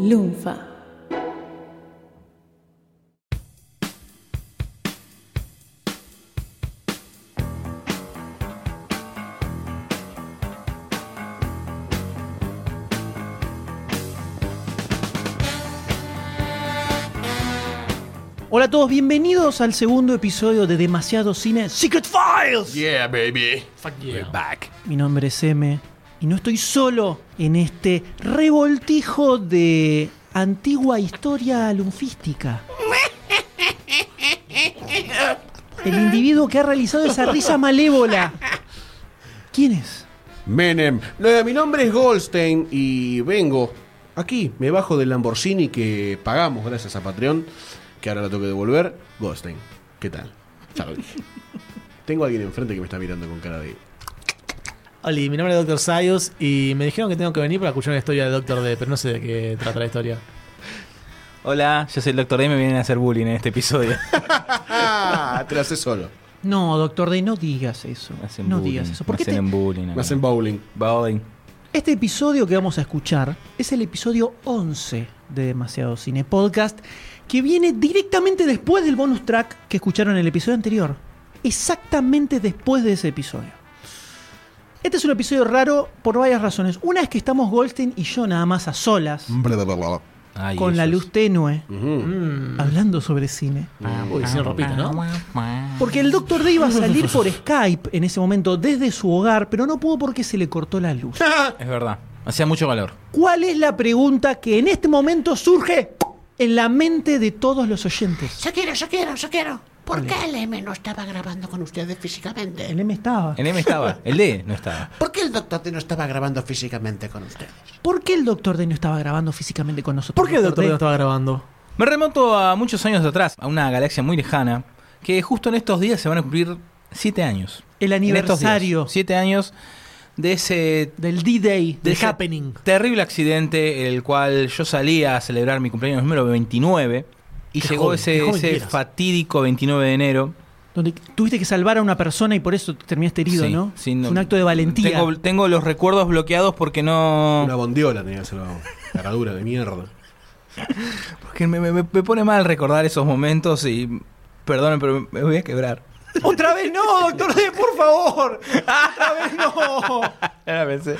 Lunfa. Hola a todos, bienvenidos al segundo episodio de Demasiado Cine Secret Files. Yeah, baby. Fuck yeah. We're back. Mi nombre es M y no estoy solo en este revoltijo de antigua historia lunfística. El individuo que ha realizado esa risa malévola. ¿Quién es? Menem. Mi nombre es Goldstein y vengo aquí. Me bajo del Lamborghini que pagamos gracias a Patreon, que ahora lo tengo que devolver. Goldstein, ¿qué tal? Ya lo dije. Tengo a alguien enfrente que me está mirando con cara de... Hola, mi nombre es Dr. Sayus y me dijeron que tengo que venir para escuchar una historia de Doctor D, pero no sé de qué trata la historia. Hola, yo soy el Dr. D y me vienen a hacer bullying en este episodio. Te lo haces solo. No, Doctor D, no digas eso. No digas eso. ¿Por qué hacen bullying? Me hacen bowling. Bowling. Este episodio que vamos a escuchar es el episodio 11 de Demasiado Cine Podcast, que viene directamente después del bonus track que escucharon en el episodio anterior. Exactamente después de ese episodio. Este es un episodio raro por varias razones. Una es que estamos Goldstein y yo nada más a solas, Ay, con la luz tenue, Uh-huh. hablando sobre cine. Uy, sin ropita, ¿no? Porque el Dr. D iba a salir por Skype en ese momento desde su hogar, pero no pudo porque se le cortó la luz. Es verdad, hacía mucho calor. ¿Cuál es la pregunta que en este momento surge en la mente de todos los oyentes? Yo quiero. ¿Por qué el M no estaba grabando con ustedes físicamente? El M estaba. El M estaba, el D no estaba. ¿Por qué el Doctor D no estaba grabando físicamente con ustedes? ¿Por qué el Dr. D no estaba grabando físicamente con nosotros? ¿Por qué el Doctor D no estaba grabando? Me remonto a muchos años atrás, a una galaxia muy lejana, que justo en estos días se van a cumplir 7 años. El aniversario 7 años de ese... del D-Day, de del ese happening. terrible accidente, el cual yo salía a celebrar mi cumpleaños número 29, y Qué llegó joven, qué joven que ese eras. fatídico 29 de enero. Donde tuviste que salvar a una persona y por eso terminaste herido, Sí, ¿no? sí, Fue un acto de valentía. Tengo los recuerdos bloqueados porque no... Una bondiola tenía esa caradura de mierda. Porque me pone mal recordar esos momentos y... Perdonen, pero me voy a quebrar. ¡Otra vez no, Dr. D, por favor! ¡Otra vez no! Ya la pensé.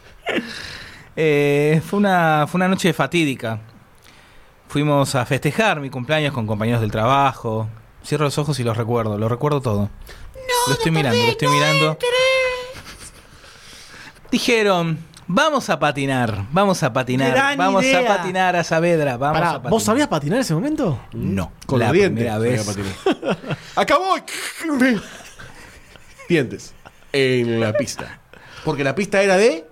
Fue una noche fatídica. Fuimos a festejar mi cumpleaños con compañeros del trabajo. Cierro los ojos y lo recuerdo todo. Lo estoy mirando. Dijeron, vamos a patinar. Gran Vamos idea. a patinar a Saavedra. Vamos Pará, a patinar. ¿vos sabías patinar en ese momento? No. Con la los dientes. primera vez. sabía patinar. ¡Acabó! Dientes. En la pista. Porque la pista era de...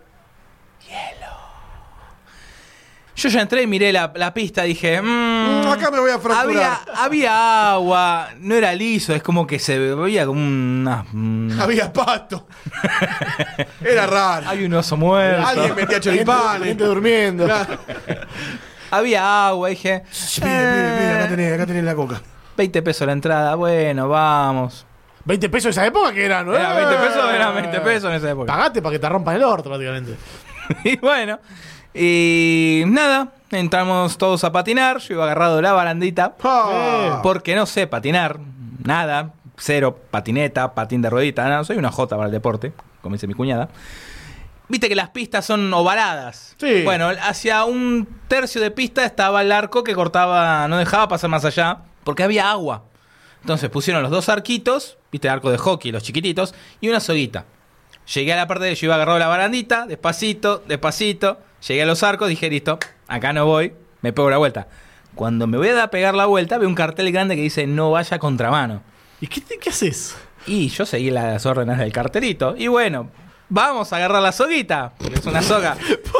Yo ya entré y miré la pista, dije... acá me voy a fracturar. Había agua, no era liso, es como que se veía como una... Había pasto. Era raro. Hay un oso muerto. Alguien metía choripanes. Gente durmiendo. Claro. Había agua, dije... Mira, acá tenés la coca. 20 pesos la entrada, bueno, vamos. 20 pesos en esa época que eran, ¿no? Era 20 pesos, eran 20 pesos en esa época. Pagate para que te rompan el orto, prácticamente. Y bueno, y nada, entramos todos a patinar. Yo iba agarrado de la barandita. Porque no sé patinar, nada, cero, patineta, patín de ruedita, nada, soy una jota para el deporte, como dice mi cuñada. Viste que las pistas son ovaladas. Sí. Bueno, hacia un tercio de pista estaba el arco que cortaba, no dejaba pasar más allá, porque había agua. Entonces pusieron los dos arquitos, viste, arco de hockey, los chiquititos, y una soguita. Llegué a la parte de yo iba agarrado de la barandita, despacito, llegué a los arcos, dije, listo, acá no voy, me pego la vuelta. Cuando me voy a pegar la vuelta, veo un cartel grande que dice, no vaya a contramano. ¿Y qué haces? Y yo seguí las órdenes del cartelito. Y bueno, vamos a agarrar la soguita, porque es una soga.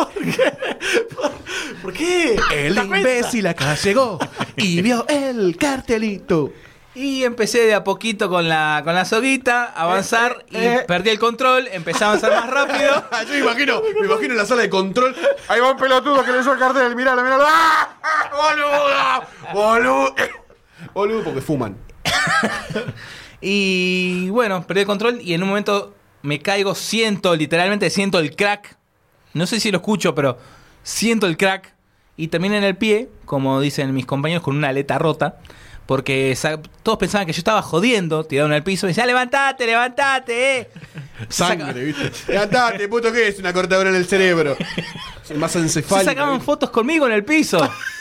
¿Por qué? El imbécil acá llegó y vio el cartelito. Y empecé de a poquito con la soguita, a avanzar, y perdí el control, empecé a avanzar más rápido. Yo me imagino en la sala de control. Ahí va un pelotudo que leyó el cartel. Miralo. ¡Ah! Boludo, porque fuman. Y bueno, perdí el control y en un momento me caigo, literalmente siento el crack. No sé si lo escucho, pero siento el crack. y terminé en el pie, como dicen mis compañeros, con una aleta rota. Porque todos pensaban que yo estaba jodiendo, tirado en el piso. Me decían, levantate, levantate, Sangre, ¿viste? Levantate, puto, ¿qué es? Una cortadura en el cerebro. Es más encefálico. Se sacaban fotos conmigo en el piso.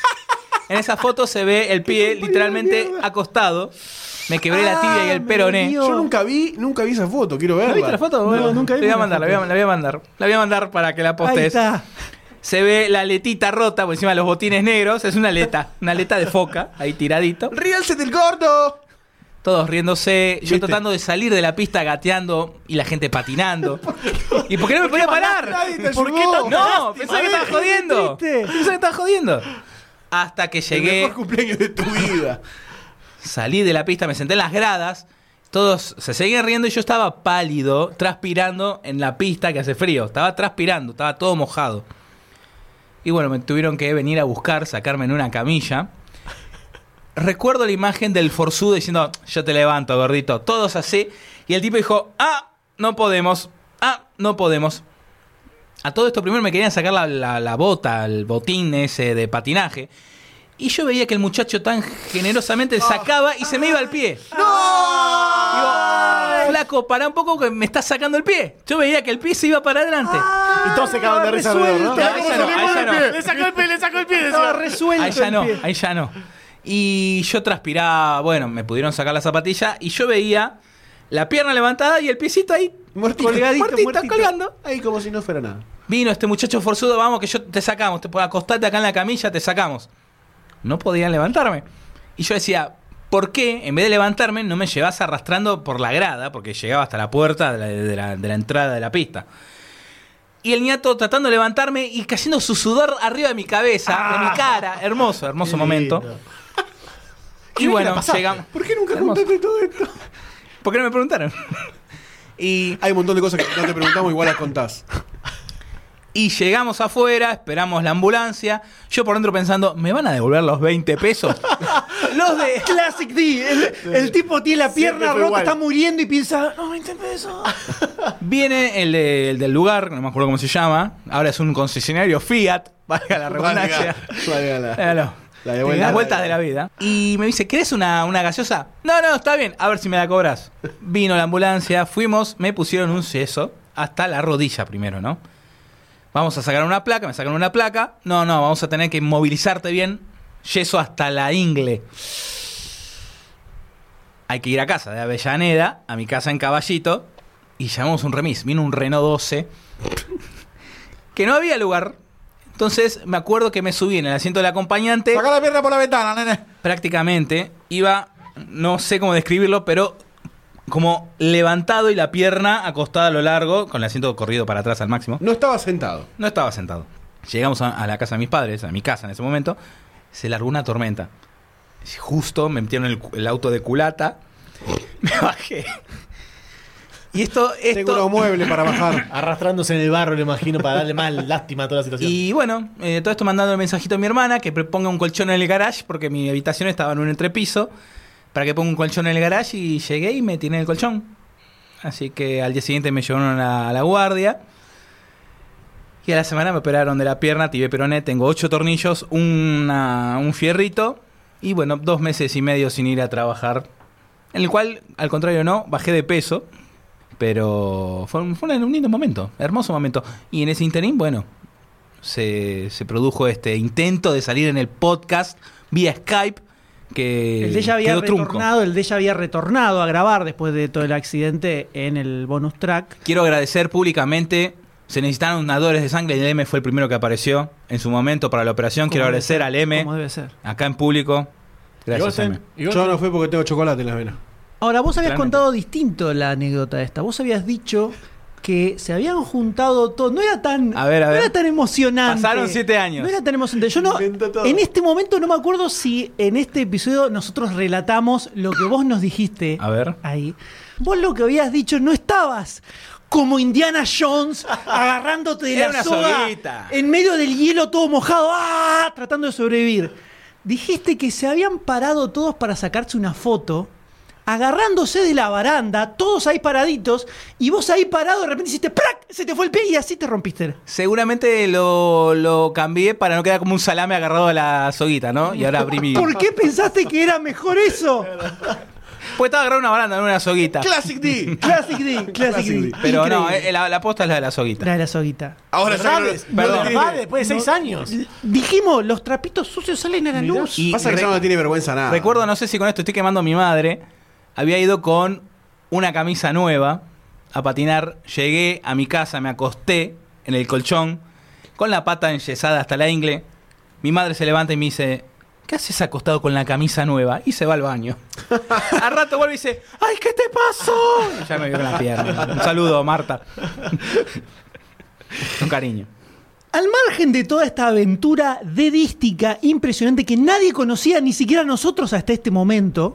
En esa foto se ve el pie literalmente acostado. Me quebré la tibia y el peroné. Yo nunca vi esa foto, quiero verla. ¿No viste la foto? No, nunca vi La voy a una mandar, foto. la voy a mandar. La voy a mandar para que la Ahí postes. está. Se ve la aletita rota por encima de los botines negros. Es una aleta de foca, ahí tiradito. ¡Ríanse del gordo! Todos riéndose, yo ¿Viste? tratando de salir de la pista gateando y la gente patinando. ¿Y por qué no me podía parar? Nadie te ¿Por qué ayudó. tan- No, pensaba que estaba jodiendo. triste. Pensaba que estaba jodiendo. Hasta que El llegué, mejor cumpleaños de tu vida. salí de la pista, me senté en las gradas. Todos se seguían riendo y yo estaba pálido, transpirando en la pista que hace frío. Estaba transpirando, estaba todo mojado. Y bueno, me tuvieron que venir a buscar, sacarme en una camilla. Recuerdo la imagen del forzudo diciendo, yo te levanto, gordito. Todos así. Y el tipo dijo, no podemos. No podemos. A todo esto primero me querían sacar la bota, el botín ese de patinaje. Y yo veía que el muchacho tan generosamente sacaba y se me iba al pie. Digo, flaco, pará un poco que me estás sacando el pie. Yo veía que el pie se iba para adelante. Y todos se cagan de risa alrededor, ¿no? Ahí ya no, ahí ya no. Le sacó el pie, le sacó el pie. Estaba resuelto. Ahí ya el no, pie. ahí ya no. Y yo transpiraba, bueno, me pudieron sacar la zapatilla y yo veía la pierna levantada y el piecito ahí, Muertito. muertito, colgando. Ahí como si no fuera nada. Vino este muchacho forzudo, vamos que yo te sacamos, te puedo acostarte acá en la camilla, te sacamos. No podían levantarme. Y yo decía, ¿por qué en vez de levantarme no me llevas arrastrando por la grada? Porque llegaba hasta la puerta de la entrada de la pista. Y el niato tratando de levantarme y cayendo su sudor arriba de mi cabeza, de mi cara. Hermoso, hermoso momento. Y bueno, llegamos. ¿Por qué nunca Hermoso. contaste todo esto? ¿Por qué no me preguntaron? y Hay un montón de cosas que no te preguntamos, igual las contás. Y llegamos afuera, esperamos la ambulancia. Yo por dentro pensando, ¿me van a devolver los 20 pesos? Los de Classic D. El tipo tiene la Siempre pierna fue rota, igual. está muriendo y piensa, no, 20 pesos. Viene el del lugar, no me acuerdo cómo se llama. Ahora es un concesionario Fiat, valga la redundancia. Véalo. La de vuelta. Las vueltas de la vida. Y me dice, ¿querés una gaseosa? No, está bien, a ver si me la cobras. Vino la ambulancia, fuimos, me pusieron un yeso hasta la rodilla primero, ¿no? Vamos a sacar una placa, me sacan una placa. No, vamos a tener que movilizarte bien. Yeso hasta la ingle. Hay que ir a casa de Avellaneda, a mi casa en Caballito, y llamamos un remis. Vino un Renault 12, que no había lugar. Entonces me acuerdo que me subí en el asiento del acompañante. Saca la pierna por la ventana, nene. Prácticamente iba, no sé cómo describirlo, pero como levantado y la pierna acostada a lo largo, con el asiento corrido para atrás al máximo. No estaba sentado. No estaba sentado. Llegamos a la casa de mis padres, a mi casa en ese momento. Se largó una tormenta. Justo me metieron el auto de culata. Me bajé. Y esto... Tengo unos muebles para bajar. Arrastrándose en el barro, le imagino, para darle más lástima a toda la situación. Y bueno, todo esto mandando el mensajito a mi hermana que ponga un colchón en el garage, porque mi habitación estaba en un entrepiso, para que ponga un colchón en el garage, y llegué y me tiré en el colchón. Así que al día siguiente me llevaron a la guardia. Y a la semana me operaron de la pierna, tibia peroné, tengo 8 tornillos, un fierrito, y bueno, 2 meses y medio sin ir a trabajar. En el cual, al contrario, no, bajé de peso. Pero fue un lindo momento, hermoso momento. Y en ese interín, bueno, se produjo este intento de salir en el podcast vía Skype, que El de ella había quedó trunco. retornado a grabar después de todo el accidente en el bonus track. Quiero agradecer públicamente, se necesitaron donadores de sangre, y el M fue el primero que apareció en su momento para la operación. Quiero agradecer al M, Como debe ser. acá en público. Gracias, M. Yo no fui porque tengo chocolate en las venas. Ahora, vos habías Claramente. contado distinto la anécdota esta. Vos habías dicho que se habían juntado todos. No era tan, A ver. No era tan emocionante. Pasaron 7 años. No era tan emocionante. Yo no. Inventó todo. En este momento no me acuerdo si en este episodio nosotros relatamos lo que vos nos dijiste A ver. ahí. Vos lo que habías dicho, no estabas como Indiana Jones agarrándote de Era la una soga soguita. en medio del hielo todo mojado, tratando de sobrevivir. Dijiste que se habían parado todos para sacarse una foto agarrándose de la baranda, todos ahí paraditos, y vos ahí parado de repente hiciste ¡prac! Se te fue el pie y así te rompiste. Seguramente lo cambié para no quedar como un salame agarrado a la soguita, ¿no? Y ahora abrí mi... ¿Por qué pensaste que era mejor eso? Pues estaba agarrado una baranda, no una soguita. Classic D. Classic D, Classic D. Pero no, Increíble. la posta es la de la soguita. Era la soguita. Ahora ya Perdón. Después de 6 años. Dijimos, los trapitos sucios salen a la luz. Y pasa que ya no tiene vergüenza nada. recuerdo, no sé si con esto estoy quemando a mi madre, había ido con una camisa nueva a patinar, llegué a mi casa, me acosté en el colchón, con la pata enyesada hasta la ingle, mi madre se levanta y me dice, ¿qué haces acostado con la camisa nueva? Y se va al baño. Al rato vuelve y dice, ¡ay, qué te pasó! Y ya me vio con la pierna. Un saludo, Marta. Con cariño. Al margen de toda esta aventura dedística impresionante que nadie conocía, ni siquiera nosotros hasta este momento,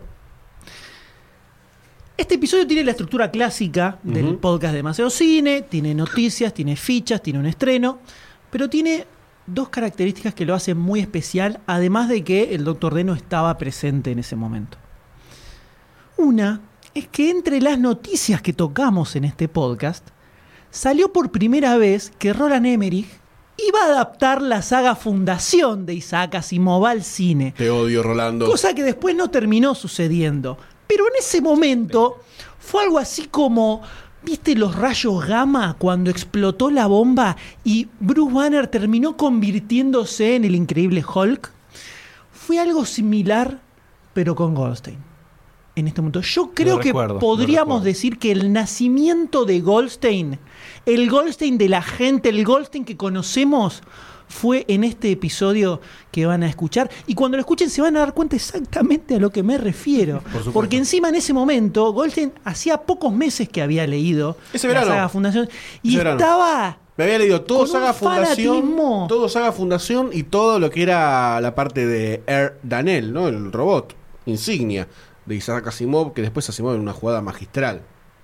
este episodio tiene la estructura clásica del podcast de Demasiado Cine, tiene noticias, tiene fichas, tiene un estreno, pero tiene dos características que lo hacen muy especial, además de que el Dr. D no estaba presente en ese momento. Una es que entre las noticias que tocamos en este podcast, salió por primera vez que Roland Emmerich iba a adaptar la saga Fundación de Isaac Asimov al cine. Te odio, Rolando. Cosa que después no terminó sucediendo. Pero en ese momento fue algo así como... ¿Viste los rayos gamma cuando explotó la bomba y Bruce Banner terminó convirtiéndose en el increíble Hulk? Fue algo similar, pero con Goldstein. En este momento. Yo creo que podríamos decir que el nacimiento de Goldstein, el Goldstein de la gente, el Goldstein que conocemos, fue en este episodio que van a escuchar. Y cuando lo escuchen se van a dar cuenta exactamente a lo que me refiero. Porque encima en ese momento Goldstein hacía pocos meses que había leído Ese la verano. saga Fundación y Ese verano. estaba... Me había leído todo con Saga un Fundación, fanatismo. todo Saga Fundación y todo lo que era la parte de Air Danel, ¿no? El robot insignia de Isaac Asimov, que después Asimov en una jugada magistral,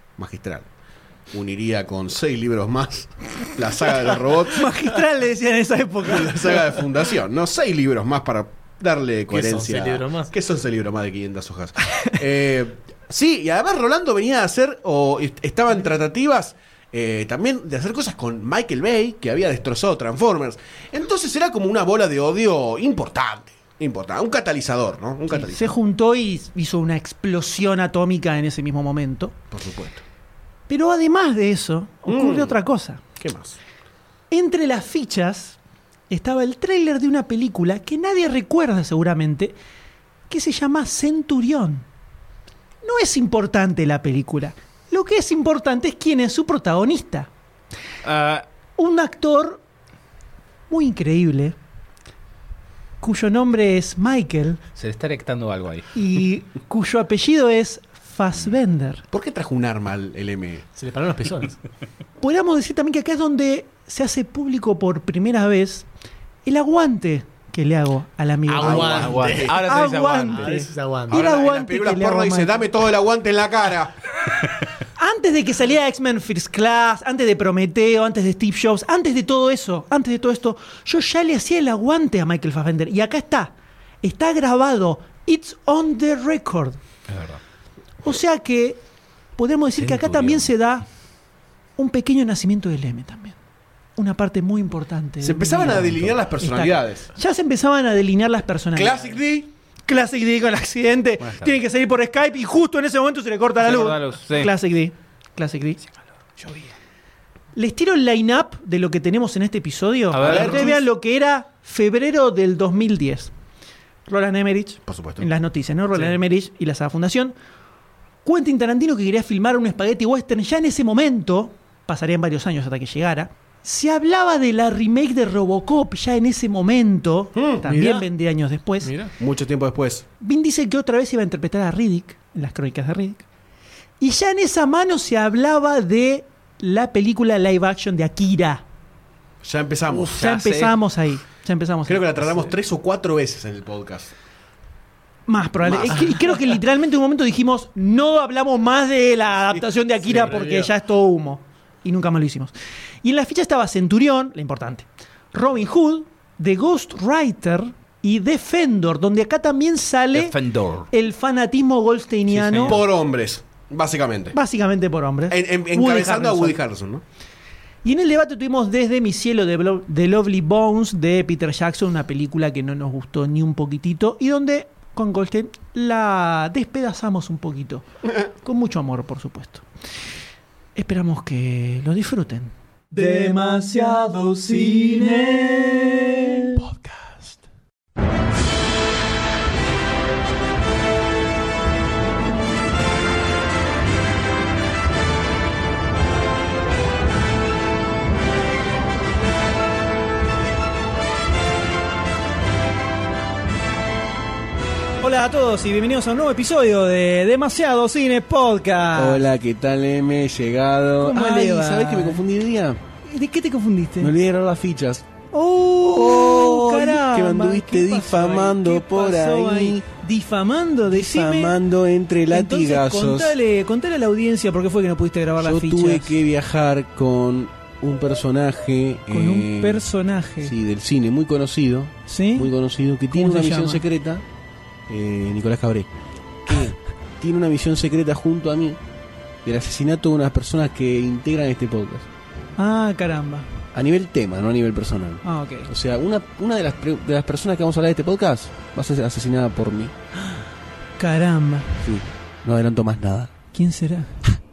uniría con 6 libros más la saga de los robots, Magistral le decían en esa época. la saga de Fundación, ¿no? 6 libros más para darle coherencia. ¿Qué son 6 libros más? ¿Qué son 6 libros más de 500 hojas? Sí, y además Rolando venía a hacer, o estaba en tratativas también de hacer cosas con Michael Bay, que había destrozado Transformers. Entonces era como una bola de odio importante, un catalizador, ¿no? Un catalizador. Se juntó y hizo una explosión atómica en ese mismo momento. Por supuesto. Pero además de eso, ocurre otra cosa. ¿Qué más? Entre las fichas estaba el tráiler de una película que nadie recuerda seguramente, que se llama Centurión. No es importante la película. Lo que es importante es quién es su protagonista. Un actor muy increíble, cuyo nombre es Michael Se le está erectando algo ahí. y cuyo apellido es Fassbender. ¿Por qué trajo un arma el M? Se le pararon los pezones. Podríamos decir también que acá es donde se hace público por primera vez el aguante que le hago al amigo. Aguante. Ahora se dice Aguante. aguante. Ese es aguante. Ahora- Ahora en aguante las películas que le porno hago a dice, Michael. dame todo el aguante en la cara. Antes de que saliera X-Men First Class, antes de Prometeo, antes de Steve Jobs, antes de todo eso, antes de todo esto, yo ya le hacía el aguante a Michael Fassbender. Y acá está grabado. It's on the record. Es verdad. O sea que podemos decir que acá Centurión. también se da un pequeño nacimiento del M también. Una parte muy importante. Se empezaban a delinear las personalidades. Ya se empezaban a delinear las personalidades. Classic D. Classic D con el accidente. Buenas tardes. Tiene que salir por Skype y justo en ese momento se le corta la Se luz. corta la luz, sí. Classic D. Classic D. Les tiro el line-up de lo que tenemos en este episodio. A ver. Para que ustedes vean lo que era febrero del 2010. Roland Emmerich. Por supuesto. En las noticias, ¿no? Roland Emmerich y la Saga Fundación. Quentin Tarantino, que quería filmar un spaghetti western ya en ese momento. Pasarían varios años hasta que llegara. Se hablaba de la remake de Robocop ya en ese momento. También mirá. vendría años después. Mira. Mucho tiempo después. Vin dice que otra vez iba a interpretar a Riddick en las crónicas de Riddick. Y ya en esa mano se hablaba de la película live action de Akira. Ya empezamos. Ya Ya sé. empezamos ahí. Ya empezamos Creo ahí. que la tratamos 3 o 4 veces en el podcast. Más probable. Más. Y creo que literalmente en un momento dijimos, no hablamos más de la adaptación de Akira sí, porque realidad. ya es todo humo. Y nunca más lo hicimos. Y en la ficha estaba Centurión, la importante, Robin Hood, The Ghostwriter, y Defendor, donde acá también sale Defendor. el fanatismo goldsteiniano. Sí, Por hombres, básicamente. Básicamente por hombres. Encabezando a Woody Harrelson, ¿no? Y en el debate tuvimos Desde mi cielo de Lovely Bones de Peter Jackson, una película que no nos gustó ni un poquitito y donde con Goldstein la despedazamos un poquito. Con mucho amor, por supuesto. Esperamos que lo disfruten. Demasiado cine podcast. Hola a todos y bienvenidos a un nuevo episodio de Demasiado Cine Podcast. Hola, ¿qué tal, M? He llegado. ¿Cómo le va? ¿Sabés que me confundí el día? ¿De qué te confundiste? Me olvidé de grabar las fichas. ¡Oh! ¡Caramba! Que me anduviste ¿Qué pasó difamando ahí? ¿Qué por pasó ahí? ¿Difamando? Decime. Difamando entre latigazos. Entonces, contale a la audiencia por qué fue que no pudiste grabar las Yo fichas. tuve que viajar con un personaje. Con un personaje. Sí, del cine, muy conocido. ¿Sí? Muy conocido, que tiene ¿Cómo una se misión llama? secreta. Nicolás Cabré. Que tiene una misión secreta junto a mí del asesinato de unas personas que integran este podcast. Ah, caramba. A nivel tema, no a nivel personal. Ah, ok. O sea, una de las personas que vamos a hablar de este podcast va a ser asesinada por mí. Caramba. Sí, no adelanto más nada. ¿Quién será?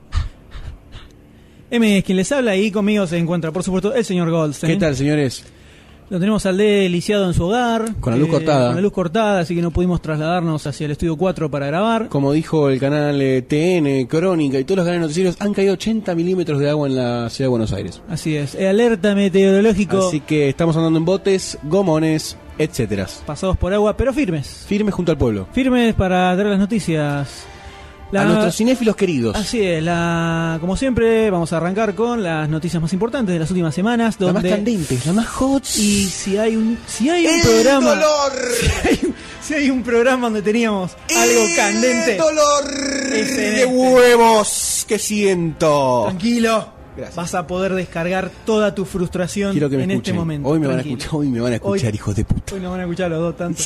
M es quien les habla y conmigo se encuentra, por supuesto, el señor Goldstein. ¿Qué tal, señores? Lo tenemos al D lisiado en su hogar. Con la luz cortada. Con la luz cortada, así que no pudimos trasladarnos hacia el estudio 4 para grabar. Como dijo el canal TN, Crónica y todos los canales noticieros, han caído 80 milímetros de agua en la ciudad de Buenos Aires. Así es. Alerta meteorológico. Así que estamos andando en botes, gomones, etcétera. Pasados por agua, pero firmes. Firmes junto al pueblo. Firmes para traer las noticias. A nuestros cinéfilos queridos. Así es, como siempre, vamos a arrancar con las noticias más importantes de las últimas semanas. La Donde, más candente, la más hot. y si hay un ¡El programa. dolor! Si hay un programa donde teníamos algo candente. ¡El dolor Es en de este. huevos que siento! Tranquilo. Gracias. Vas a poder descargar toda tu frustración Quiero que me en escuchen. este momento. Hoy me van a Tranquilo. escuchar, Hoy- hijos de puta. Hoy nos van a escuchar los dos tanto.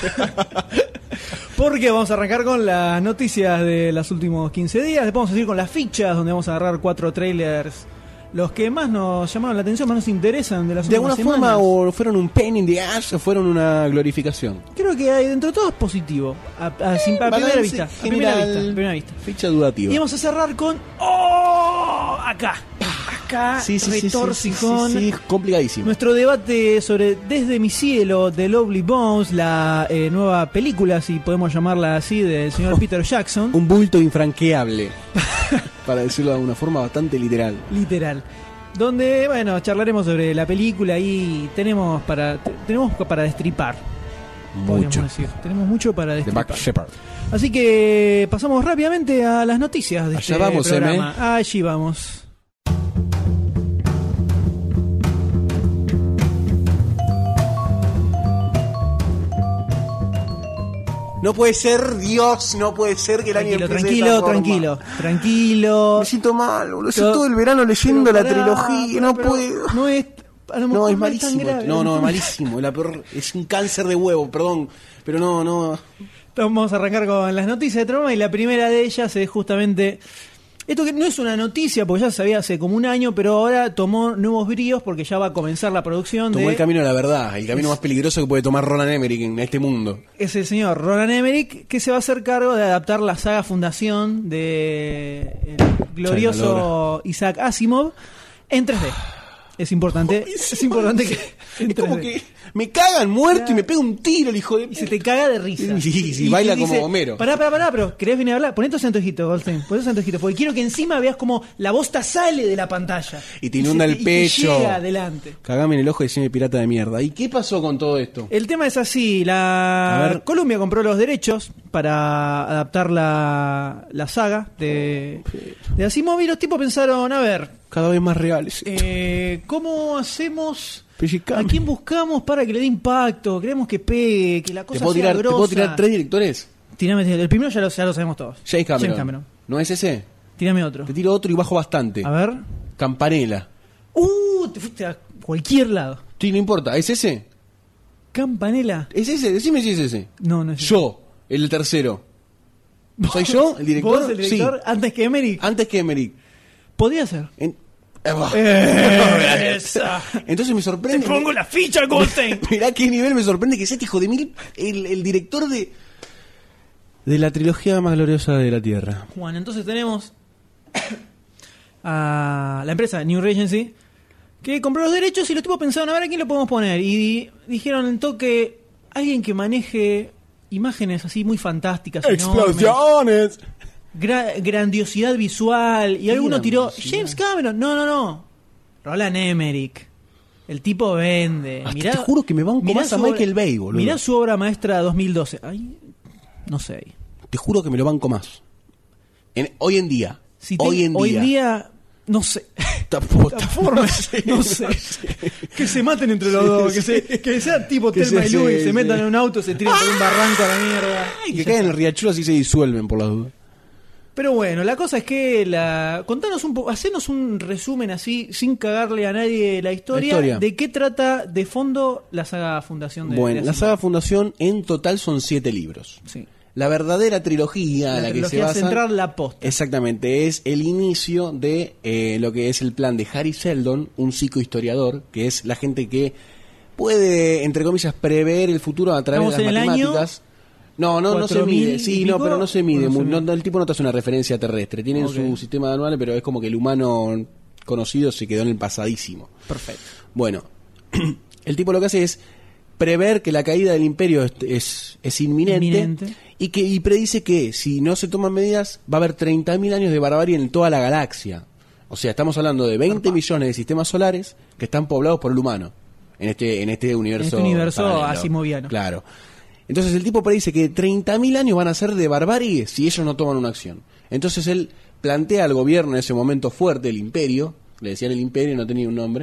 Porque vamos a arrancar con las noticias de los últimos 15 días. Después vamos a seguir con las fichas, donde vamos a agarrar 4 trailers. Los que más nos llamaron la atención, más nos interesan de las De últimas alguna semanas. forma, o fueron un pain in the ass o fueron una glorificación. Creo que hay, dentro de todo es positivo. A primera balance vista. A general. primera vista. Ficha dudativa. Y vamos a cerrar con. ¡Oh! Acá. Acá. Retorcijón. Sí, complicadísimo. Nuestro debate sobre Desde mi cielo de Lovely Bones, la nueva película, si podemos llamarla así, del señor Peter Jackson. Un bulto infranqueable. Para decirlo de una forma bastante literal. Literal. Donde, bueno, charlaremos sobre la película y tenemos para destripar. podríamos Mucho. decir. Tenemos mucho para The Back destripar. Shepard. Así que pasamos rápidamente a las noticias de Allá este vamos, programa. Allí vamos. No puede ser, Dios, no puede ser que el año empiece de esta forma. Tranquilo. Me siento mal, boludo. Yo Pero- todo el verano leyendo la Pará, trilogía, no pero puedo. No es. A lo No, mejor es tan malísimo. grave. No, es malísimo. Es un cáncer de huevo, perdón. Pero no. Vamos a arrancar con las noticias de Troma y la primera de ellas es justamente esto, que no es una noticia porque ya se sabía hace como un año, pero ahora tomó nuevos bríos porque ya va a comenzar la producción Tomó de el camino de la verdad, el camino más peligroso que puede tomar Roland Emmerich en este mundo. es el señor Roland Emmerich, que se va a hacer cargo de adaptar la saga Fundación de el glorioso Isaac Asimov en 3D. Es importante que en Es como 3D. que me cagan muerto y me pega un tiro el hijo de... Y se te caga de risa. Sí, Y baila te como Homero. Pará, pero ¿querés venir a hablar? Poné tus antojitos, Goldstein. Poné tus antojitos, porque quiero que encima veas como la bosta sale de la pantalla. Y te inunda el pecho. Y llega adelante. Cagame en el ojo y decime pirata de mierda. ¿Y qué pasó con todo esto? El tema es así, A ver. Columbia compró los derechos para adaptar la saga de Asimov y los tipos pensaron, a ver, Cada vez más reales. ¿cómo hacemos? Pellizcame. ¿A quién buscamos para que le dé impacto? Queremos que pegue, que la ¿Te cosa puedo, sea tirar, ¿Te grosa. puedo tirar 3 directores? Tirame, el primero ya lo sabemos todos. James Cameron. ¿No es ese? Tírame otro. Te tiro otro y bajo bastante. A ver. Campanella. Te fuiste a cualquier lado. Sí, no importa. ¿Es ese? Campanella. ¿Es ese? Decime si es ese. No, no es Yo, el tercero. ¿Soy yo, el director? ¿Vos el director? Sí. Antes que Emmerich. Antes que Emmerich. Podría ser. Esa. Entonces me sorprende. Te pongo la ficha, Goldstein. Mirá qué nivel me sorprende que sea este hijo de mil el director de la trilogía más gloriosa de la Tierra. Juan, entonces tenemos a la empresa New Regency que compró los derechos y los tipos pensaron a ver a quién lo podemos poner. Y dijeron en toque alguien que maneje imágenes así muy fantásticas. ¡Explosiones! Grandiosidad visual. Y alguno tiró grandiosidad. James Cameron. No. Roland Emmerich. El tipo vende. Te juro que me banco más a Michael Bay, boludo. Mirá su obra maestra 2012. Ay, no sé. Te juro que me lo banco más. Hoy en día. Hoy en día. No sé. Transformers. No sé. Que se maten entre los dos. Que sea tipo Thelma y Louise. Se metan en un auto, se tiren por un barranco a la mierda. Y que caigan en el riachuelo así se disuelven por las dudas. Pero bueno, la cosa es que contanos un poco, hacenos un resumen así, sin cagarle a nadie la historia. ¿De qué trata de fondo la saga Fundación de Bueno, de la Asimov? saga Fundación en total son 7 libros. Sí. La verdadera trilogía a la que se trilogía basa. central, la posta. Exactamente, es el inicio de lo que es el plan de Harry Seldon, un psicohistoriador, que es la gente que puede, entre comillas, prever el futuro a través de las matemáticas. No se mide. Sí, no, pero no se mide. El tipo no te hace una referencia terrestre. Tienen su sistema de anuales, pero es como que el humano conocido se quedó en el pasadísimo. Perfecto. Bueno, el tipo lo que hace es prever que la caída del imperio es inminente. Y predice que si no se toman medidas va a haber 30.000 años de barbarie en toda la galaxia. O sea, estamos hablando de 20 millones de sistemas solares que están poblados por el humano en este universo. paralelo. Asimoviano. Claro. Entonces el tipo predice que 30.000 años van a ser de barbarie si ellos no toman una acción. Entonces él plantea al gobierno en ese momento fuerte, el imperio, le decían el imperio, no tenía un nombre,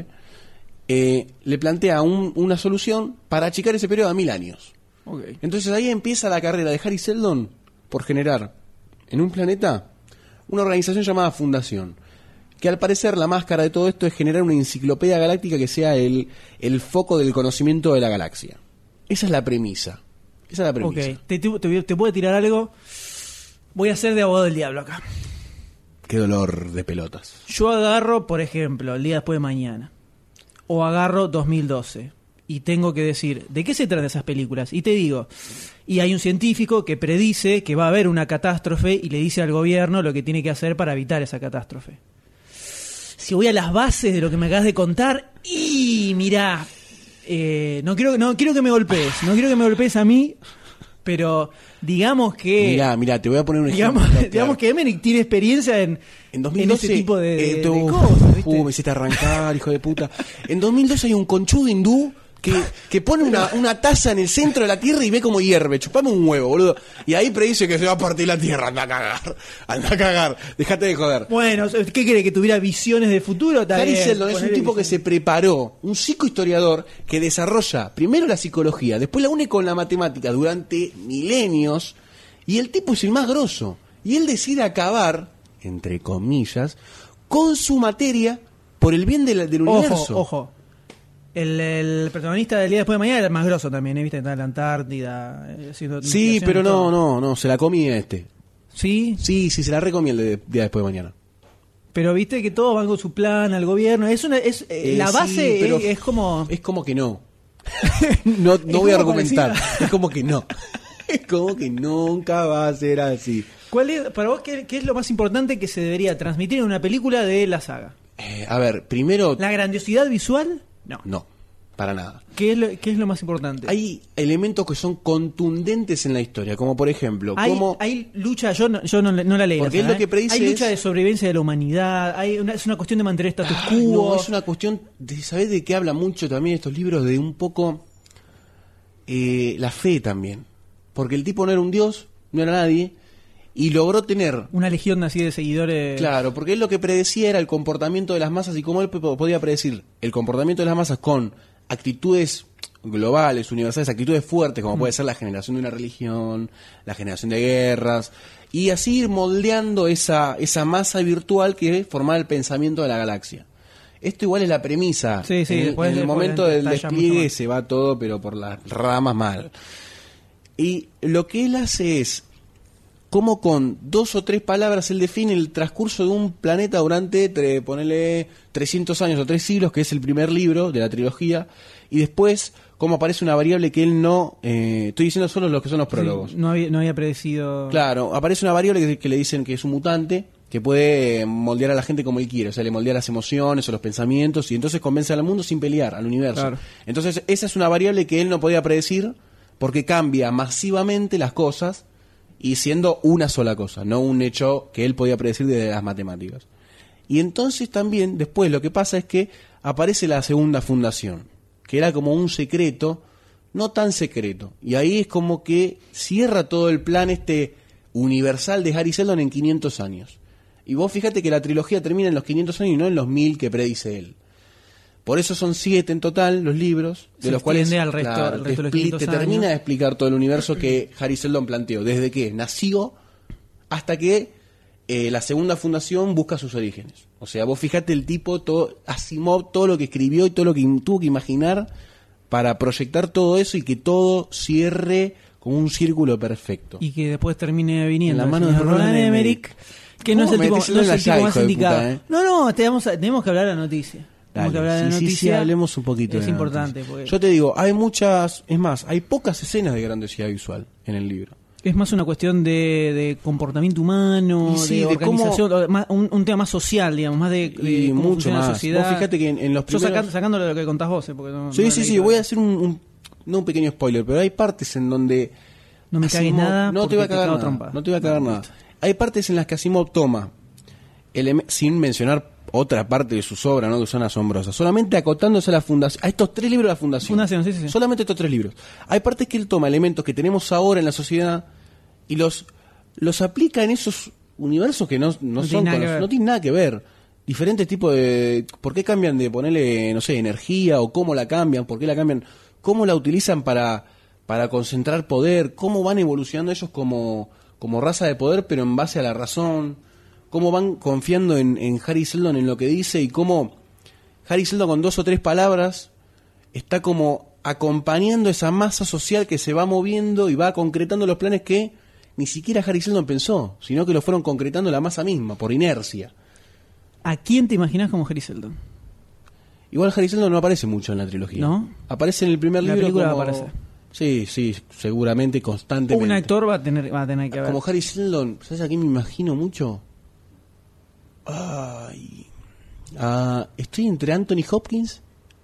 le plantea una solución para achicar ese periodo a 1000 años. Okay. Entonces ahí empieza la carrera de Harry Seldon por generar en un planeta una organización llamada Fundación, que al parecer la máscara de todo esto es generar una enciclopedia galáctica que sea el foco del conocimiento de la galaxia. Esa es la premisa. Ok, te puedo tirar algo. Voy a ser de abogado del diablo acá. Qué dolor de pelotas. Yo agarro, por ejemplo, El día después de mañana. O agarro 2012. Y tengo que decir, ¿de qué se tratan esas películas? Y te digo, y hay un científico que predice que va a haber una catástrofe y le dice al gobierno lo que tiene que hacer para evitar esa catástrofe. Si voy a las bases de lo que me acabas de contar, y mirá, no quiero que me golpees a mí, pero digamos que Mirá, te voy a poner un ejemplo. digamos que Emmerich tiene experiencia en 2012 ese tipo de uf, cosas, ¿viste? me hiciste arrancar, hijo de puta. En 2012 hay un conchudo hindú que pone una taza en el centro de la tierra y ve como hierve. Chupame un huevo, boludo. Y ahí predice que se va a partir la tierra. Anda a cagar. Dejate de joder. Bueno, ¿qué quiere? ¿Que tuviera visiones de futuro? Harry Seldon es un tipo que se preparó, un psicohistoriador que desarrolla primero la psicología, después la une con la matemática durante milenios, y el tipo es el más grosso. Y él decide acabar, entre comillas, con su materia por el bien del universo. Ojo. El protagonista del día después de mañana era el más grosso también, ¿viste? Está en la Antártida. Sí, pero no, se la comí este. ¿Sí? Sí, se la recomí el de día después de mañana. Pero viste que todos van con su plan al gobierno. La base pero es como... Es como que no. No voy a argumentar. Es como que no. Es como que nunca va a ser así. ¿Cuál es, para vos, qué es lo más importante que se debería transmitir en una película de la saga? A ver, primero... ¿La grandiosidad visual? No, para nada. ¿Qué es lo más importante? Hay elementos que son contundentes en la historia, como por ejemplo... Hay lucha, yo no la leí. Porque él lo que predice hay lucha de sobrevivencia de la humanidad, es una cuestión de mantener status quo. No, es una cuestión de... ¿Sabés de qué habla mucho también estos libros? De un poco la fe también. Porque el tipo no era un dios, no era nadie, y logró tener... una legión así de seguidores. Claro, porque él lo que predecía era el comportamiento de las masas, y cómo él podía predecir el comportamiento de las masas con actitudes globales, universales, actitudes fuertes, como puede ser la generación de una religión, la generación de guerras, y así ir moldeando esa masa virtual que formaba el pensamiento de la galaxia. Esto igual es la premisa. Sí, sí, en el momento del despliegue se va todo, pero por las ramas mal. Y lo que él hace es, como con 2 o 3 palabras, él define el transcurso de un planeta durante, ponele 300 años o 3 siglos, que es el primer libro de la trilogía, y después, cómo aparece una variable que él no... estoy diciendo solo los que son los prólogos. Sí, no había predecido... Claro, aparece una variable que le dicen que es un mutante, que puede moldear a la gente como él quiere, o sea, le moldea las emociones o los pensamientos, y entonces convence al mundo sin pelear, al universo. Claro. Entonces, esa es una variable que él no podía predecir, porque cambia masivamente las cosas, y siendo una sola cosa, no un hecho que él podía predecir desde las matemáticas. Y entonces también, después lo que pasa es que aparece la segunda fundación, que era como un secreto, no tan secreto, y ahí es como que cierra todo el plan universal de Hari Seldon en 500 años. Y vos fíjate que la trilogía termina en los 500 años y no en los 1000 que predice él. Por eso son 7 en total los libros, de los cuales al resto, el resto de los 500 te termina de explicar todo el universo que Hari Seldon planteó, desde que nació hasta que la segunda fundación busca sus orígenes. O sea, vos fíjate el tipo, Asimov, todo lo que escribió y todo lo que tuvo que imaginar para proyectar todo eso y que todo cierre como un círculo perfecto. Y que después termine viniendo en la mano de Roland Emmerich, que no es el tipo más indicado. No, tenemos que hablar de la noticia. Sí, hablemos un poquito. Es importante. Porque... Yo te digo, hay hay pocas escenas de grandiosidad visual en el libro. Es más una cuestión de comportamiento humano, de organización, un tema más social, digamos, más de cómo mucho funciona más. la sociedad. Vos fíjate que en los primeros... Yo sacándolo de lo que contás vos, porque no... Sí, voy a hacer no un pequeño spoiler, pero hay partes en donde... No me cagues nada, no te voy a cagar nada. Hay partes en las que Asimov toma, sin mencionar otra parte de sus obras, ¿no?, que son asombrosas, solamente acotándose a la fundación, a estos 3 libros de la fundación. Sí. Solamente estos 3 libros. Hay partes que él toma elementos que tenemos ahora en la sociedad y los aplica en esos universos que no tienen nada que ver. Diferentes tipos de... ¿Por qué cambian de ponerle, no sé, energía? ¿O cómo la cambian? ¿Por qué la cambian? ¿Cómo la utilizan para concentrar poder? ¿Cómo van evolucionando ellos como raza de poder, pero en base a la razón? ¿Cómo van confiando en Hari Seldon, en lo que dice? Y cómo Hari Seldon con 2 o 3 palabras está como acompañando esa masa social que se va moviendo y va concretando los planes que ni siquiera Hari Seldon pensó, sino que lo fueron concretando la masa misma, por inercia. ¿A quién te imaginas como Hari Seldon? Igual Hari Seldon no aparece mucho en la trilogía. ¿No? Aparece en el primer libro. La película aparece. Sí, seguramente, constantemente. Un actor va a tener que ver. Como Hari Seldon, ¿sabes a quién me imagino mucho? Estoy entre Anthony Hopkins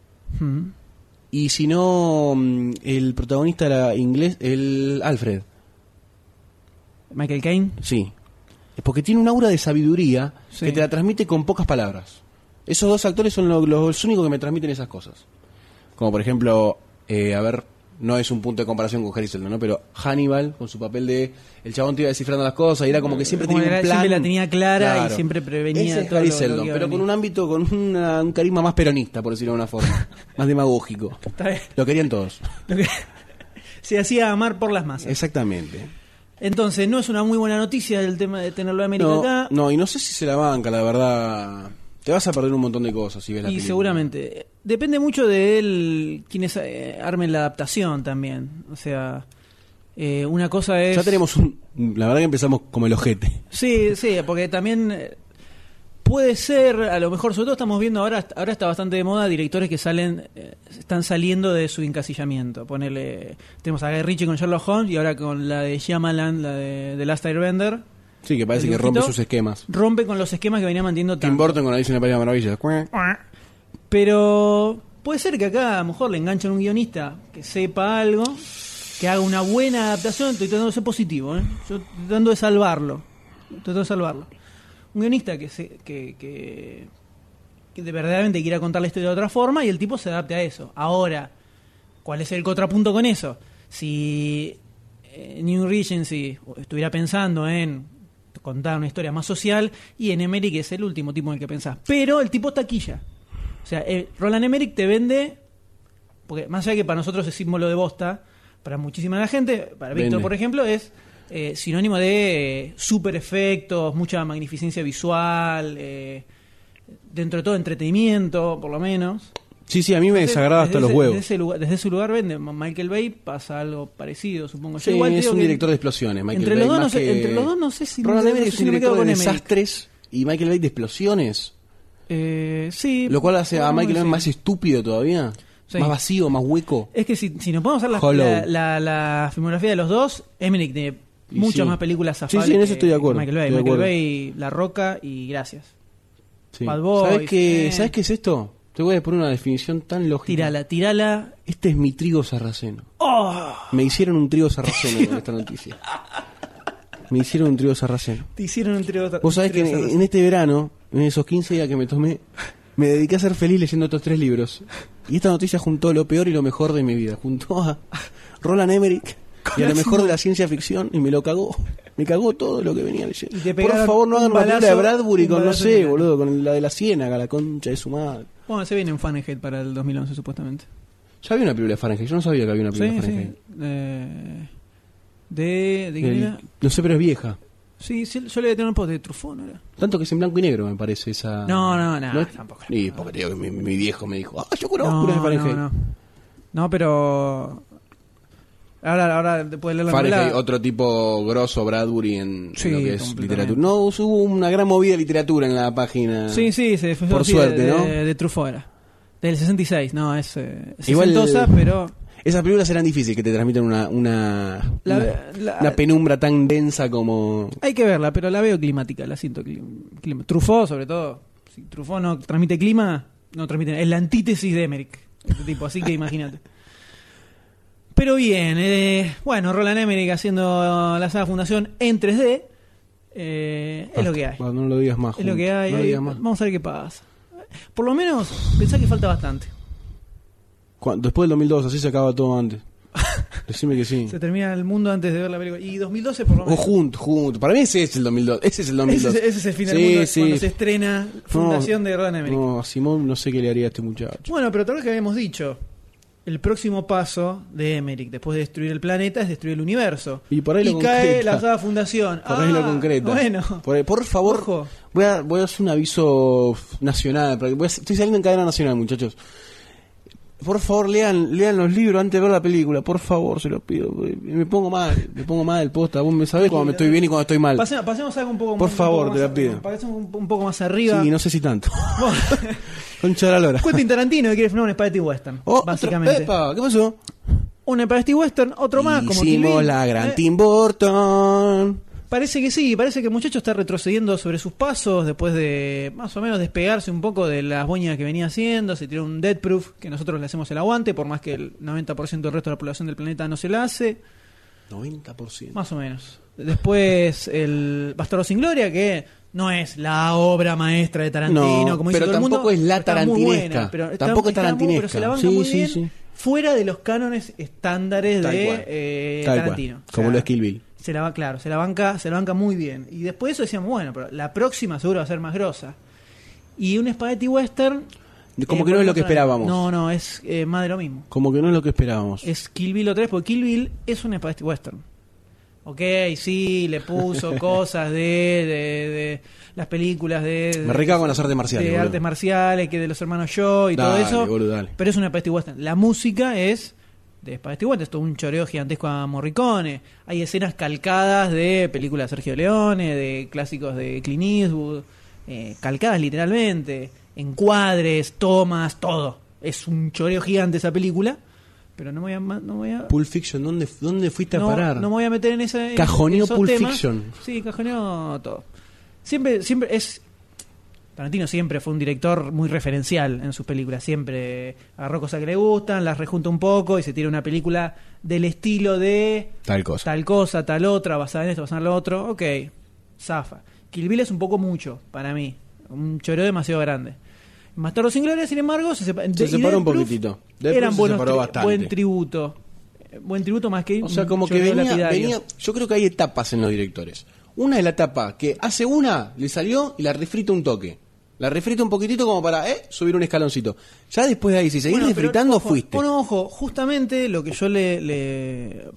y si no el protagonista era inglés, el Alfred. Michael Caine. Sí, es porque tiene un aura de sabiduría que te la transmite con pocas palabras. Esos 2 actores son los únicos que me transmiten esas cosas. Como por ejemplo, no es un punto de comparación con Hari Seldon, ¿no? Pero Hannibal, con su papel de... El chabón te iba descifrando las cosas y era como que siempre tenía un plan. Siempre la tenía clara, claro. Y siempre prevenía. Ese es Hari Seldon, pero con un ámbito, con un carisma más peronista, por decirlo de una forma. Más demagógico. Lo querían todos. Se hacía amar por las masas. Exactamente. Entonces, no es una muy buena noticia el tema de tenerlo de América acá. No, y no sé si se la banca, la verdad... Te vas a perder un montón de cosas si ves la película. Y seguramente. Depende mucho de él, quienes armen la adaptación también. O sea, una cosa es... Ya tenemos la verdad que empezamos como el ojete. Sí, porque también puede ser, a lo mejor, sobre todo estamos viendo ahora está bastante de moda directores que están saliendo de su encasillamiento. Tenemos a Guy Ritchie con Sherlock Holmes y ahora con la de Shyamalan, la de The Last Airbender. Sí, que parece que rompe sus esquemas. Rompe con los esquemas que venía manteniendo Tim Burton con Alicia en el País de las Maravillas. Pero puede ser que acá a lo mejor le enganchan un guionista que sepa algo, que haga una buena adaptación. Estoy tratando de ser positivo, yo estoy tratando de salvarlo. Un guionista que verdaderamente quiera contar la historia de otra forma y el tipo se adapte a eso. Ahora, ¿cuál es el contrapunto con eso? Si New Regency estuviera pensando en contar una historia más social, y en Emmerich es el último tipo en el que pensás, pero el tipo taquilla. O sea, Roland Emmerich te vende, porque más allá que para nosotros es símbolo de bosta, para muchísima de la gente, para Víctor por ejemplo es sinónimo de super efectos, mucha magnificencia visual, dentro de todo entretenimiento, por lo menos. Sí, a mí me desagrada hasta los huevos. Desde ese lugar vende. Michael Bay pasa algo parecido, supongo. Sí, es un director de explosiones, Michael entre Bay. Entre los dos no sé si... Roland Emmerich es un director de con desastres y Michael Bay de explosiones. Sí. Lo cual hace a Michael Bay más estúpido todavía. Sí. Más vacío, más hueco. Es que si nos podemos hacer la filmografía de los dos, Emmerich tiene muchas más películas zafables. Sí, en eso estoy de acuerdo. Michael Bay, La Roca y gracias. Sí. Bad Boys, ¿Sabes qué es esto? Te voy a poner una definición tan lógica. Tírala. Este es mi trigo sarraceno. ¡Oh! Me hicieron un trigo sarraceno con esta noticia. Me hicieron un trigo sarraceno. Te hicieron un trigo sarraceno. Vos sabés que en este verano, en esos 15 días que me tomé, me dediqué a ser feliz leyendo estos 3 libros. Y esta noticia juntó lo peor y lo mejor de mi vida. Juntó a Roland Emmerich y a lo mejor de la ciencia ficción y me lo cagó. Me cagó todo lo que venía leyendo. Por favor, no hagan una película de Bradbury con, no sé, boludo, con la de la ciénaga, la concha de su madre. Bueno, se viene en Fahrenheit para el 2011, supuestamente. Ya había una película de Fahrenheit. Yo no sabía que había una película de Fahrenheit. ¿De quién era? No sé, pero es vieja. Sí, yo le voy a tener un post de Truffaut, ¿no era? Tanto que es en blanco y negro, me parece esa... No, es, tampoco. Y porque te digo que mi viejo me dijo, yo conozco de Fahrenheit. No, pero... Ahora después de leer la novela... Fahrenheit, otro tipo grosso, Bradbury en lo que es literatura. No, hubo una gran movida de literatura en la página. Sí, se fue por suerte, ¿no? De Truffaut era. Del 66, no, es igual sesentosa, pero... Esas películas eran difíciles que te transmitan una penumbra tan densa como... Hay que verla, pero la veo climática, la siento clima. Truffaut, sobre todo. Si Truffaut no transmite clima, no transmite... Es la antítesis de Emmerich, este tipo, así que imagínate. Pero bien, bueno, Roland Emmerich haciendo la saga Fundación en 3D, es lo que hay. No lo digas más. Es lo que hay. No lo digas más. Vamos a ver qué pasa. Por lo menos, pensá que falta bastante. Después del 2002, así se acaba todo antes. Decime que sí. Se termina el mundo antes de ver la película. Y 2012 por lo menos. O junto. Para mí ese es el 2002. Ese es el 2002. Ese es el final del mundo cuando se estrena Fundación de Roland Emmerich. No, a Simón no sé qué le haría a este muchacho. Bueno, pero tal vez que habíamos dicho, el próximo paso de Emmerich, después de destruir el planeta, es destruir el universo. Y por ahí lo concreta. Cae la saga Fundación. Por ahí lo concreta. Bueno. Por favor, ojo. Voy a hacer un aviso nacional. Estoy saliendo en cadena nacional, muchachos. Por favor, lean los libros antes de ver la película. Por favor, se los pido. Me pongo mal, posta. Vos me sabés cuando me estoy bien y cuando estoy mal. Pasemos algo un poco más. Por favor, te la pido. Pasemos un poco más arriba. Sí, no sé si tanto. Concha de la lora. Quentin Tarantino que quiere filmar un Spaghetti Western. Básicamente. Epa, ¿qué pasó? Un Spaghetti Western, otro más. Como hicimos la gran Tim Burton. Parece que sí, parece que el muchacho está retrocediendo sobre sus pasos después de más o menos despegarse un poco de las boñas que venía haciendo. Se tiró un Death Proof que nosotros le hacemos el aguante, por más que el 90% del resto de la población del planeta no se la hace. 90%. Más o menos. Después el Bastardo sin Gloria, que no es la obra maestra de Tarantino, como dice todo el mundo. Tampoco es la tarantinesca. Tampoco es tarantinesca. Pero se la banca muy bien fuera de los cánones estándares de Tarantino. Como lo es Kill Bill. Se la banca muy bien. Y después de eso decíamos, bueno, pero la próxima seguro va a ser más grosa. Y un Spaghetti Western... Como que no es lo que esperábamos. No, es más de lo mismo. Como que no es lo que esperábamos. Es Kill Bill otra vez, porque Kill Bill es un Spaghetti Western. Ok, sí, le puso cosas de las películas Me recago con las artes marciales. De artes marciales, que de los hermanos Shaw y todo eso. Boludo, pero es una Spaghetti Western. La música es... de Spaghetti Western, es todo un choreo gigantesco a Morricone. Hay escenas calcadas de películas de Sergio Leone, de clásicos de Clint Eastwood, calcadas literalmente, encuadres, tomas, todo. Es un choreo gigante esa película, pero no voy a Pulp Fiction, ¿dónde fuiste a parar? No me voy a meter en ese... Cajoneo Pulp temas. Fiction. Sí, cajoneo todo. Siempre es... Tarantino siempre fue un director muy referencial en sus películas. Siempre agarró cosas que le gustan, las rejunta un poco y se tira una película del estilo de... tal cosa, tal otra, basada en esto, basada en lo otro. Ok, zafa. Kill Bill es un poco mucho para mí. Un choreo demasiado grande. Bastardo sin Gloria, sin embargo, se separó un poquitito. Eran se separó bastante. Buen tributo. Buen tributo más que... O sea, como que venía... Yo creo que hay etapas en los directores. Una es la etapa que hace una, le salió y la refrita un toque. La refrita un poquitito como para subir un escaloncito. Ya después de ahí, si seguís refritando, fuiste. Bueno, ojo, justamente lo que yo le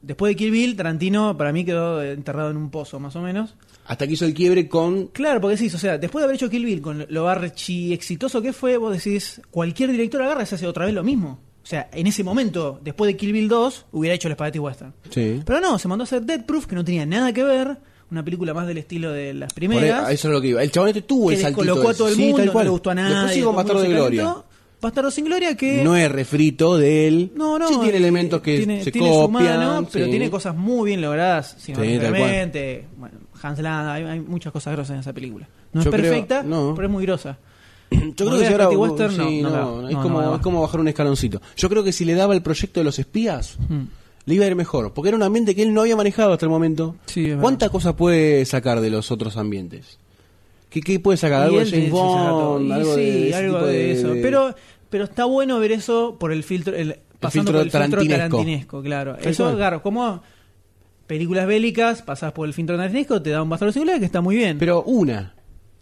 después de Kill Bill, Tarantino para mí quedó enterrado en un pozo, más o menos. Hasta que hizo el quiebre con... Claro, porque decís, o sea, después de haber hecho Kill Bill, con lo archi exitoso que fue, vos decís, cualquier director agarra y se hace otra vez lo mismo. O sea, en ese momento, después de Kill Bill 2, hubiera hecho el Spaghetti Western. Sí. Pero no, se mandó a hacer Death Proof, que no tenía nada que ver, una película más del estilo de las Por primeras. eso es lo que iba. El chabón tuvo que el saltito. descolocó a todo el Sí, mundo, tal no cual. le gustó a nadie. Después sigo todo el Bastardo mundo de se Gloria. calentó. Bastardo sin Gloria que... No es refrito de él. No, Sí tiene elementos que tiene, se tiene su copian. mano, pero sí. tiene cosas muy bien logradas cinematográficamente. tal Bueno, Hans Landa, hay muchas cosas grosas en esa película. No Yo es creo- perfecta, no. pero es muy grosa. Yo creo que Volver si a ahora Spaghetti Western, sí, no, es, no, como, no va. es como bajar un escaloncito. Yo creo que si le daba el proyecto de los espías, le iba a ir mejor, porque era un ambiente que él no había manejado hasta el momento. Sí, es ¿Cuántas cosas puede sacar de los otros ambientes? ¿Qué puede sacar? ¿Algo de él James se saca todo. Bond? Y Algo sí, de ese algo tipo de eso. de- Pero está bueno ver eso por el filtro, pasando filtro por el filtro tarantinesco. tarantinesco, claro. Tal Eso, cual. claro, como películas bélicas, pasás por el filtro tarantinesco, te da un Bastardo sin Gloria que está muy bien. Pero una.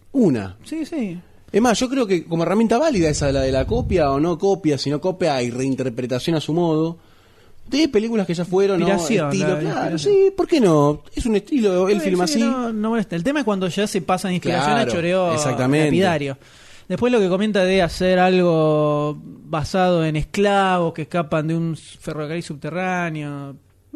Sí, sí. Es más, yo creo que como herramienta válida esa, la de la copia o no copia, sino copia y reinterpretación a su modo, de películas que ya fueron, ¿no? Inspiración, Estilo, la claro, inspiración. sí, ¿por qué no? Es un estilo, él Sí, filma sí, así. no molesta. El tema es cuando ya se pasa de inspiración Claro, a choreo exactamente. lapidario. Después lo que comenta de hacer algo basado en esclavos que escapan de un ferrocarril subterráneo.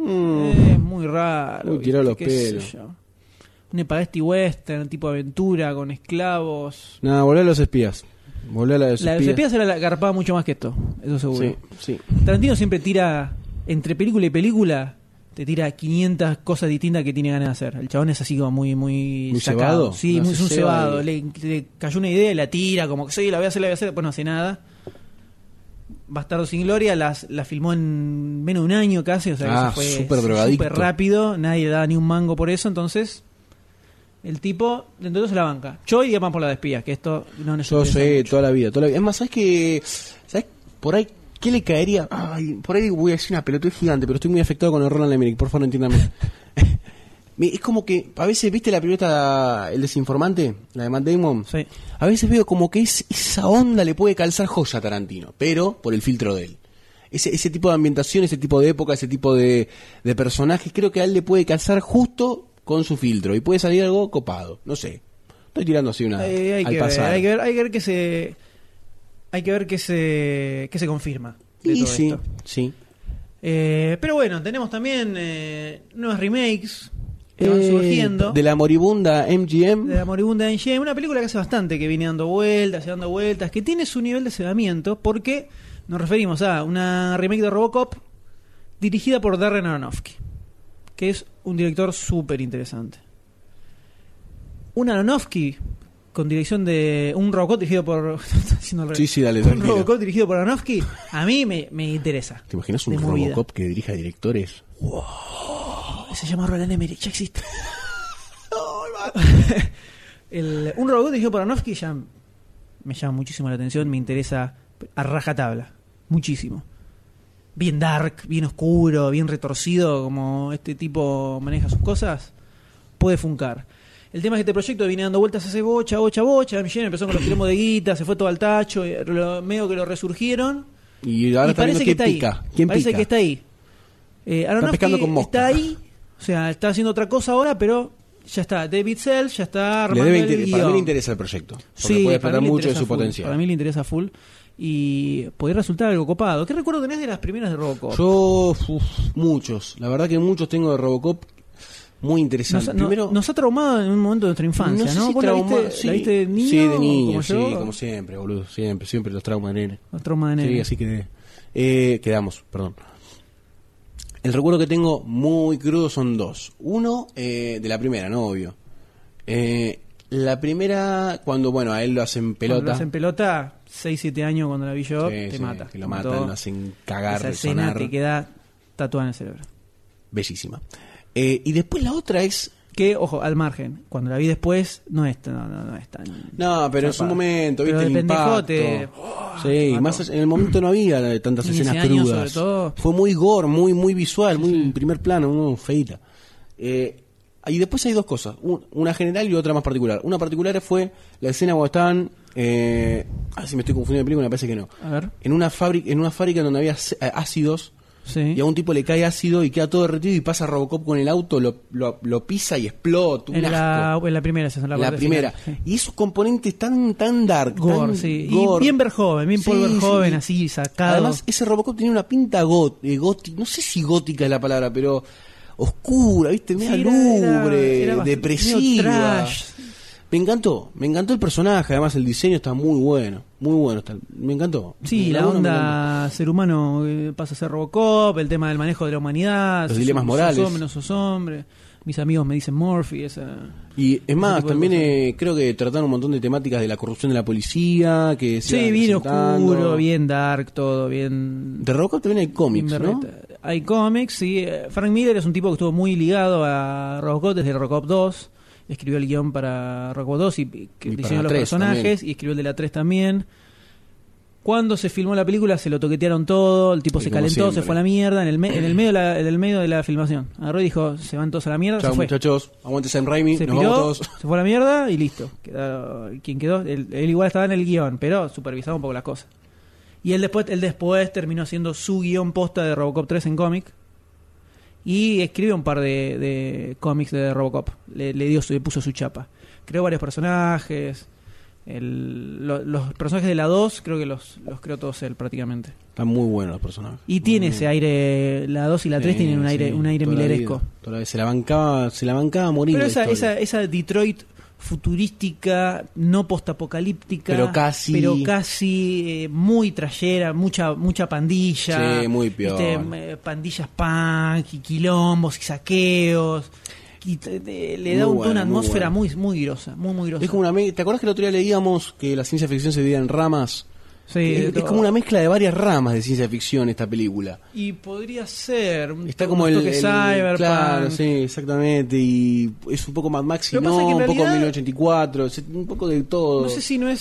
Es muy raro. Uy, tiró los ¿Qué sé pelos. yo? Un Spaghetti Western, tipo aventura, con esclavos. Nada, volver a los espías. Volver a la de los La de espías. Cepeda se la garpaba mucho más que esto, eso seguro. Sí, sí. Tarantino siempre tira, entre película y película, te tira 500 cosas distintas que tiene ganas de hacer. El chabón es así como muy ¿Muy sacado. cebado? Sí, No muy se un ceba cebado. y- Le cayó una idea y la tira, como que sí, la voy a hacer, después no hace nada. Bastardo sin Gloria la filmó en menos de un año casi, o sea, Ah, que se fue súper drogadicto. súper rápido, nadie le daba ni un mango por eso, entonces el tipo dentro de todo se la banca. Yo iría más por la de espías, que esto no nos Yo interesa sé, mucho. toda la vida. Es más, ¿sabes por ahí qué le caería? Ay, por ahí voy a decir una pelotudez gigante, pero estoy muy afectado con el Roland Emmerich, por favor, no entiéndame. Es como que, a veces, ¿viste la pelota, El Desinformante? La de Matt Damon. Sí. A veces veo como que esa onda le puede calzar joya a Tarantino, pero por el filtro de él. Ese tipo de ambientación, ese tipo de época, ese tipo de personajes, creo que a él le puede calzar justo con su filtro y puede salir algo copado. No sé. Estoy tirando así una Hay al que pasar. ver, hay que ver que se confirma de Y todo sí, esto. sí. Pero bueno, tenemos también nuevas remakes que van surgiendo De la moribunda de MGM. la moribunda NGM, una película que hace bastante que viene dando vueltas, que tiene su nivel de cebamiento porque nos referimos a una remake de Robocop dirigida por Darren Aronofsky, que es un director súper interesante. Un Aronofsky con dirección de un Robocop dirigido por estoy haciendo al revés. Sí, dale, un tranquilo. Robocop dirigido por Aronofsky a mí me interesa. ¿Te imaginas un de movida. Robocop que dirija directores? Se llama Roland Emmerich, ya existe. Un Robocop dirigido por Aronofsky ya me llama muchísimo la atención, me interesa a rajatabla, muchísimo. Bien dark, bien oscuro, bien retorcido, como este tipo maneja sus cosas, puede funcar. El tema es que este proyecto viene dando vueltas hace bocha. MGM empezó con los quilombos de guita, se fue todo al tacho, medio que lo resurgieron. Y ahora Y está viendo parece que quién está ahí. pica. ¿Quién Parece pica? que está ahí. Aronofsky pescando con mosca. está ahí, o sea, está haciendo otra cosa ahora, pero ya está. David Sells ya está armando el Para mí guión. le interesa el proyecto. Porque Sí, puede para explotar mí le mucho de interesa su full. potencial. Para mí le interesa full. Y podría resultar algo copado. ¿Qué recuerdo tenés de las primeras de Robocop? Yo, muchos. La verdad que muchos tengo de Robocop muy interesantes. Primero, nos ha traumado en un momento de nuestra infancia, ¿no? sé si ¿Vos la trauma- viste, sí. la viste de niño? Sí, de niño, como sí, yo? como siempre, boludo. Siempre los traumas de nene. Los traumas de nene. Sí, así quedamos, perdón. El recuerdo que tengo muy crudo son dos. Uno, de la primera, no obvio. La primera, cuando, bueno, a él lo hacen pelota. Cuando lo hacen pelota, 6-7 años cuando la vi yo, Sí, te sí, mata. que lo Te matan, mató. lo hacen cagar, Esa escena resonar. te queda tatuada en el cerebro. Bellísima. Y después la otra es... Que, ojo, al margen, cuando la vi después, no es tan... No, pero en su zarpada. momento, Pero viste de el pendejo impacto. te Sí, mató. más en el momento no había tantas 15 escenas años, crudas. sobre todo. Fue muy gore, muy visual, muy en primer plano, muy feita. Y después hay dos cosas, una general y otra más particular. Una particular fue la escena cuando estaban... si me estoy confundiendo de película, me parece que no. A ver. En una fábrica donde había ácidos Sí. y a un tipo le cae ácido y queda todo derretido y pasa Robocop con el auto, lo pisa y explota. Un asco. En la primera sesión, La primera. final, sí. Y esos componentes tan dark, Gore, tan sí. gore. Y bien Verhoeven, bien Paul Sí, Verhoven, sí. así sacado. Además, ese Robocop tenía una pinta gótica, no sé si gótica es la palabra, pero oscura, ¿viste? Media Sí, lúgubre, era bastante- depresiva. medio trash. Me encantó el personaje, además el diseño está muy bueno está, me encantó. Sí, la uno me onda ser humano pasa a ser Robocop, el tema del manejo de la humanidad, Los dilemas morales. sos hombre, no sos hombre. Mis amigos me dicen Murphy, Y es más, tipo de también creo que trataron un montón de temáticas de la corrupción de la policía, que se Sí, iban bien presentando. oscuro, bien dark, todo bien. De Robocop también hay cómics, bien ¿no? berreta. Hay cómics, sí. Frank Miller es un tipo que estuvo muy ligado a Robocop desde Robocop 2. Escribió el guión para Robocop 2 y para diseñó la los 3 personajes también. y escribió el de la 3 también. Cuando se filmó la película se lo toquetearon todo, el tipo Y se como calentó, siempre. se fue a la mierda en el medio de la filmación. Agarró y dijo, se van todos a la mierda, Chao se fue. muchachos, aguante Sam Raimi, Se nos vamos piró, todos. se fue a la mierda y listo. ¿Quién quedó? Él igual estaba en el guión, pero supervisaba un poco las cosas. Y él después terminó haciendo su guión posta de Robocop 3 en cómic. Y escribe un par de cómics de Robocop. Le puso su chapa. Creó varios personajes. Los personajes de la 2 creo que los creó todos él prácticamente. Están muy buenos los personajes. Y tiene Muy ese aire, la 2 y la 3 tienen un aire toda la milleresco. vida, toda la vida. Se la bancaba a morir. Pero la historia. esa Detroit futurística, no postapocalíptica, Pero casi muy trayera, mucha pandilla, Sí, muy peor. Pandillas punk y quilombos y saqueos. Y le da Muy una buena, muy atmósfera buena. muy grosa, muy grosa. Es como ¿te acordás que el otro día leíamos que la ciencia ficción se dividía en ramas? Sí, es todo. como una mezcla de varias ramas de ciencia ficción esta película. Y podría ser Está como toque cyberpunk. Claro, sí, exactamente. Y es un poco Mad Max y Lo que pasa no, es que en un poco realidad- 1984, un poco de todo. No sé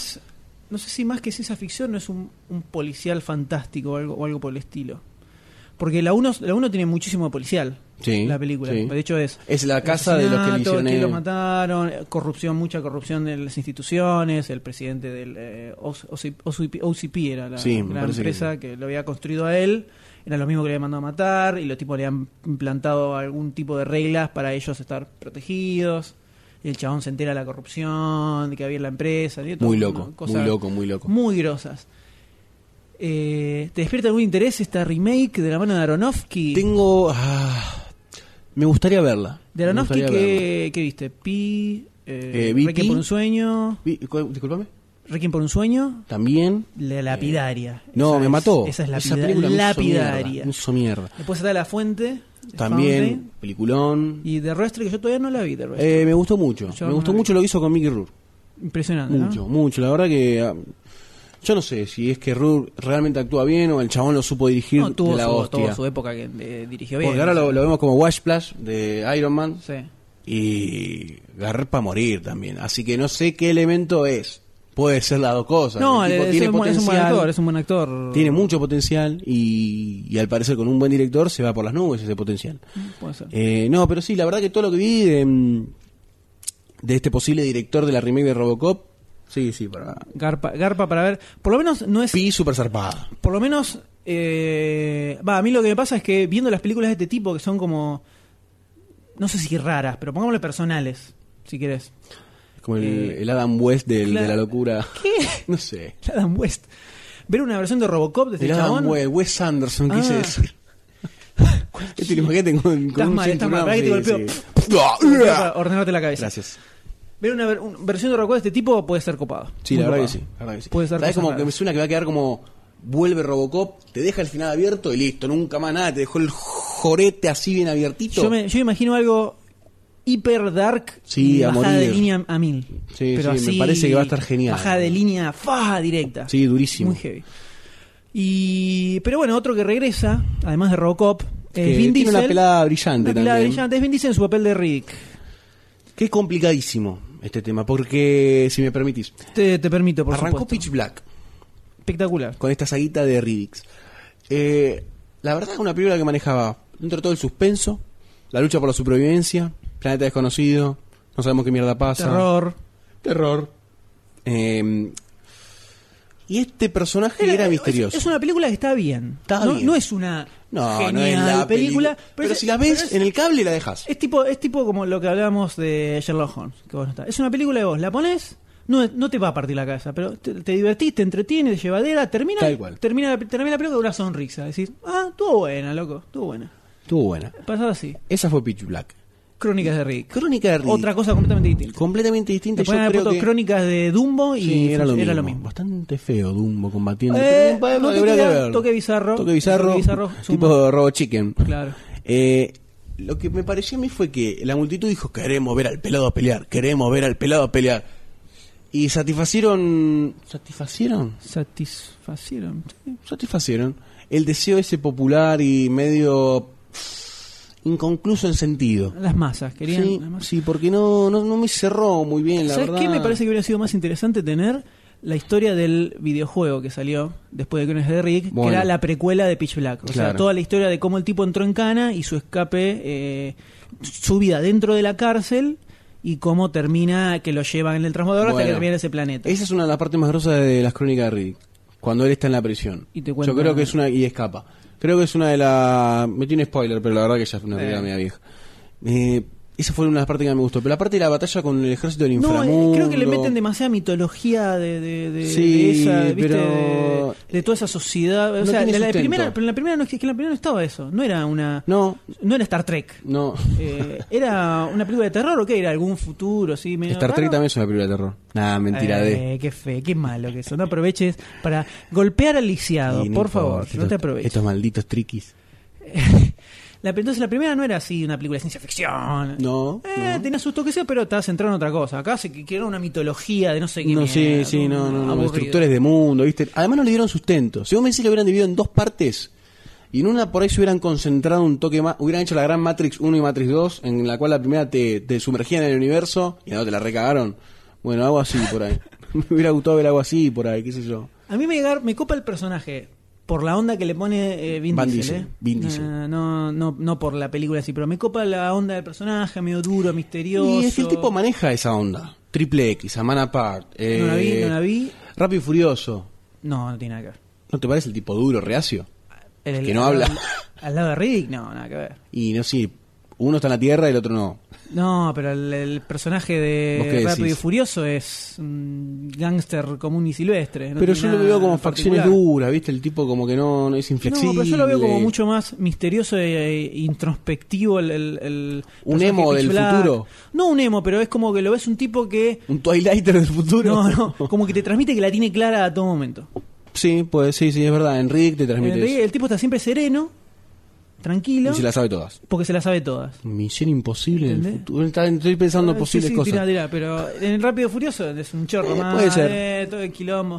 si más que ciencia ficción no es un policial fantástico o algo por el estilo. Porque la 1 tiene muchísimo de policial, Sí, la película. sí. De hecho es la casa de los que le asesinato, hicieron quién los mataron, mucha corrupción de las instituciones, el presidente del OCP era la Sí, me gran parece empresa que lo había construido a él, era lo mismo que le había mandado a matar y los tipos le han implantado algún tipo de reglas para ellos estar protegidos. Y el chabón se entera de la corrupción de que había en la empresa. Y todo, Muy ¿no? loco, Cosas muy loco, muy loco. muy grosas. ¿Te despierta algún interés esta remake de la mano de Aronofsky? Me gustaría verla. De Aronofsky, ¿qué viste? Vi Requiem Pi. por un sueño. Disculpame. Requiem por un sueño. También. La lapidaria. No, Esa me es- mató. Esa es película me hizo lapidaria. mierda, me hizo mierda. Después está La Fuente. The También, Fountain, peliculón. Y The Restre, que yo todavía no la vi. The Restre. Me gustó mucho. Yo Me no gustó la vi. mucho lo que hizo con Mickey Rourke. Impresionante. ¿no? Mucho, mucho. La verdad que yo no sé si es que Rourke realmente actúa bien o el chabón lo supo dirigir No, tuvo de la hostia. su época que dirigió bien. Porque ahora lo vemos como Wash Splash de Iron Man Sí. y garpa a morir también. Así que no sé qué elemento es. Puede ser las dos cosas. No, El tipo es tiene un buen potencial, actor, es un buen actor. tiene mucho potencial y al parecer con un buen director se va por las nubes ese potencial. Puede ser. No, pero sí, la verdad que todo lo que vi de este posible director de la remake de Robocop, sí, para Garpa para ver. Por lo menos no es. Pi super zarpada. Por lo menos. A mí lo que me pasa es que viendo las películas de este tipo que son como. No sé si raras, pero pongámosle personales, si querés. Como el Adam West de la locura. ¿Qué? No sé. Adam West. Ver una versión de Robocop de este El Adam chabón. West, Wes Anderson, quise Ah. decir. Este, imagínate con Estás un mal, cinturón, pará que te sí, golpeo. sí. Para ordenarte la cabeza. Gracias. Ver una versión de Robocop de este tipo puede ser copado. Sí, Muy la verdad, copado. que sí, la verdad que sí. Puede ser ¿Sabes? cosas Como que raras. me suena que va a quedar como vuelve Robocop, te deja el final abierto y listo, nunca más nada, te dejó el jorete así bien abiertito. Yo me imagino algo hiper dark Sí, y a bajada de morir. línea a 1000. Sí, Pero sí, así, me parece que va a estar genial. Bajada de línea directa. Sí, durísimo. Muy heavy. Pero bueno, otro que regresa, además de Robocop, Que es Vin tiene Diesel. una pelada brillante Una pelada también. brillante. Es Vin Diesel en su papel de Riddick. Que es complicadísimo este tema, porque, si me permitís, Te permito, por arrancó supuesto. Pitch Black Espectacular. con esta saguita de Riddicks. La verdad es una película que manejaba dentro de todo el suspenso, la lucha por la supervivencia, planeta desconocido, no sabemos qué mierda pasa. Terror. Terror. Y este personaje era misterioso. Es una película que está bien. Está no, bien. no es una No genial es la película. Pero si la ves en el cable la dejas. Es tipo como lo que hablábamos de Sherlock Holmes. Que vos no estás. Es una película que vos la pones, no te va a partir la cabeza, pero te divertís, te entretiene, de llevadera, termina la película con una sonrisa. Decís, estuvo buena, loco, estuvo buena. Estuvo buena. Pasaba así. Esa fue Pitch Black. Crónicas de Riddick. Crónica de Riddick. Otra cosa completamente distinta. Completamente distinta. Te ponen Yo a creo foto que Crónicas de Dumbo y sí, era lo mismo. mismo. Bastante feo Dumbo combatiendo. No te Habría que queda verlo. toque bizarro. Toque bizarro. Tipo Robot Chicken. Claro. Lo que me pareció a mí fue que la multitud dijo: queremos ver al pelado a pelear, queremos ver al pelado a pelear. Y satisfacieron el deseo ese popular y medio inconcluso en sentido. Las masas, querían. Sí, las masas. sí, porque no me cerró muy bien, la ¿Sabes verdad. qué? Me parece que hubiera sido más interesante tener la historia del videojuego que salió después de Crónicas de Riddick, Bueno. que era la precuela de Pitch Black. O sea, Claro. toda la historia de cómo el tipo entró en cana y su escape, su vida dentro de la cárcel y cómo termina que lo llevan en el transbordador hasta Bueno. que termina en ese planeta. Esa es una de las partes más grosas de las Crónicas de Riddick, cuando él está en la prisión. Y te cuenta- Yo creo que es una... y escapa. Creo que es una de las... metí un spoiler, pero la verdad que ya es una película media vieja. Esa fue una de las partes que más me gustó. Pero la parte de la batalla con el ejército del No, inframundo... creo que le meten demasiada mitología de Sí, esa, ¿viste? pero- de toda esa sociedad. O No sea, tiene la sustento. primera, pero en la primera no, es que en la primera no estaba eso. No era No, era Star Trek. no. ¿Era una película de terror o qué? ¿Era algún futuro así medio Star Trek raro? también es una película de terror. Nah, mentira de... Qué fe, qué malo que eso. No aproveches para golpear al lisiado, Y no por importa, favor. No te aproveches. Estos malditos triquis. Entonces la primera no era así una película de ciencia ficción. No, Tenía sus toquecitos, pero estaba centrado en otra cosa. Acá se que era una mitología de no sé qué. No, sí, mierda, sí, no, aburrido. destructores de mundo, ¿viste? Además no le dieron sustento. Si vos me decís, lo hubieran dividido en dos partes y en una por ahí se hubieran concentrado un toque más, hubieran hecho la gran Matrix 1 y Matrix 2, en la cual la primera te sumergían en el universo y la otra te la recagaron. Bueno, algo así por ahí. Me hubiera gustado ver algo así por ahí, qué sé yo. A mí me copa el personaje por la onda que le pone Vin Van Diesel. Diesel, Vin Diesel. No por la película así, pero me copa la onda del personaje, medio duro, misterioso. Y es que el tipo maneja esa onda. Triple X, A Man Apart. No la vi. Rápido y Furioso. No tiene nada que ver. ¿No te parece el tipo duro, reacio? El- Que no habla. Al lado de Riddick, no, nada que ver. Y no sé, uno está en la tierra y el otro no. No, pero el personaje ¿Vos qué de Rápido y decís? Furioso es un gángster común y silvestre. No Pero tiene yo lo nada veo como facciones particular. duras, ¿viste? El tipo como que no es inflexible. No, pero yo lo veo como mucho más misterioso e introspectivo el Un personaje emo de Pitch del Black. futuro. No un emo, pero es como que lo ves un tipo que... Un Twilighter del futuro. No, como que te transmite que la tiene clara a todo momento. Sí, pues sí, es verdad. Enrique te transmite El tipo está siempre sereno, tranquilo, eso. Y se la sabe todas. porque se la sabe todas. Misión imposible del ¿Entendés? futuro. Estoy pensando en posibles Sí, cosas. tira, pero en el Rápido y Furioso es un chorro más. puede ser. Todo el quilombo.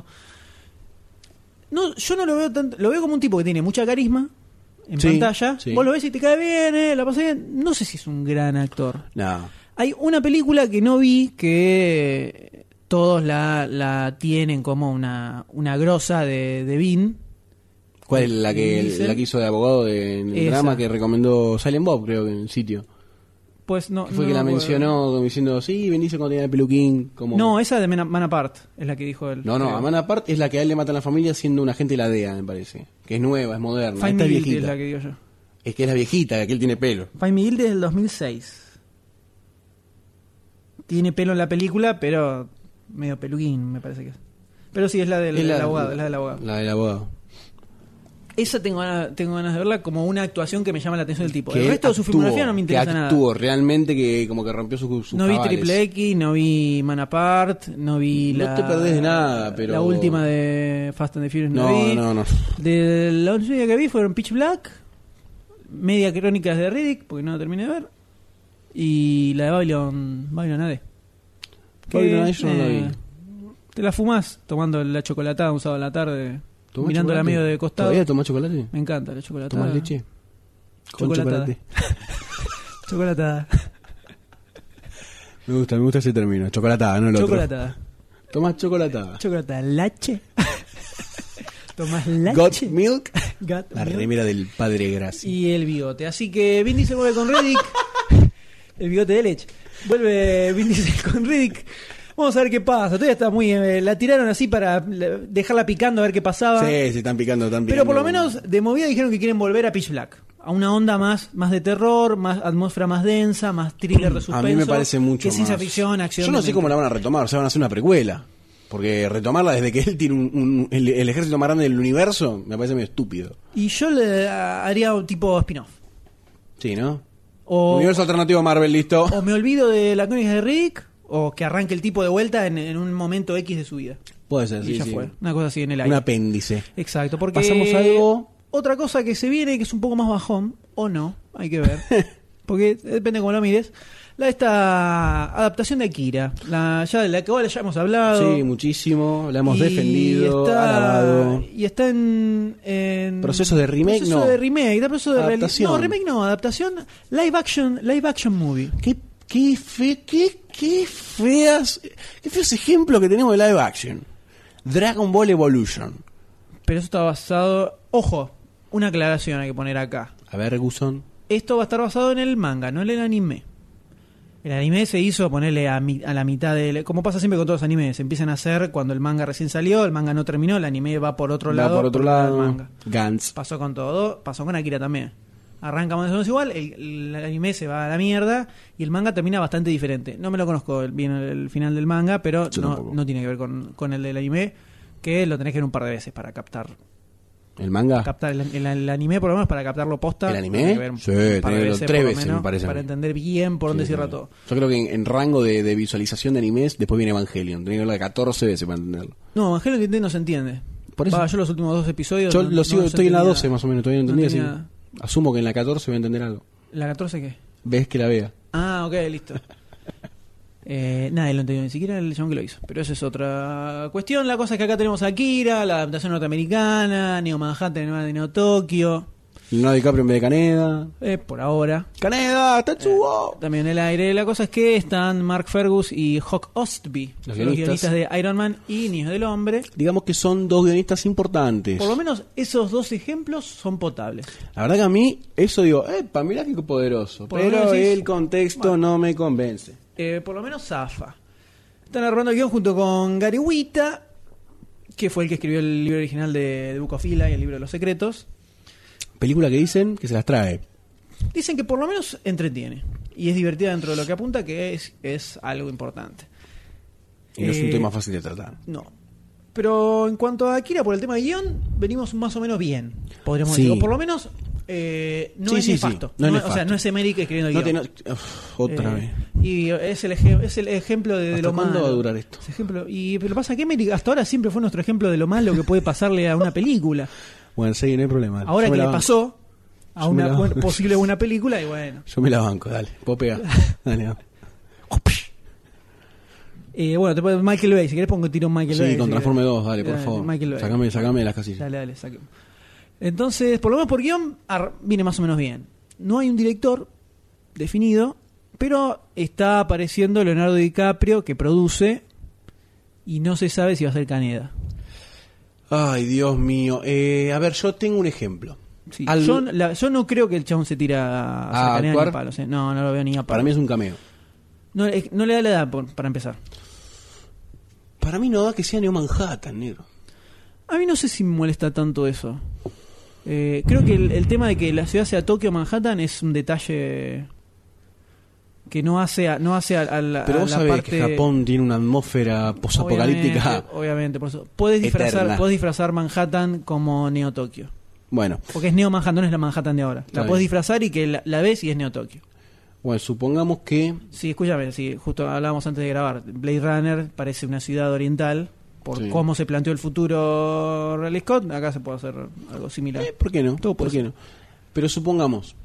No, yo no lo veo tanto. Lo veo como un tipo que tiene mucha carisma en Sí, pantalla. sí. Vos lo ves y te cae bien, la pasás bien. No sé si es un gran actor. No. Hay una película que no vi que todos la tienen como una grosa de Vin. ¿Cuál es la Diesel. que hizo de abogado en el Esa. drama que recomendó Silent Bob, creo que en el sitio? Pues no. Que fue no que la me acuerdo. mencionó como diciendo, sí, Benicio cuando tenía el peluquín. Como... No, esa de Man Apart es la que dijo él. No, creo. Amanda Apart es la que a él le matan la familia siendo un agente de la DEA, me parece. Que es nueva, es moderna. Find Esta Me es Guilty viejita. es la que digo yo. Es que es la viejita, que él tiene pelo. Find Me Guilty es del 2006. Tiene pelo en la película, pero medio peluquín, me parece que es. Pero sí, es la del abogado, es la del abogado. La del abogado. Esa tengo ganas de verla como una actuación que me llama la atención del tipo. Que El resto de su actuó, filmografía no me interesa que nada. actuó realmente, que como que rompió sus No vi cabales. Triple X, no vi Man Apart, no vi No te perdés de nada, pero... la última de Fast and the Furious no, No, vi. no. De la última que vi fueron Pitch Black, media Crónicas de Riddick, porque no la terminé de ver, y la de Babylon AD. Babylon AD yo no la vi. Te la fumás tomando la chocolatada un sábado a la tarde, ¿Tomás mirándola chocolate? medio de costado. ¿Todavía tomás chocolate? Me encanta la chocolatada. ¿Tomás leche? Con Chocolatada. chocolate. Chocolatada. Me gusta ese término. Chocolatada, no el otro. Chocolatada. Tomás chocolatada. Chocolatada. Lache. Tomás lache. Got milk. Got La milk. remera del padre Gracia. Y el bigote. Así que Vin Diesel vuelve con Riddick. El bigote de leche. Vuelve Vin Diesel con Riddick Vamos a ver qué pasa. Todavía está muy... la tiraron así para dejarla picando a ver qué pasaba. Sí, se están picando, Pero por lo menos de movida dijeron que quieren volver a Pitch Black. A una onda más de terror, más atmósfera más densa, más thriller de suspenso. A mí me parece mucho que más. ciencia ficción, acción. Yo no sé cómo la van a retomar. O sea, van a hacer una precuela. Porque retomarla desde que él tiene el ejército más grande del universo me parece medio estúpido. Y yo le haría un tipo spin-off. Sí, ¿no? O, Universo alternativo Marvel, listo. o me olvido de la crónica de Rick, o que arranque el tipo de vuelta en un momento X de su vida. Puede ser, Y sí, ya sí. fue. Una cosa así en el aire. Un apéndice. Exacto, porque Pasamos algo. otra cosa que se viene, que es un poco más bajón, o no, hay que ver, porque depende cómo lo mires, esta adaptación de Akira, ya de la que ahora ya hemos hablado. Sí, muchísimo. La hemos Y defendido, alabado. Y está en ¿Proceso de remake? proceso No. de remake, está proceso de Adaptación. no, remake no, adaptación live action movie. Qué feos ejemplos que tenemos de live action. Dragon Ball Evolution. Pero eso está basado, ojo, una aclaración hay que poner acá. A ver, Guzón. Esto va a estar basado en el manga, no en el anime. El anime se hizo ponerle a la mitad de... Como pasa siempre con todos los animes. Se empiezan a hacer cuando el manga recién salió, el manga no terminó, el anime va por otro lado. por otro el lado. manga. Gantz. Pasó con todo, pasó con Akira también. Arranca más o menos igual, el anime se va a la mierda y el manga termina bastante diferente. No me lo conozco bien el final del manga, pero Yo tampoco. no tiene que ver con el del anime, que lo tenés que ver un par de veces para captar ¿El manga? el anime, por lo menos para captarlo posta. ¿El anime? tenés que ver un Sí, par de tenés que verlo veces, 3 por lo veces, menos, me parece a para mí. entender bien por dónde Sí, cierra sí. todo. Yo creo que en rango de visualización de animes, después viene Evangelion. Tenés que verlo de 14 veces para entenderlo. No, Evangelion no se entiende. Por eso. Yo los últimos 2 episodios... Yo no- lo sigo, no se estoy en la entendía 12 más o menos, todavía no No entendí, así tenía- que asumo que en la 14 voy a entender algo. ¿La 14 qué? Ves que la vea. Ah, ok, listo. Nadie lo entendió, ni siquiera el chabón que lo hizo. Pero eso es otra cuestión. La cosa es que acá tenemos a Akira, la adaptación norteamericana, Neo Manhattan en lugar de Neo Tokio. Leonardo DiCaprio en vez de Caneda. Por ahora. ¡Caneda! ¡Tetsuo! También en el aire. La cosa es que están Mark Fergus y Hawk Ostby, Los los guionistas de Iron Man y Niños del Hombre. Digamos que son dos guionistas importantes. Por lo menos esos dos ejemplos son potables. La verdad que a mí, eso digo, mirá qué poderoso. Por lo Pero menos decís, el contexto no me convence. Por lo menos zafa. Están armando el guión junto con Gary Whitta, que fue el que escribió el libro original de Book of Eli y el libro de los secretos. Película que dicen que se las trae. Dicen que por lo menos entretiene. Y es divertida dentro de lo que apunta, que es algo importante. Y no es un tema fácil de tratar. No. Pero en cuanto a Akira, por el tema de guión, venimos más o menos bien. Podríamos Sí. decir. O por lo menos no Sí, es sí, nefasto. sí. No es O nefasto. sea, no es Emerick escribiendo el No guión. otra vez. Y es el ejemplo de ¿Hasta lo cuándo malo. va a durar esto? Ese ejemplo, pero pasa que Emerick hasta ahora siempre fue nuestro ejemplo de lo malo que puede pasarle a una película. Bueno, sí, no hay problema. Ahora Yo que me le la banco. pasó a Yo me una la banco. posible buena película, y bueno. Yo me la banco, dale. Puedo pegar. Dale, va. Bueno, Michael Bay, si querés pongo tiro Michael Bay. Sí, con si Transforme querés. 2, dale, por favor. Michael Bay. Sacame de las casillas. Dale, saquemos. Entonces, por lo menos por guión, viene más o menos bien. No hay un director definido, pero está apareciendo Leonardo DiCaprio, que produce, y no se sabe si va a ser Caneda. Ay, Dios mío. A ver, yo tengo un ejemplo. Sí. Al- Yo no creo que el chabón se tira a ¿A hacer Caneda ni actuar? a palos. No lo veo ni a palos. Para mí es un cameo. No le da la edad para empezar. Para mí no da que sea Neo Manhattan, negro. A mí no sé si me molesta tanto eso. Creo que el tema de que la ciudad sea Tokio o Manhattan es un detalle que no hace a la, Pero a vos la sabés parte... que Japón tiene una atmósfera posapocalíptica. Obviamente, por eso. Puedes Eterna. disfrazar Manhattan como Neo Tokio. Bueno, Porque es Neo Manhattan, no es la Manhattan de ahora. Está La puedes bien. disfrazar y que la ves y es Neo Tokio. bueno, supongamos que... Sí, escúchame, sí, justo hablábamos antes de grabar. Blade Runner parece una ciudad oriental. Por Sí. cómo se planteó el futuro Ridley Scott, acá se puede hacer algo similar. ¿Por qué no? Todo puede ¿Por qué ser. no? Pero supongamos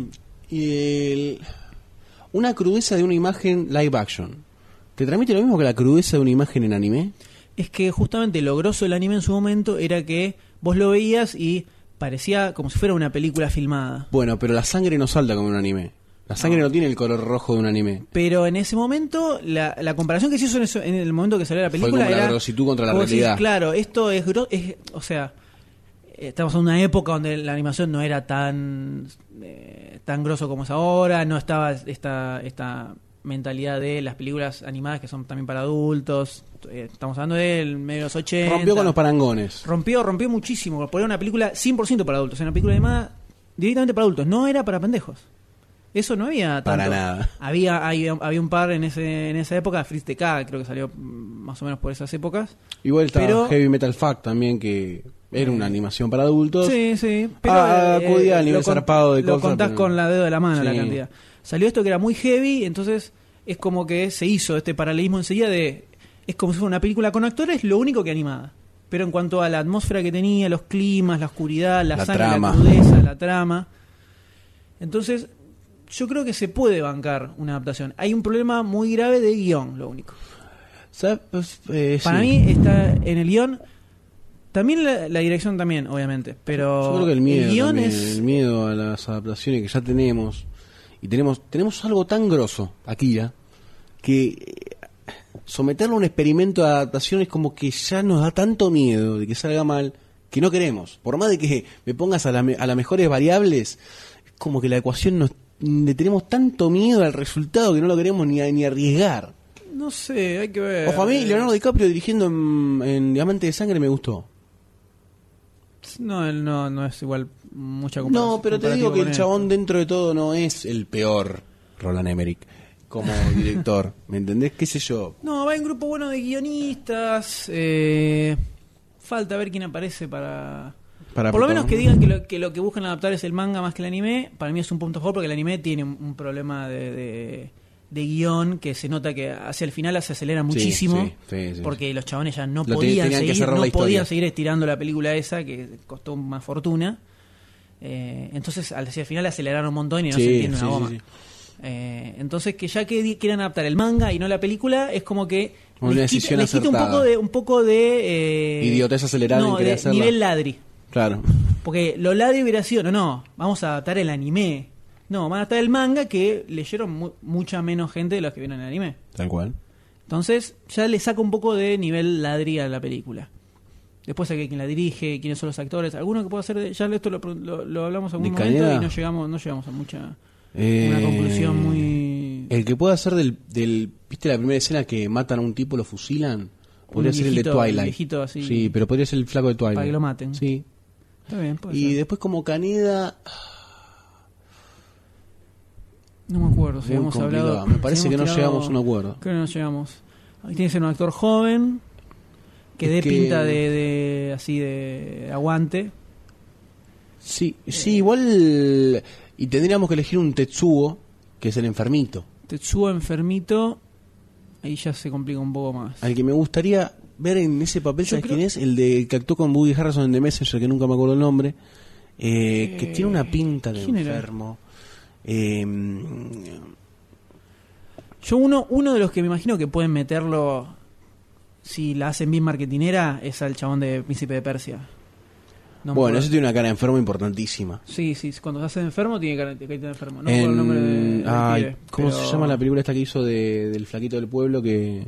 una crudeza de una imagen live action. ¿Te transmite lo mismo que la crudeza de una imagen en anime? Es que justamente lo grosso del anime en su momento era que vos lo veías y parecía como si fuera una película filmada. Bueno, pero la sangre no salta como en un anime. La sangre no tiene el color rojo de un anime. Pero en ese momento, la comparación que se hizo en el momento que salió la película como la era... grositud contra la vos decís, realidad. claro, esto es o sea, estamos en una época donde la animación no era tan grosso como es ahora, no estaba esta mentalidad de las películas animadas que son también para adultos. Estamos hablando del medio de los 80. Rompió con los parangones. Rompió muchísimo. Poner una película 100% para adultos. Una película animada directamente para adultos. No era para pendejos. Eso no había tanto. Para nada. Había un par en esa época. Freeze the Cat, creo que salió más o menos por esas épocas. Igual estaba Pero- Heavy Metal Fact también, que era una animación para adultos. Sí. Pero acudía al nivel zarpado de lo cosas, contás pero- con la dedo de la mano la Sí. cantidad. Salió esto que era muy heavy, entonces es como que se hizo este paralelismo enseguida de... Es como si fuera una película con actores, lo único que animada. Pero en cuanto a la atmósfera que tenía, los climas, la oscuridad, la sangre, trama. la crudeza, la trama. Entonces, yo creo que se puede bancar una adaptación. Hay un problema muy grave de guión, lo único. ¿Sabes? Para Sí. mí está en el guión. También la dirección también, obviamente. Pero Yo creo que el miedo, guión también, es... el miedo a las adaptaciones que ya tenemos. Y tenemos algo tan grosso aquí ya, que someterlo a un experimento de adaptación es como que ya nos da tanto miedo de que salga mal, que no queremos. Por más de que me pongas a las mejores variables, es como que la ecuación le tenemos tanto miedo al resultado que no lo queremos ni arriesgar. No sé, hay que ver. Ojo, a mí Leonardo DiCaprio dirigiendo en Diamante de Sangre me gustó. No, él no es igual mucha comparación. No, pero te digo que el chabón dentro de todo no es el peor Roland Emmerich como director, ¿me entendés? ¿Qué sé yo? No, va en grupo bueno de guionistas. Falta ver quién aparece para por lo menos que digan que lo que buscan adaptar es el manga más que el anime. Para mí es un punto a favor porque el anime tiene un problema de guión que se nota que hacia el final se acelera muchísimo. Sí. Porque los chabones ya no Tenían que cerrar la historia. podían seguir estirando la película esa que costó una fortuna. Entonces hacia el final aceleraron un montón y no se entiende una goma. Sí. Entonces que ya que quieran adaptar el manga y no la película es como que Una les decisión quita acertada. un poco de Idiotez acelerada en querer de hacerla. nivel ladri. Claro. Porque lo ladri hubiera sido, no, vamos a adaptar el anime. No, van a adaptar el manga que leyeron mucha menos gente de los que vieron el anime. Tal cual. Entonces ya le saca un poco de nivel ladri a la película. Después hay quién la dirige, quiénes son los actores, alguno que pueda hacer, ya esto lo hablamos en ¿De algún momento Caneda? y no llegamos a mucha una conclusión muy... El que pueda ser del ¿viste la primera escena que matan a un tipo, lo fusilan? Podría ser el de viejito- Twilight. un viejito así. Sí, pero podría ser el flaco de Twilight. Para que lo maten. Sí. Está bien, puede Y ser. después como Caneda, No me acuerdo si muy habíamos complicado. hablado. Me parece si que no habíamos llegamos a tirado- un acuerdo. Creo que no llegamos. Ahí tiene que ser un actor joven que Es dé que- pinta de así de aguante. Sí, igual. Y tendríamos que elegir un Tetsuo, que es el enfermito. Tetsuo enfermito. Ahí ya se complica un poco más. Al que me gustaría ver en ese papel, Yo ¿sabes creo- quién es? El de que actuó con Woody Harrelson en The Messenger, que nunca me acuerdo el nombre. Que tiene una pinta de ¿quién era? enfermo. Yo uno de los que me imagino que pueden meterlo si la hacen bien marketinera es al chabón de Príncipe de Persia. No me Bueno, acuerdo. ese tiene una cara de enfermo importantísima. Sí, cuando se hace enfermo tiene cara de enfermo. No me acuerdo el nombre del Ay, pibe, ¿cómo pero se llama la película esta que hizo del flaquito del pueblo que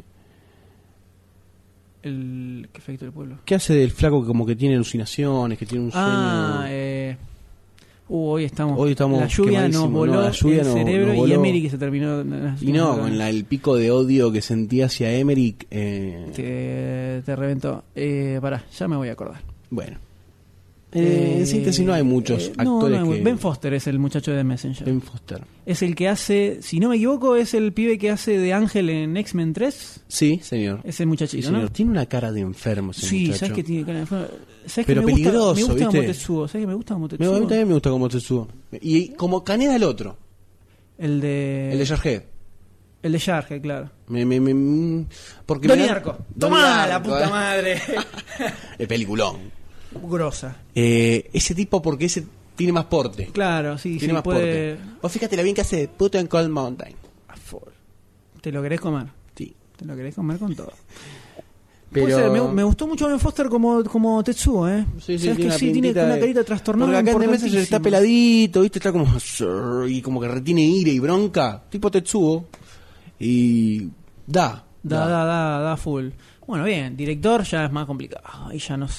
el ¿qué efecto del pueblo? ¿Qué hace del flaco que como que tiene alucinaciones, que tiene un sueño? Hoy estamos la lluvia quemadísimo, nos voló la lluvia el nos cerebro y voló. Emery que se terminó Y no, con el pico de odio que sentía hacia Emmerich. te reventó. Pará, ya me voy a acordar. Bueno. En síntesis, no hay muchos actores no hay que... Ben Foster es el muchacho de Messenger. Ben Foster. Es el que hace, si no me equivoco, es el pibe que hace de Ángel en X-Men 3. Sí, señor. Ese muchachito, Sí, señor. ¿no? Tiene una cara de enfermo ese Sí, muchacho. sabes que tiene cara de ¿sabes Pero que me peligroso, gusta, me gusta ¿viste? como Tetsuo, ¿sabes que me gusta como A mí Tetsuo? también me gusta como Tetsuo. Y como Caneda el otro, El de el de Jarhead. el de Jarhead, claro. Porque Donnie me da- Darko. Donnie Tomá la Darko, puta madre. El peliculón. Grosa. Ese tipo porque ese tiene más porte. Claro, sí, Tiene sí, más puede. porte. Vos fíjate la bien que hace de puto en Cold Mountain. A full. Te lo querés comer. Sí. Te lo querés comer con todo. Pero... Puede ser, me gustó mucho Ben Foster como Tetsuo, ¿eh? Sí, ¿Sabes que una sí? Tiene pintita una de- carita trastornada. Porque acá en The Messenger está importantísima. peladito, ¿viste? Está como... Y como que retiene ira y bronca. Tipo Tetsuo. Y... Da full. Bueno, bien, director ya es más complicado. Ahí ya no.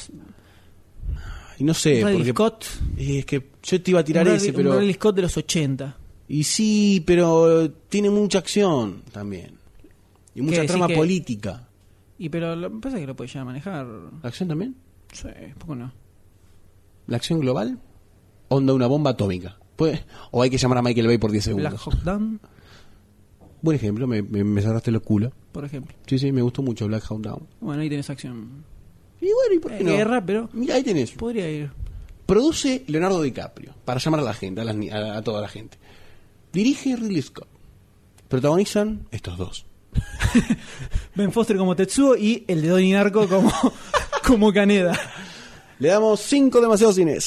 Y no sé, Ridley porque... Scott. Es que yo te iba a tirar un ese, Ridley- pero... un Ridley Scott de los 80. Y sí, pero tiene mucha acción también. Y mucha ¿Qué, trama sí que- política. Pero me parece que lo puede llegar a manejar. ¿La acción también? Sí, ¿por qué no? ¿La acción global? ¿Onda una bomba atómica? ¿O hay que llamar a Michael Bay por 10 segundos? Black Hawk Down, Buen ejemplo, me cerraste los culos. por ejemplo. Sí, me gustó mucho Black Hawk Down. Bueno, ahí tenés acción. Y bueno, ¿y por qué no? Guerra, pero Mira, ahí tenés. podría ir. Produce Leonardo DiCaprio, para llamar a la gente, a toda la gente. Dirige Ridley Scott. Protagonizan estos dos. Ben Foster como Tetsuo y el de Donnie Darko como, como Kaneda. Le damos 5 demasiados cines.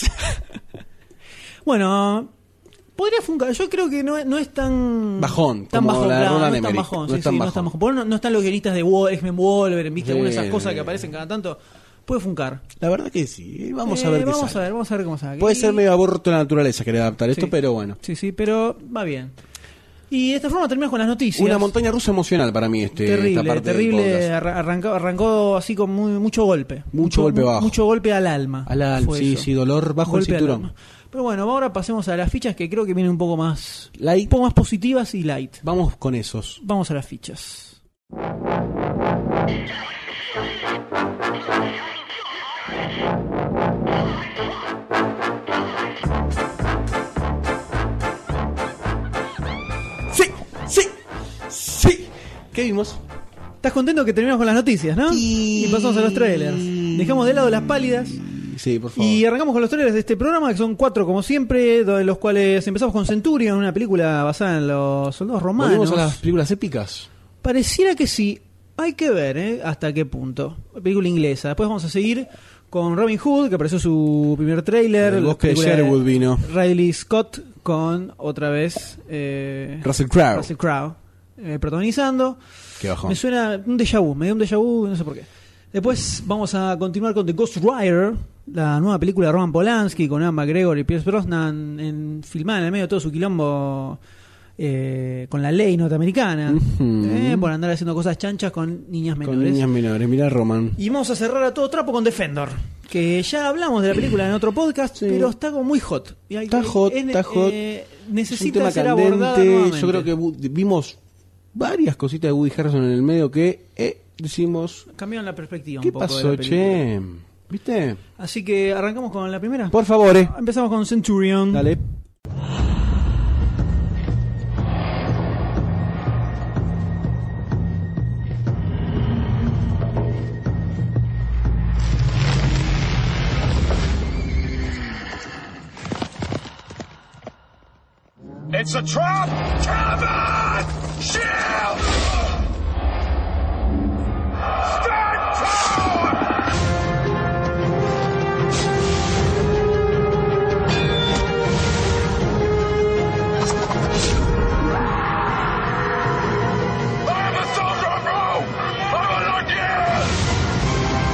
Bueno, podría funcar. Yo creo que no es tan Bajón, tan como bajón, la de claro, Roland no es tan Emmerich. bajón, No sí, es tan sí, no bajón. es tan bajón. Porque no están los guionistas de X-Men Wolverine, ¿viste? Algunas de esas cosas que Sí. aparecen cada tanto. Puede funcar. La verdad que sí. Vamos a ver qué vamos sale. a ver cómo sale. Puede Y- ser medio aborto de la naturaleza querer adaptar esto, Sí. pero bueno. Sí, pero va bien. Y de esta forma terminamos con las noticias. Una montaña rusa emocional para mí esta Terrible, parte del terrible. podcast. Arrancó así con mucho golpe. Mucho golpe bajo. Mucho golpe al alma. Al alma, Fue sí, eso. sí, dolor bajo Golpe el al cinturón. alma. Pero bueno, ahora pasemos a las fichas que creo que vienen un poco más Light. positivas y light. Vamos con esos. Vamos a las fichas. Sí, sí, sí. ¿Qué vimos? ¿Estás contento que terminamos con las noticias, no? Sí. Y pasamos a los trailers. Dejamos de lado las pálidas Sí, por favor. y arrancamos con los trailers de este programa, que son 4 como siempre, de los cuales empezamos con Centurion, una película basada en los soldados romanos. ¿Volvemos a las películas épicas? Pareciera que sí. Hay que ver, hasta qué punto. Película inglesa. Después vamos a seguir con Robin Hood, que apareció su primer tráiler. El La bosque de película Sherwood vino. Riley Scott con otra vez Russell Crowe. Russell Crowe protagonizando. Qué bajón. Me suena un déjà vu, me dio un déjà vu, no sé por qué. Después vamos a continuar con The Ghost Rider, la nueva película de Roman Polanski con Ewan McGregor y Pierce Brosnan, filmada en el medio de todo su quilombo con la ley norteamericana, Ujú. por andar haciendo cosas chanchas con niñas Con menores. niñas menores. Mirá, Roman. Y vamos a cerrar a todo trapo con Defender, que ya hablamos de la película en otro podcast, Sí. pero está como muy hot. Y Está hot, está hot. Es un necesita tema ser abordada candente. nuevamente. Yo creo que vimos varias cositas de Woody Harrelson en el medio que decimos, cambiaron la perspectiva ¿qué un poco de pasó, la película. che? ¿Viste? Así que arrancamos con la primera. Por favor, Empezamos con Centurion. dale. It's a trap! Cabin! Shield! Stand power! I'm a soldier of Rome! I'm a Luckian!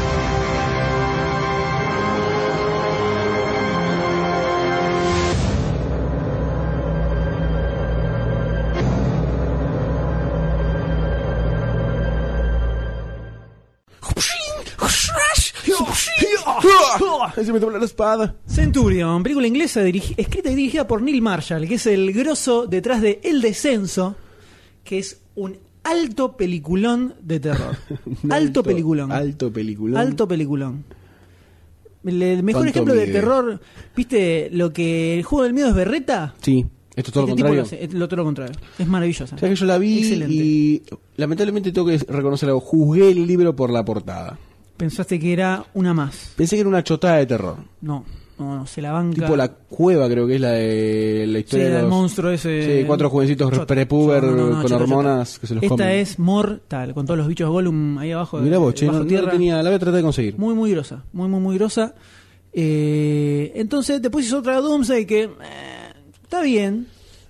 Ahí se me dobla la espada. Centurion, película inglesa escrita y dirigida por Neil Marshall, que es el grosso detrás de El Descenso, que es un alto peliculón de terror. alto peliculón. Alto peliculón. Alto peliculón. El mejor ¿Cuánto ejemplo de mide? terror, ¿viste lo que el juego del miedo es Berreta? Sí, esto es todo lo Este tipo contrario. lo hace, lo todo lo contrario. Es maravillosa. ¿Sabes que yo la vi Excelente. y lamentablemente tengo que reconocer algo? Juzgué el libro por la portada. Pensaste que era una más. Pensé que era una chotada de terror. No, se la banca. Tipo La Cueva, creo que es la de la Sí, historia de del los... monstruo ese. Sí, 4 jovencitos Chota. prepuber No, con chota, hormonas chota. que se los Esta comen. es mortal, con todos los bichos Gollum ahí abajo. Mirá vos, che, bajo no tierra. la tenía, la voy a tratar de conseguir. Muy, muy grosa. Muy grosa. Entonces, después hizo otra Doomsday que. Está bien.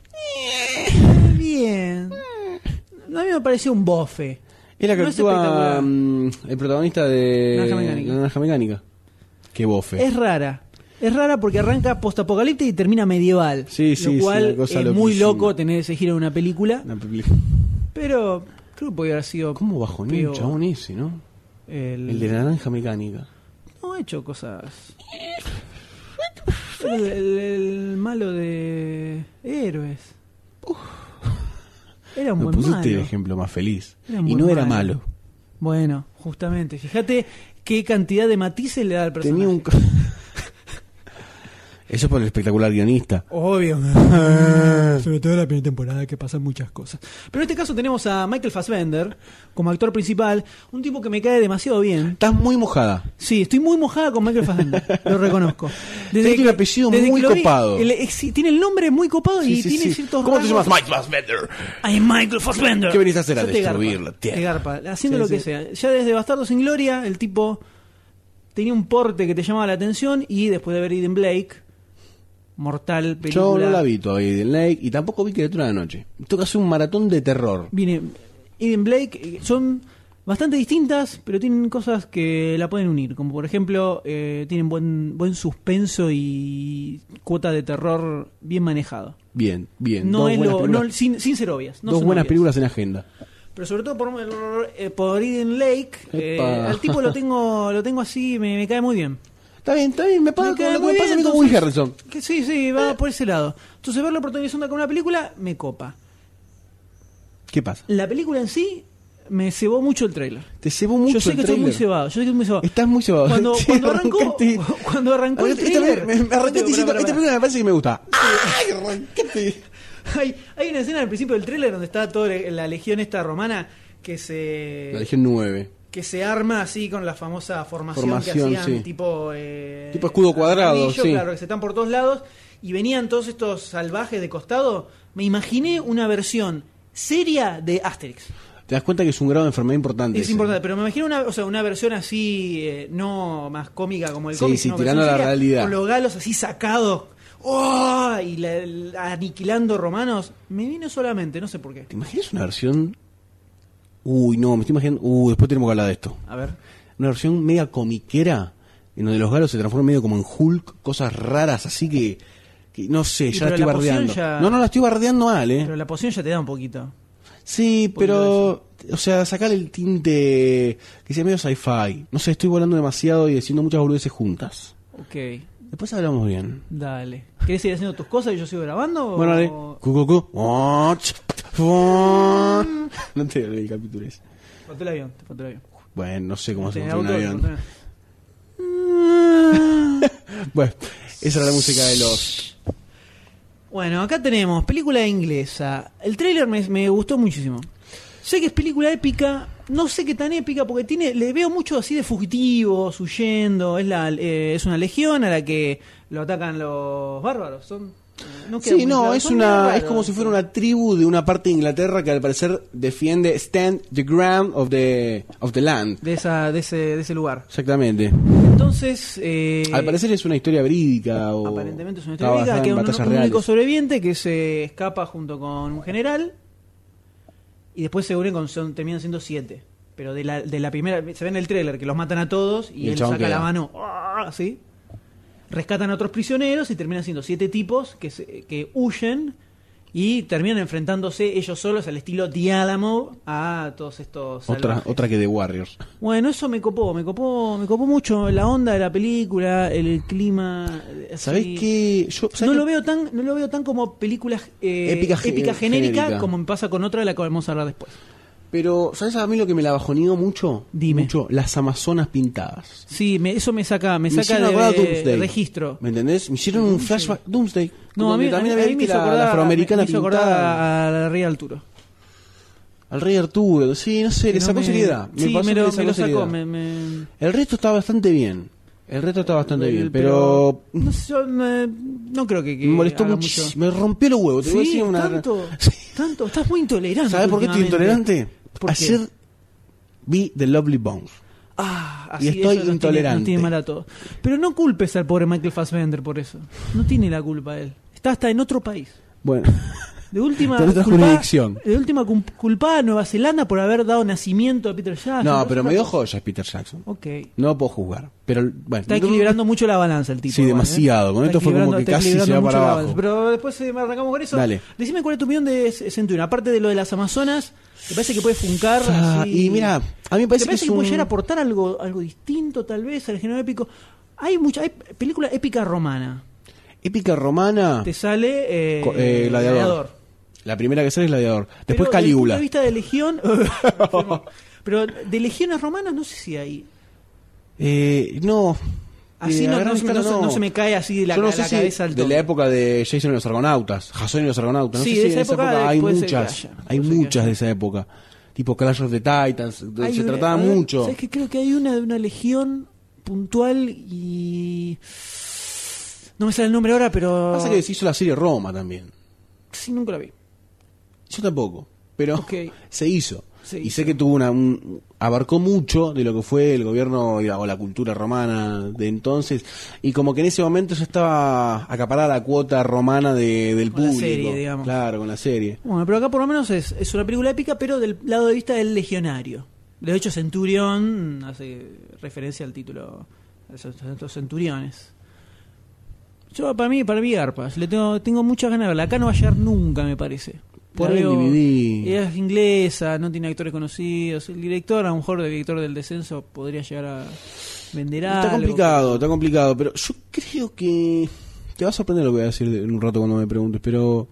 Bien. A mí me pareció un bofe. Es la que No es actúa espectacular. el protagonista de Naranja Mecánica. La Naranja Mecánica. Qué bofe. Es rara. Es rara porque arranca postapocalíptica y termina medieval. Sí, sí, lo sí, cual una cosa es muy loquísima. loco tener ese giro en una película. Una peli- Pero creo que podría haber sido. ¿Cómo bajonó el peor. chabón ese, no? El de la Naranja Mecánica. No ha hecho cosas. El malo de Héroes. Era un Me buen pusiste malo. el ejemplo más feliz. Era un Y buen no era malo. malo. Bueno, justamente. Fíjate qué cantidad de matices le da al personaje. Tenía un... Eso por el espectacular guionista. Obvio. Sobre todo en la primera temporada que pasan muchas cosas. Pero en este caso tenemos a Michael Fassbender como actor principal, un tipo que me cae demasiado bien. Estás muy mojada. Sí, estoy muy mojada con Michael Fassbender, lo reconozco. Tiene un apellido muy que lo vi, copado. Tiene el nombre muy copado y Sí, sí, tiene sí. ciertos ¿Cómo te rasgos. llamas? Mike Fassbender. I'm Michael Fassbender. ¿Qué venís a hacer? A Eso te destruir garpa, la tierra. te garpa, haciendo Sí, lo que sí. sea. Ya desde Bastardo sin Gloria, el tipo tenía un porte que te llamaba la atención y después de ver Eden Blake, mortal película. Yo no la vi todavía, Eden Lake, y tampoco vi Criatura de la Noche. Tengo que hacer un maratón de terror. Viene Eden Blake, son bastante distintas, pero tienen cosas que la pueden unir, como por ejemplo, tienen buen suspenso y cuota de terror bien manejado. Bien, bien. No Dos es buenas lo, películas, no, sin ser obvias. No dos son buenas obvias. películas en agenda. Pero sobre todo por Eden Lake, Epa. al tipo lo tengo así, me cae muy bien. Está bien, me pasa Me cae lo que muy me pasa a mí bien, con Woody entonces, Harrelson. Que sí, va por ese lado. Entonces verlo protagonizando con una película me copa. ¿Qué pasa? La película en sí me cebó mucho el tráiler. Te cebó mucho Yo sé el que estoy muy tráiler. cebado. Estás muy cebado. Cuando, Sí, cuando arrancó, arrancaste- cuando arrancó el Arrancaste- tráiler, me arrancaste Digo, diciendo, pará, esta pará. película me parece que me gusta. ¡Ay, arrancaste! Hay una escena al principio del tráiler donde está toda la legión esta romana que se La Legión 9. que se arma así con la famosa formación que Formación, hacían sí. tipo Tipo escudo cuadrado, anillo, sí. claro, que se están por todos lados y venían todos estos salvajes de costado. Me imaginé una versión seria de Asterix. Te das cuenta que es un grado de enfermedad importante. Es ese. importante, pero me imagino una versión así, no más cómica como el Sí, cómic, sí, sino tirando versión a la seria, realidad. con los galos así sacados, ¡oh! Y aniquilando romanos. Me vino solamente, no sé por qué. ¿Te imaginas una versión? Uy, no, me estoy imaginando. Después tenemos que hablar de esto. A ver. Una versión mega comiquera, en donde los galos se transforman medio como en Hulk, cosas raras, así que no sé, Y ya la pero estoy la poción bardeando. ya- No, la estoy bardeando mal, Pero la poción ya te da un poquito. Sí, pero, o sea, sacar el tinte que sea medio sci-fi. No sé, estoy volando demasiado y diciendo muchas boludeces juntas. Ok, Después hablamos bien. dale. ¿Querés seguir haciendo tus cosas y yo sigo grabando? Bueno, dale. o- No te el capítulo ese. Te faltó el avión, te faltó el avión. Bueno, no sé cómo se Te construye un auto- avión. te faltó Bueno, esa era la música de los... Bueno, acá tenemos película inglesa. El tráiler me gustó muchísimo. Sé que es película épica, no sé qué tan épica porque le veo mucho así de fugitivos, huyendo. Es una legión a la que lo atacan los bárbaros. No queda Sí, muy no, claro. es Son medio raros. es como si fuera una tribu de una parte de Inglaterra que al parecer defiende stand the ground of the land. de ese lugar. Exactamente. Entonces, Al parecer es una historia verídica o aparentemente es una está historia verídica, basada que en un batallas único reales. sobreviviente que se escapa junto con un general y después se unen terminan siendo 7. Pero de la primera, se ve en el tráiler que los matan a todos y Y el él chabón saca queda. la mano así. Rescatan a otros prisioneros y terminan siendo 7 tipos que huyen y terminan enfrentándose ellos solos al estilo The Alamo a todos estos salvajes. Otra que The Warriors. Bueno, eso me copó mucho la onda de la película, el clima. Así. ¿Sabés qué? No lo veo tan como película Épica épica genérica genérica. como me pasa con otra de la que vamos a hablar después. Pero, ¿sabes a mí lo que me la bajoneó mucho? Dime. Mucho, las Amazonas pintadas. Sí, eso me saca hicieron acordar a de Doomsday. registro. ¿Me entendés? Me hicieron un flashback. Doomsday. No, a mí, donde también a había mí me visto hizo la acordar, afroamericana me hizo acordar pintada. a la Rey Arturo. Al Rey Arturo. Sí, no sé, Que le no sacó me- seriedad. Sí, pasó me que lo le sacó. seriedad. El resto está bastante bien. Pero no, sé, yo, no creo que me molestó haga mucho. mucho. Me rompió los huevos. Te voy a Sí, decir una... tanto, estás muy intolerante. ¿Sabes por qué estoy últimamente. intolerante? ¿Por qué? Ayer vi The Lovely Bones. Así Y estoy eso nos intolerante. nos tiene mal a todos. Pero no culpes al pobre Michael Fassbender por eso. No tiene la culpa él. Está hasta en otro país. Bueno, De última, Está en otra jurisdicción. culpada a Nueva Zelanda por haber dado nacimiento a Peter Jackson. no, Todo pero eso me dio otra cosa. joyas Peter Jackson. Ok. No lo puedo juzgar. Pero bueno, Está equilibrando mucho la balanza el tipo. Sí, igual, demasiado. Con Está esto fue como equilibrando- que está casi se equilibrando va mucho para la abajo. balanza. Pero después arrancamos con eso. Dale. Decime cuál es tu opinión de Centurion. Aparte de lo de las Amazonas, ¿te parece que puede funcar así? Y mira, a mí me ¿Te parece parece que que es puede llegar a un... aportar algo película tal vez al género épico? Hay película épica romana. Épica romana. Te sale Gladiador. La primera que sale es Gladiador. Pero Después desde el punto Calígula. de vista de Legión. Pero de legiones romanas no sé si hay. No. Así no, a gran escala no se me cae así de la, Yo no la sé si cabeza al de toque. la época de Jason y los Argonautas, Jason y los Argonautas. No Sí, sé de si esa en esa época época hay puede ser muchas. que haya, Hay puede ser que muchas haya. de esa época. Tipo Clash of the Titans. Hay Se una- trataba a ver, mucho. ¿Sabes que creo que hay una de una legión puntual y. No me sale el nombre ahora, pero. Pasa que se hizo la serie Roma también. Sí, nunca la vi. Yo tampoco. Pero Ok. se hizo. Se y hizo. sé que tuvo abarcó mucho de lo que fue el gobierno o la cultura romana de entonces. Y como que en ese momento ya estaba acaparada la cuota romana del Con la público. serie, digamos. Claro, con la serie. Bueno, pero acá por lo menos es una película épica, pero del lado de vista del legionario. De hecho, Centurión hace referencia al título de estos centuriones. Yo, para mí garpas. Tengo muchas ganas de verla. Acá no va a llegar nunca, me parece. Por La ahí en veo- DVD. Es inglesa, no tiene actores conocidos. El director, a lo mejor el director del descenso, podría llegar a vender algo. Está complicado, pero yo creo que te va a sorprender lo que voy a decir en un rato cuando me preguntes, pero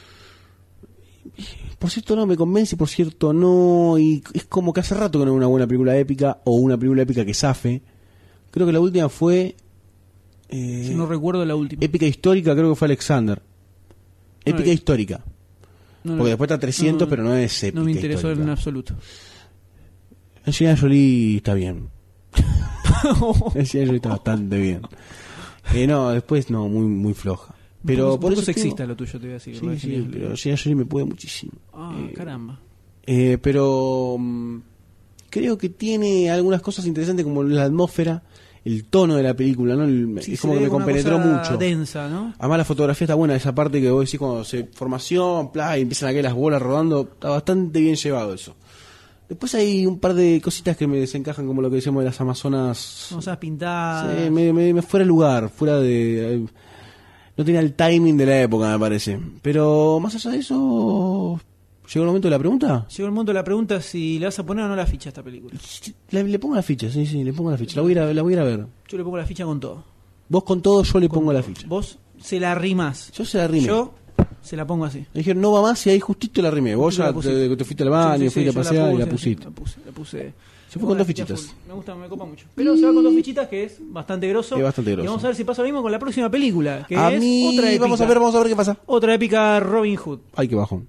por cierto no me convence, por cierto no, y es como que hace rato que no hay una buena película épica o una película épica que zafe. Creo que la última fue Si no recuerdo la última. épica histórica, creo que fue Alexander. Épica vi. histórica. No, Porque después está 300, pero no es épica No me interesó histórica. en absoluto. Angelina Jolie está bien. Angelina Jolie está bastante bien. No, después no, muy floja. Pero un por poco eso sexista digo- lo tuyo, te voy a decir. Sí, Angelina sí, Jolie. pero Angelina Jolie me puede muchísimo. Caramba. Pero creo que tiene algunas cosas interesantes como la atmósfera, el tono de la película, ¿no? Sí, Es se como que ve me una compenetró cosa mucho. densa, ¿no? Además la fotografía está buena, esa parte que vos decís cuando se formación, y empiezan a caer las bolas rodando, está bastante bien llevado eso. Después hay un par de cositas que me desencajan, como lo que decíamos de las Amazonas. Cosas pintadas. Sí, me fuera de lugar, fuera de... no tenía el timing de la época, me parece. Pero más allá de eso... ¿Llegó el momento de la pregunta? Llegó el momento de la pregunta si le vas a poner o no la ficha a esta película. Le pongo la ficha, sí, le pongo la ficha. La voy a ir a ver. Yo le pongo la ficha con todo. Vos con todo, yo le pongo la ficha. Vos se la rimás. Yo se la rimé. Yo se la pongo así. Me dijeron, no va más y ahí justito la rimé. Vos La ya puse. te fuiste al baño, Sí, sí, fuiste sí, a yo pasear y la puse, pusiste. La puse. Se fue con dos ficha fichitas. full. Me gusta, me copa mucho. Pero se va con dos fichitas, que es bastante grosso. Es bastante grosso. Y vamos a ver si pasa lo mismo con la próxima película, que A es mí, otra épica. vamos a ver qué pasa. Otra épica, Robin Hood. Ay, qué bajón.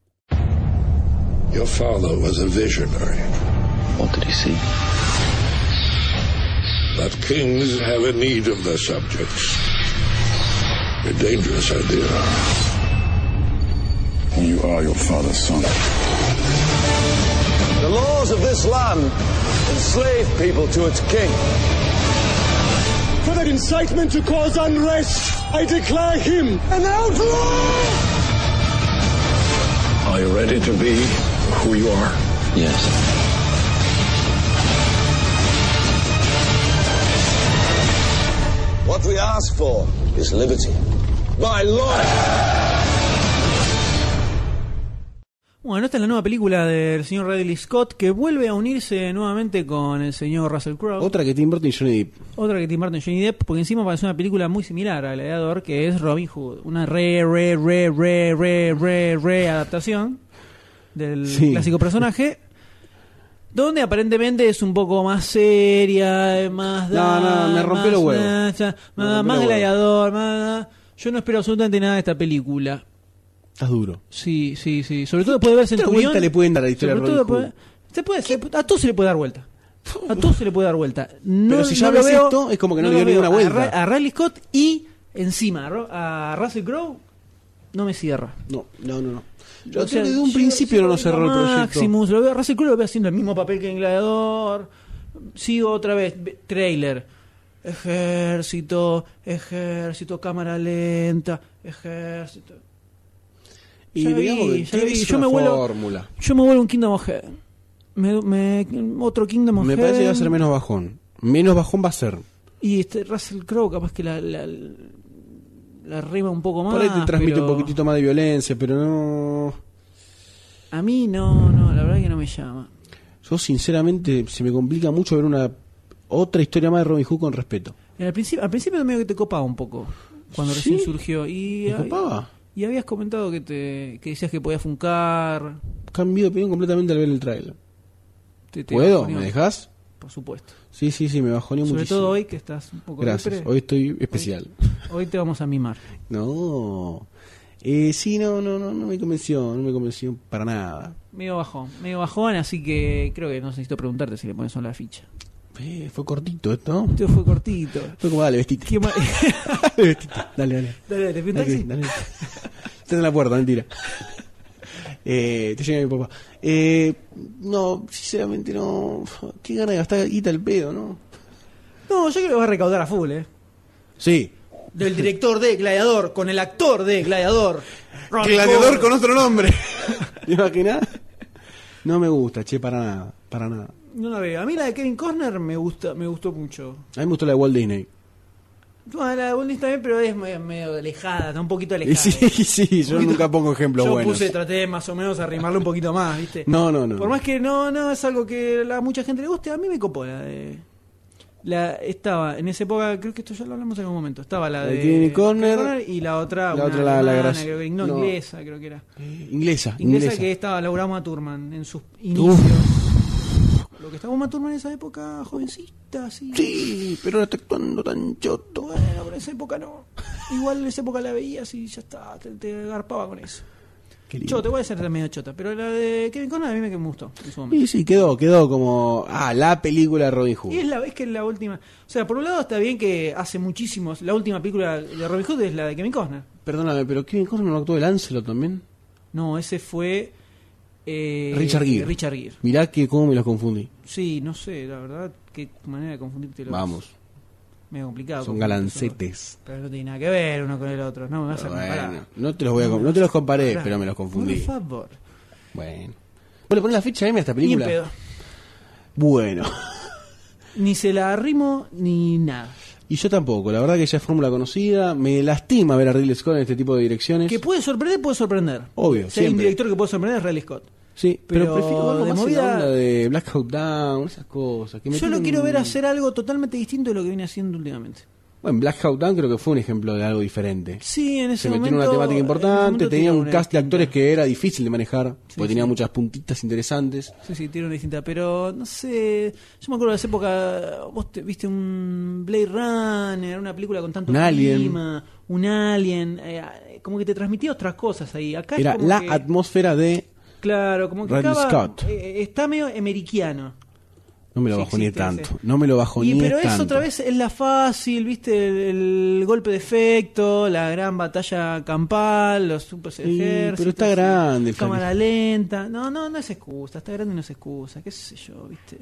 Your father was a visionary. What did he see? That kings have a need of their subjects. A dangerous idea. You are your father's son. The laws of this land enslave people to its king. For that incitement to cause unrest, I declare him an outlaw! Are you ready to be who you are? Yes. What we ask for is liberty. By law! Bueno, esta es la nueva película del señor Ridley Scott, que vuelve a unirse nuevamente con el señor Russell Crowe. Otra que Tim Burton y Johnny Depp. Otra que Tim Burton y Johnny Depp, porque encima parece una película muy similar a Gladiador, que es Robin Hood. Una re adaptación del Sí. clásico personaje, donde aparentemente es un poco más seria, más... No, me rompió los huevos. Más Gladiador, más... Yo no espero absolutamente nada de esta película. Estás duro. Sí. Sobre todo después de ver ¿Qué otra Centurión. vuelta le pueden dar a la historia sobre de todo Robin Hood? a todo se le puede dar vuelta. A todo se le puede dar vuelta. No, Pero si ya no lo ves veo, esto, es como que no le lo dio ninguna veo. vuelta. A Ridley Scott y encima a Russell Crowe no me cierra. No. Yo O creo sea, que desde un yo- principio yo no cerró el proyecto. Maximus, lo veo, a Russell Crowe lo veo haciendo el mismo papel que en Gladiador. Sigo otra vez, trailer. Ejército, cámara lenta, ejército. Y Ya digamos vi, que es yo una me vuelvo- fórmula. Yo me vuelvo un Kingdom of Heaven. Otro Kingdom of Me Heaven. parece que va a ser menos bajón. Menos bajón va a ser. Y Russell Crowe capaz que la rima un poco más. Por ahí te transmite pero un poquitito más de violencia, pero no... A mí no, la verdad que no me llama. Yo sinceramente se me complica mucho ver otra historia más de Robin Hood con respeto. Al principio medio que te copaba un poco cuando ¿Sí? recién surgió. Y ¿Me copaba? Y habías comentado que decías que podía funcar. Cambié de opinión completamente al ver el trailer. Te ¿Puedo? bajoneó. ¿Me dejás? Por supuesto. Sí, me bajoneó Sobre muchísimo. todo hoy que estás un poco Gracias, depre. hoy estoy especial. Hoy te vamos a mimar. No. Sí, no me convenció para nada. Medio bajón, así que creo que no necesito preguntarte si le pones solo la ficha. Fue cortito esto. Esto fue cortito. Fue como, dale, vestite. ¿Qué más? Dale, vestite. Dale. Dale, ¿te pido un taxi? Dale. Estás en la puerta, mentira. Te llega mi papá. No, sinceramente no. Qué gana de gastar guita el pedo, ¿no? No, yo creo que vas a recaudar a full, Sí. Del director de Gladiador, con el actor de Gladiador. Gladiador con otro nombre. ¿Te imaginas? No me gusta, para nada. No la veo. A mí la de Kevin Costner me gustó mucho. A mí me gustó la de Walt Disney. No, la de Walt Disney también, pero es medio alejada, está un poquito alejada. Sí, yo nunca pongo ejemplos buenos. Traté de más o menos arrimarlo un poquito más, ¿viste? No. Por más que no es algo que a mucha gente le guste, a mí me copó estaba en esa época, creo que esto ya lo hablamos en algún momento. Estaba la de Kevin Costner y la otra, la creo que inglesa, creo que era. Inglesa. Que estaba Laura Uma Thurman en sus inicios. Lo que estaba Uma Thurman en esa época, jovencita, así. Sí, pero no está actuando tan choto. Bueno, pero en esa época no. Igual en esa época la veías y ya está, te agarpaba con eso. Te voy a hacer medio chota, pero la de Kevin Costner a mí me gustó en su momento. Y sí, quedó como la película de Robin Hood. Y es que es la última. O sea, por un lado está bien que hace muchísimos. La última película de Robin Hood es la de Kevin Costner. Perdóname, pero Kevin Costner no actuó de Lancelot también. No, ese fue Richard Gere. Mirá que cómo me los confundí. Sí, no sé, la verdad, qué manera de confundirte. Vamos. Medio complicado. Son galancetes. Pero no tiene nada que ver uno con el otro. No me vas a comparar. No te los comparé, pero me los confundí. Por favor. Bueno, poné la ficha M a esta película. Ni en pedo. Bueno. Ni se la arrimo ni nada. Y yo tampoco, la verdad que ya es fórmula conocida. Me lastima ver a Ridley Scott en este tipo de direcciones. Que puede sorprender. Obvio, si hay un siempre. director que puede sorprender es Ridley Scott. Sí, pero prefiero verlo de más movida, en la onda de Black Hawk Down, esas cosas. Yo lo quiero ver hacer algo totalmente distinto de lo que viene haciendo últimamente. Bueno, Black Hawk Down creo que fue un ejemplo de algo diferente. Sí, en ese Se metió momento. en una temática importante, tenía un cast de actores que era difícil de manejar, porque tenía sí. muchas puntitas interesantes. Sí, tiene una distinta, pero no sé, yo me acuerdo de esa época, vos viste un Blade Runner, una película con tanto clima, un Alien, como que te transmitía otras cosas ahí. Acá era es como la que, atmósfera de claro, como que Ridley acaba, Scott. Está medio americano. No me lo bajoneé tanto, no me lo bajoneé Pero tanto. es otra vez, es la fácil, viste, el golpe de efecto, la gran batalla campal, los super ejércitos. Pero está grande. Cámara lenta. No es excusa, está grande y no es excusa, qué sé yo, viste.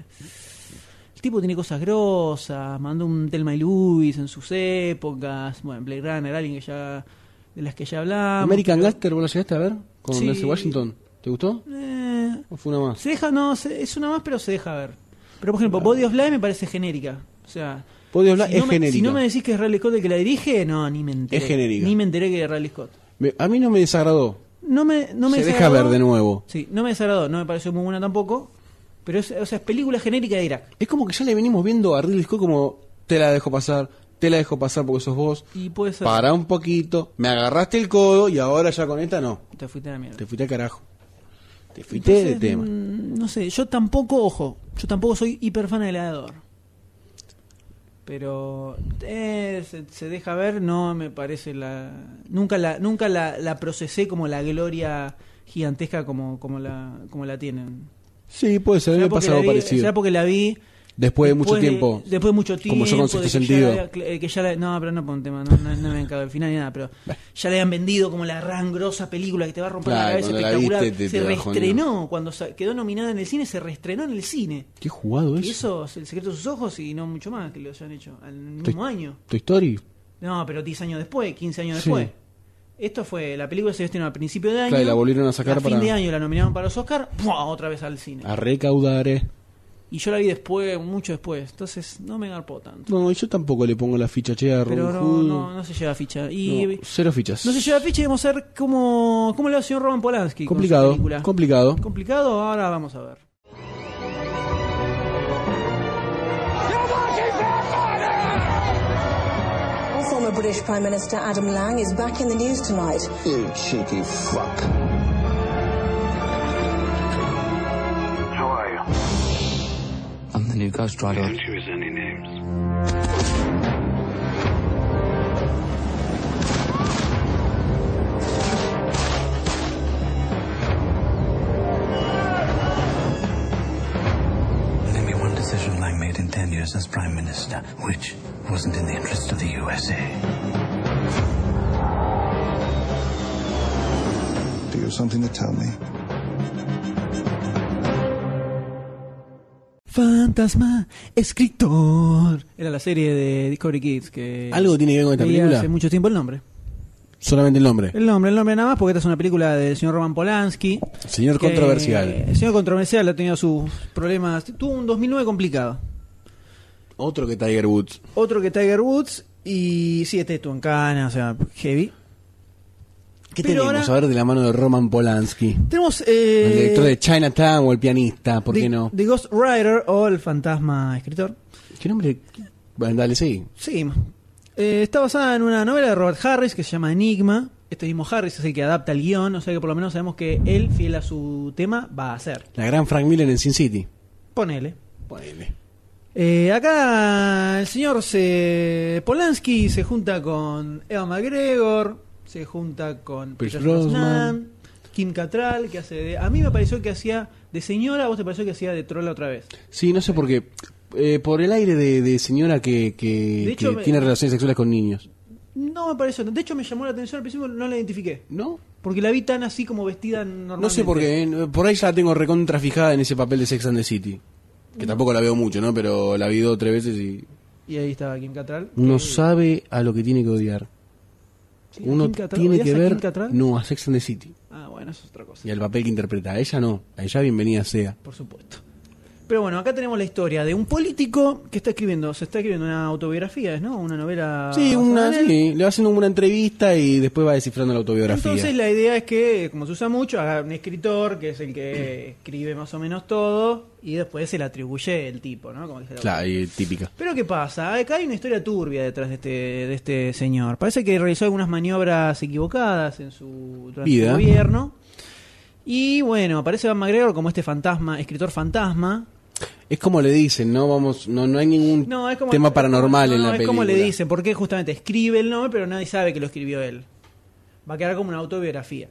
El tipo tiene cosas grosas, mandó un Thelma y Louise en sus épocas, bueno, Blade Runner, alguien que ya de las que ya hablamos. American Gangster, ¿vos la llegaste a ver? Con Sí. Denzel Washington, ¿te gustó? ¿O fue una más? Se deja, es una más, pero se deja ver. Pero por ejemplo, Body of Light me parece genérica. O sea, Body of Light es genérica. Si no me decís que es Ridley Scott el que la dirige, no, ni me enteré. Es genérica. Ni me enteré que es Ridley Scott. A mí no me desagradó. No me Se desagradó. deja ver de nuevo. Sí, no me desagradó, no me pareció muy buena tampoco. Pero es película genérica de Irak. Es como que ya le venimos viendo a Ridley Scott como te la dejo pasar porque sos vos. Y puede ser. Para un poquito, me agarraste el codo y ahora ya con esta no. Te fuiste a la mierda. Te fuiste al carajo. Te fuiste de tema. No sé, yo tampoco soy hiper fan del Gladiador. Pero se deja ver, no me parece nunca la procesé como la gloria gigantesca como la tienen. Sí, puede ser, me pasa algo parecido. Será porque la vi Después de mucho tiempo. Después de mucho tiempo. Como yo con Sexto Sentido. No, pero no por un tema. No me encanta el final ni nada. Pero ya le han vendido como la gran grosa película que te va a romper la cabeza, espectacular. Se reestrenó. Cuando quedó nominada en el cine, se reestrenó en el cine. Qué jugado eso. Y eso es El secreto de sus ojos y no mucho más que lo hayan hecho. Al mismo año. ¿Tu Story? No, pero 10 años después, 15 años después. Esto fue, la película se estrenó a principio de año. Claro, y la volvieron a sacar fin de año la nominaron para los Oscar. Otra vez al cine. A recaudar, Y yo la vi después, mucho después. Entonces no me garpó tanto. No, yo tampoco le pongo la ficha, che, a pero Robin Hood. no se lleva ficha. Y cero fichas. No se lleva ficha y vamos a ver cómo le va el señor Roman Polanski. Complicado, con su película. complicado. Complicado, ahora vamos a ver. Former British Prime Minister Adam Lang is back in the news tonight. You cheeky fuck. How are you? I'm the new Ghost Rider. Don't use any names. Name me one decision Lang made in 10 years as Prime Minister, which wasn't in the interest of the USA. Do you have something to tell me? Fantasma escritor. Era la serie de Discovery Kids que ¿Algo tiene que ver con esta veía película? hace mucho tiempo. El nombre Solamente el nombre. nada más, porque esta es una película del señor Roman Polanski. Señor que- controversial. El señor controversial ha tenido sus problemas. Tuvo un 2009 complicado. Otro que Tiger Woods. Otro que Tiger Woods. Y sí, este estuvo en Cannes, o sea, heavy. ¿Qué Pero tenemos? ahora- A ver, de la mano de Roman Polanski. Tenemos El director de Chinatown o el pianista, ¿por qué no? The Ghost Rider o el fantasma escritor. ¿Qué nombre? Bueno, dale, sí. Sí. Está basada en una novela de Robert Harris que se llama Enigma. Este mismo Harris es el que adapta el guión, o sea que por lo menos sabemos que él, fiel a su tema, va a hacer. La gran Frank Miller en Sin City. Ponele. Ponele. Acá el señor Polanski se junta con Ewan McGregor, se junta con Pierce Peter Brosnan. Brosnan, Kim Cattrall, que hace de... A mí me pareció que hacía de señora, a vos te pareció que hacía de trola otra vez. Sí, no sé por qué. Por el aire de señora que hecho, tiene relaciones sexuales con niños. No me pareció. De hecho me llamó la atención al principio, no la identifiqué. ¿No? Porque la vi tan así como vestida normalmente. No sé por qué. Por ahí ya la tengo recontra fijada en ese papel de Sex and the City. Que tampoco la veo mucho, ¿no? Pero la vi 2 o 3 veces y... Y ahí estaba Kim Cattrall. Uno sabe a lo que tiene que odiar. Sí, Uno Kim Cattrall. tiene ¿Odias que a ver... Kim Cattrall? No, a Sex and the City. Ah, bueno, eso es otra cosa. Y al papel que interpreta. A ella no. A ella bienvenida sea. Por supuesto. Pero bueno, acá tenemos la historia de un político que se está escribiendo una autobiografía, ¿no? Una novela. Sí, basada en él. sí, le va haciendo una entrevista y después va descifrando la autobiografía. Entonces la idea es que, como se usa mucho, haga un escritor que es el que escribe más o menos todo y después se le atribuye el tipo, ¿no? Como dice la Claro, y típica. Pero ¿qué pasa? Acá hay una historia turbia detrás de este señor. Parece que realizó algunas maniobras equivocadas en durante Vida. su gobierno. Y bueno, aparece Ewan McGregor como este fantasma, escritor fantasma. Es como le dicen, ¿no? Vamos, no hay ningún No, es como, tema paranormal en la es película. como le dicen, porque justamente escribe el nombre, pero nadie sabe que lo escribió él. Va a quedar como una autobiografía.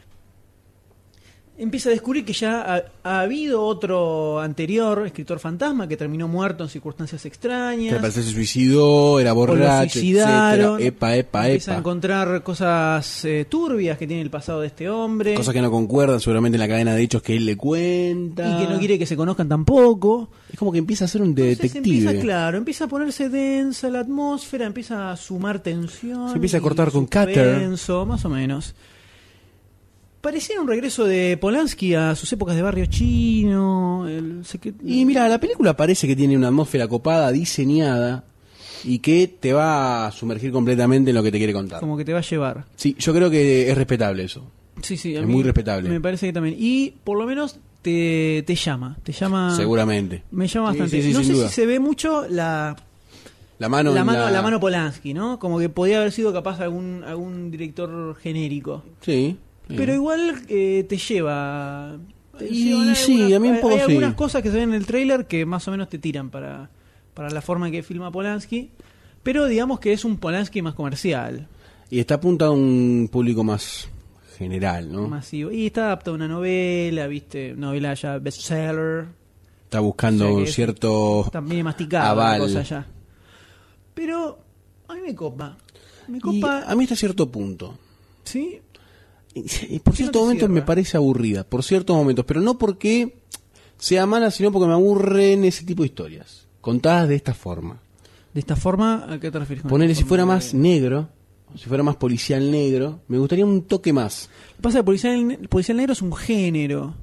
Empieza a descubrir que ya ha habido otro anterior escritor fantasma que terminó muerto en circunstancias Que extrañas. al parecer se suicidó, era O lo borracho, suicidaron. etcétera. Epa. Empieza a encontrar cosas turbias que tiene el pasado de este hombre. Cosas que no concuerdan seguramente en la cadena de hechos que él le cuenta. Y que no quiere que se conozcan tampoco. Es como que empieza a ser un Entonces detective. empieza a ponerse densa la atmósfera, empieza a sumar tensión. Se empieza a y cortar con Cutter. suspenso, más o menos. Parecía un regreso de Polanski a sus épocas de barrio chino. Y mira, la película parece que tiene una atmósfera copada, diseñada, y que te va a sumergir completamente en lo que te quiere contar. Como que te va a llevar. Sí, yo creo que es respetable eso. Sí, a Es mí muy respetable. Me parece que también. Y por lo menos te llama. Seguramente. Me llama Sí, bastante. sí, No sin sé duda. si se ve mucho la mano Polanski, ¿no? Como que podía haber sido capaz algún director genérico. Sí. Pero igual te lleva. Sí, a mí un poco hay sí. algunas cosas que se ven en el tráiler que más o menos te tiran para la forma que filma Polanski. Pero digamos que es un Polanski más comercial. Y está apuntado a un público más general, ¿no? Masivo. Y está adaptado a una novela, ¿viste? Novela ya bestseller. Está buscando O sea que un cierto también masticada aval. la cosa ya. Pero a mí me copa. Y a mí hasta cierto punto. ¿Sí? Y por ciertos te momentos cierra? me parece aburrida, por ciertos momentos, pero no porque sea mala, sino porque me aburren ese tipo de historias, contadas de esta forma. ¿De esta forma a qué te refieres? Ponele, si fuera más negro, si fuera más policial negro, me gustaría un toque más. Lo que pasa es que policial negro es un género.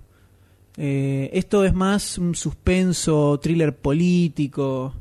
Esto es más un suspenso, thriller político.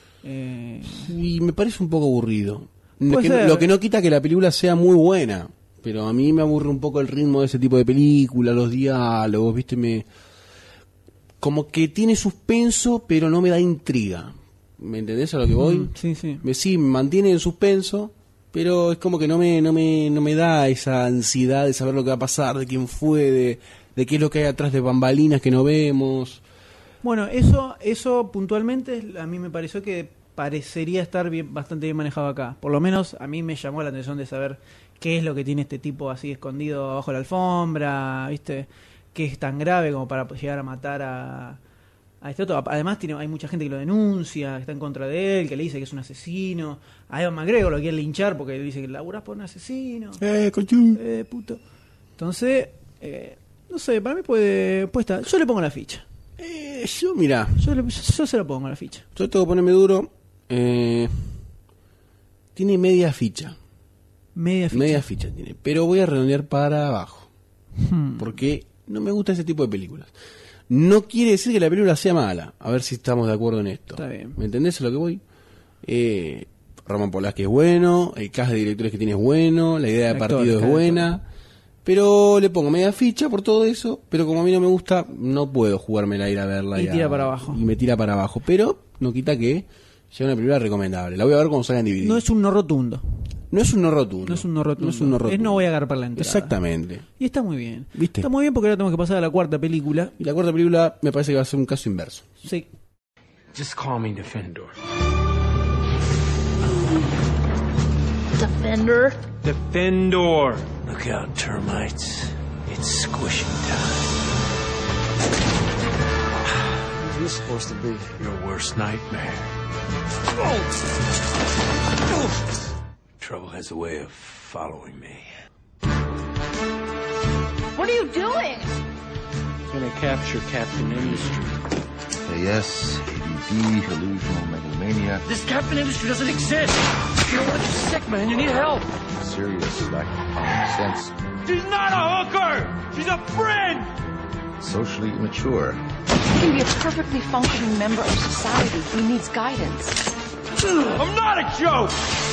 Y me parece un poco aburrido. Puede ser. Lo que no quita que la película sea muy buena, pero a mí me aburre un poco el ritmo de ese tipo de película, los diálogos, ¿viste? Como que tiene suspenso, pero no me da intriga. ¿Me entendés a lo que voy? Sí. Sí, me mantiene en suspenso, pero es como que no me da esa ansiedad de saber lo que va a pasar, de quién fue, de qué es lo que hay atrás de bambalinas que no vemos. Bueno, eso puntualmente a mí me pareció que parecería estar bastante bien manejado acá. Por lo menos a mí me llamó la atención de saber qué es lo que tiene este tipo así escondido abajo de la alfombra, ¿viste? Que es tan grave como para llegar a matar a este otro. Además hay mucha gente que lo denuncia, que está en contra de él, que le dice que es un asesino. A Ewan McGregor lo quiere linchar porque le dice que laburás por un asesino. Puto. Entonces, no sé, para mí puede estar. Yo le pongo la ficha. Yo, mirá. Yo se lo pongo la ficha. Yo tengo que ponerme duro. Tiene media ficha. Media ficha tiene. Pero voy a redondear para abajo. Porque no me gusta ese tipo de películas. No quiere decir que la película sea mala. A ver si estamos de acuerdo en esto. Está bien. ¿Me entendés a lo que voy? Roman Polanski es bueno. El cast de directores que tiene es bueno. La idea de partido es buena. Pero le pongo media ficha por todo eso. Pero como a mí no me gusta, no puedo jugármela a ir a verla. Y tira para abajo. Y me tira para abajo. Pero no quita que sea una película recomendable. La voy a ver cuando salga en DVD. No es un no rotundo. No es un no rotundo. No es un no rotundo. Es no voy a agarrar la entrada. Exactamente. Y está muy bien. ¿Viste? Está muy bien porque ahora tenemos que pasar a la cuarta película. Y la cuarta película me parece que va a ser un caso inverso. Sí. Just call me Defendor. Defender? Defendor. Look out, termites. It's squishing time. Who's this supposed to be? Your worst nightmare. Trouble has a way of following me. What are you doing? Gonna capture Captain Industry. Yes, ADD, delusional megalomania. This Captain Industry doesn't exist! You're sick, man. You need help. Serious lack of common sense. She's not a hooker! She's a friend! Socially immature. He can be a perfectly functioning member of society. He needs guidance. I'm not a joke!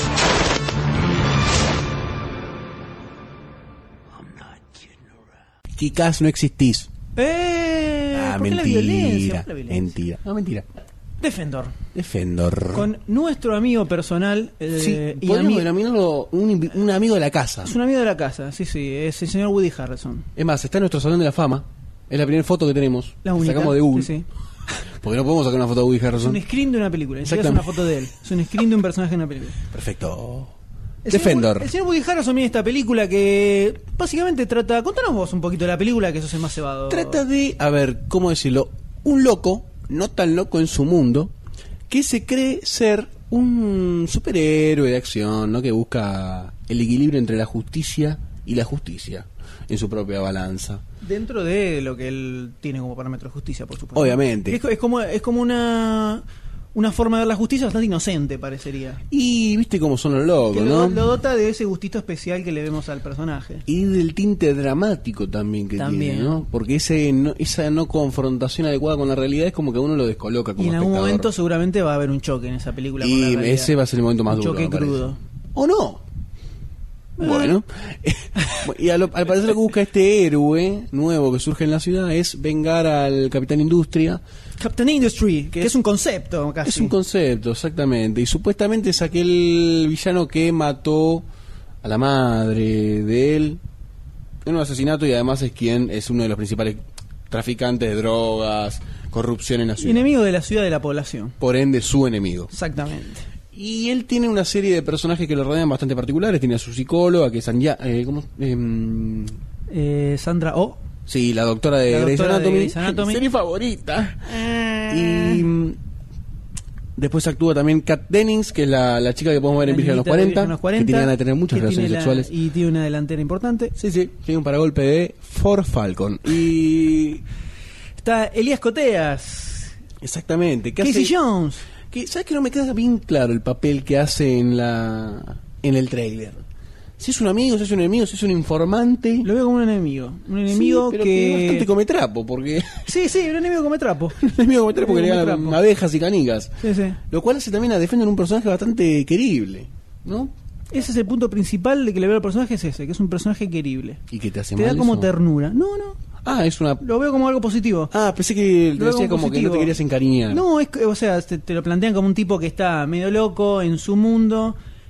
Chicas, no existís. ¿Por qué la violencia? Mentira. No, mentira. Defendor. Con nuestro amigo personal. Y podemos denominarlo un amigo de la casa. Es un amigo de la casa, sí. Es el señor Woody Harrelson. Es más, está en nuestro Salón de la Fama. Es la primera foto que tenemos. La única. Sacamos de Google. Sí. Porque no podemos sacar una foto de Woody Harrelson. Es un screen de una película. Es una foto de él. Es un screen de un personaje de una película. Perfecto. Defendor. El señor Woody Harrelson viene esta película que básicamente trata... Contanos vos un poquito de la película, que sos el más cebado. Trata de, a ver, ¿cómo decirlo? Un loco, no tan loco en su mundo, que se cree ser un superhéroe de acción, ¿no? Que busca el equilibrio entre la justicia y la justicia en su propia balanza. Dentro de lo que él tiene como parámetro de justicia, por supuesto. Obviamente. Es como una forma de ver la justicia bastante inocente, parecería. Y viste cómo son los locos, ¿no? Lo dota de ese gustito especial que le vemos al personaje. Y del tinte dramático también que tiene, ¿no? Porque esa no confrontación adecuada con la realidad es como que uno lo descoloca como y en algún espectador. momento seguramente va a haber un choque en esa película con la Y realidad. ese va a ser el momento más duro. Un choque crudo. ¿O no? Bueno, y al parecer lo que busca este héroe nuevo que surge en la ciudad es vengar al Capitán Industria. Captain Industry, que es un concepto casi. Es un concepto, exactamente. Y supuestamente es aquel villano que mató a la madre de él en un asesinato y además es uno de los principales traficantes de drogas, corrupción en la ciudad. Enemigo de la ciudad, de la población. Por ende, su enemigo. Exactamente. Y él tiene una serie de personajes que lo rodean bastante particulares. Tiene a su psicóloga, que es Sandra Oh. Sí, la doctora de Grey's Anatomy. Serie favorita. Y después actúa también Kat Dennings, que es la chica que podemos ver en Virgen de los 40, que tiene ganas de tener muchas relaciones sexuales. Y tiene una delantera importante. Sí, tiene un paragolpe de Ford Falcon. Y está Elías Coteas. Exactamente. Casey Jones. ¿Sabes que no me queda bien claro el papel que hace en el tráiler? Si es un amigo, si es un enemigo, si es un informante. Lo veo como un enemigo. Un enemigo pero que bastante come trapo, porque... Sí, un enemigo come trapo. Un enemigo come trapo que le ganan abejas y canicas. Sí. Lo cual hace también a defender un personaje bastante querible, ¿no? Ese es el punto principal de que le veo al personaje, es ese, que es un personaje querible. ¿Y que te hace mal? Te da como ternura. No. Lo veo como algo positivo. Pensé que te decía como que no te querías encariñar. No, te lo plantean como un tipo que está medio loco en su mundo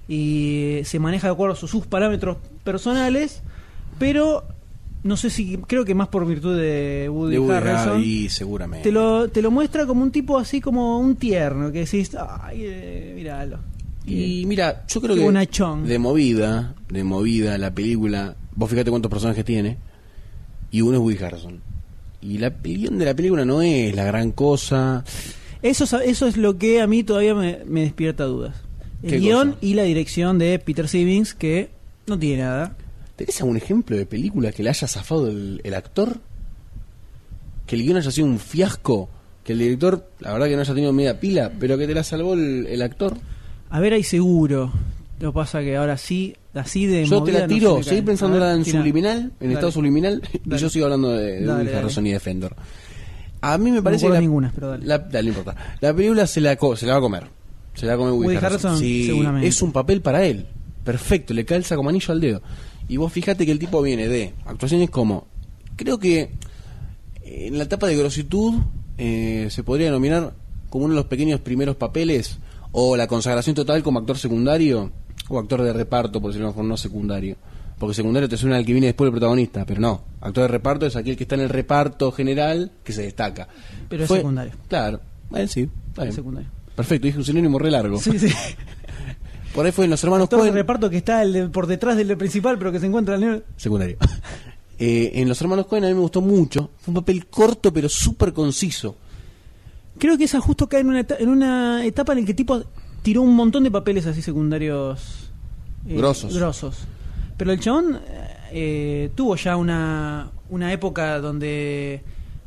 y se maneja de acuerdo a sus parámetros personales, pero no sé si, creo que más por virtud de Woody Harrelson, y seguramente te lo muestra como un tipo así como un tierno, que decís, ay, míralo. Y mira, yo creo Qué que bonachón. de movida la película, vos fíjate cuántos personajes tiene, y uno es Woody Harrelson. Y la guión de la película no es la gran cosa. Eso es lo que a mí todavía me despierta dudas. El guión y la dirección de Peter Simmons, que no tiene nada. ¿Tenés algún ejemplo de película que le haya zafado el actor? Que el guión haya sido un fiasco, que el director, la verdad que no haya tenido media pila, pero que te la salvó el actor. A ver, ahí seguro. Lo que pasa que ahora sí, así de yo te la tiro, no seguí pensándola en tira. Subliminal, en estado subliminal, y yo sigo hablando de Woody Harrelson y de Fender. A mí me parece que ninguna, pero dale. No importa. La película se la va a comer. Se la va a comer Woody Harrelson. Sí, seguramente. Es un papel para él. Perfecto, le calza como anillo al dedo. Y vos fíjate que el tipo viene de actuaciones como, creo que en la etapa de grositud se podría denominar como uno de los pequeños primeros papeles, o la consagración total como actor secundario o actor de reparto, por decirlo mejor, no secundario, porque secundario te suena al que viene después del protagonista, pero no, actor de reparto es aquel que está en el reparto general que se destaca. Pero es secundario. Claro, sí, está bien. Secundario. Perfecto, dije un sinónimo re largo. Sí. Por ahí fue en Los Hermanos Coen. Coen. El reparto que está por detrás del principal, pero que se encuentra al nivel secundario. En Los Hermanos Coen a mí me gustó mucho. Fue un papel corto pero súper conciso. Creo que esa justo cae en una etapa en la que el tipo tiró un montón de papeles así secundarios grosos. Pero el chabón tuvo ya una época donde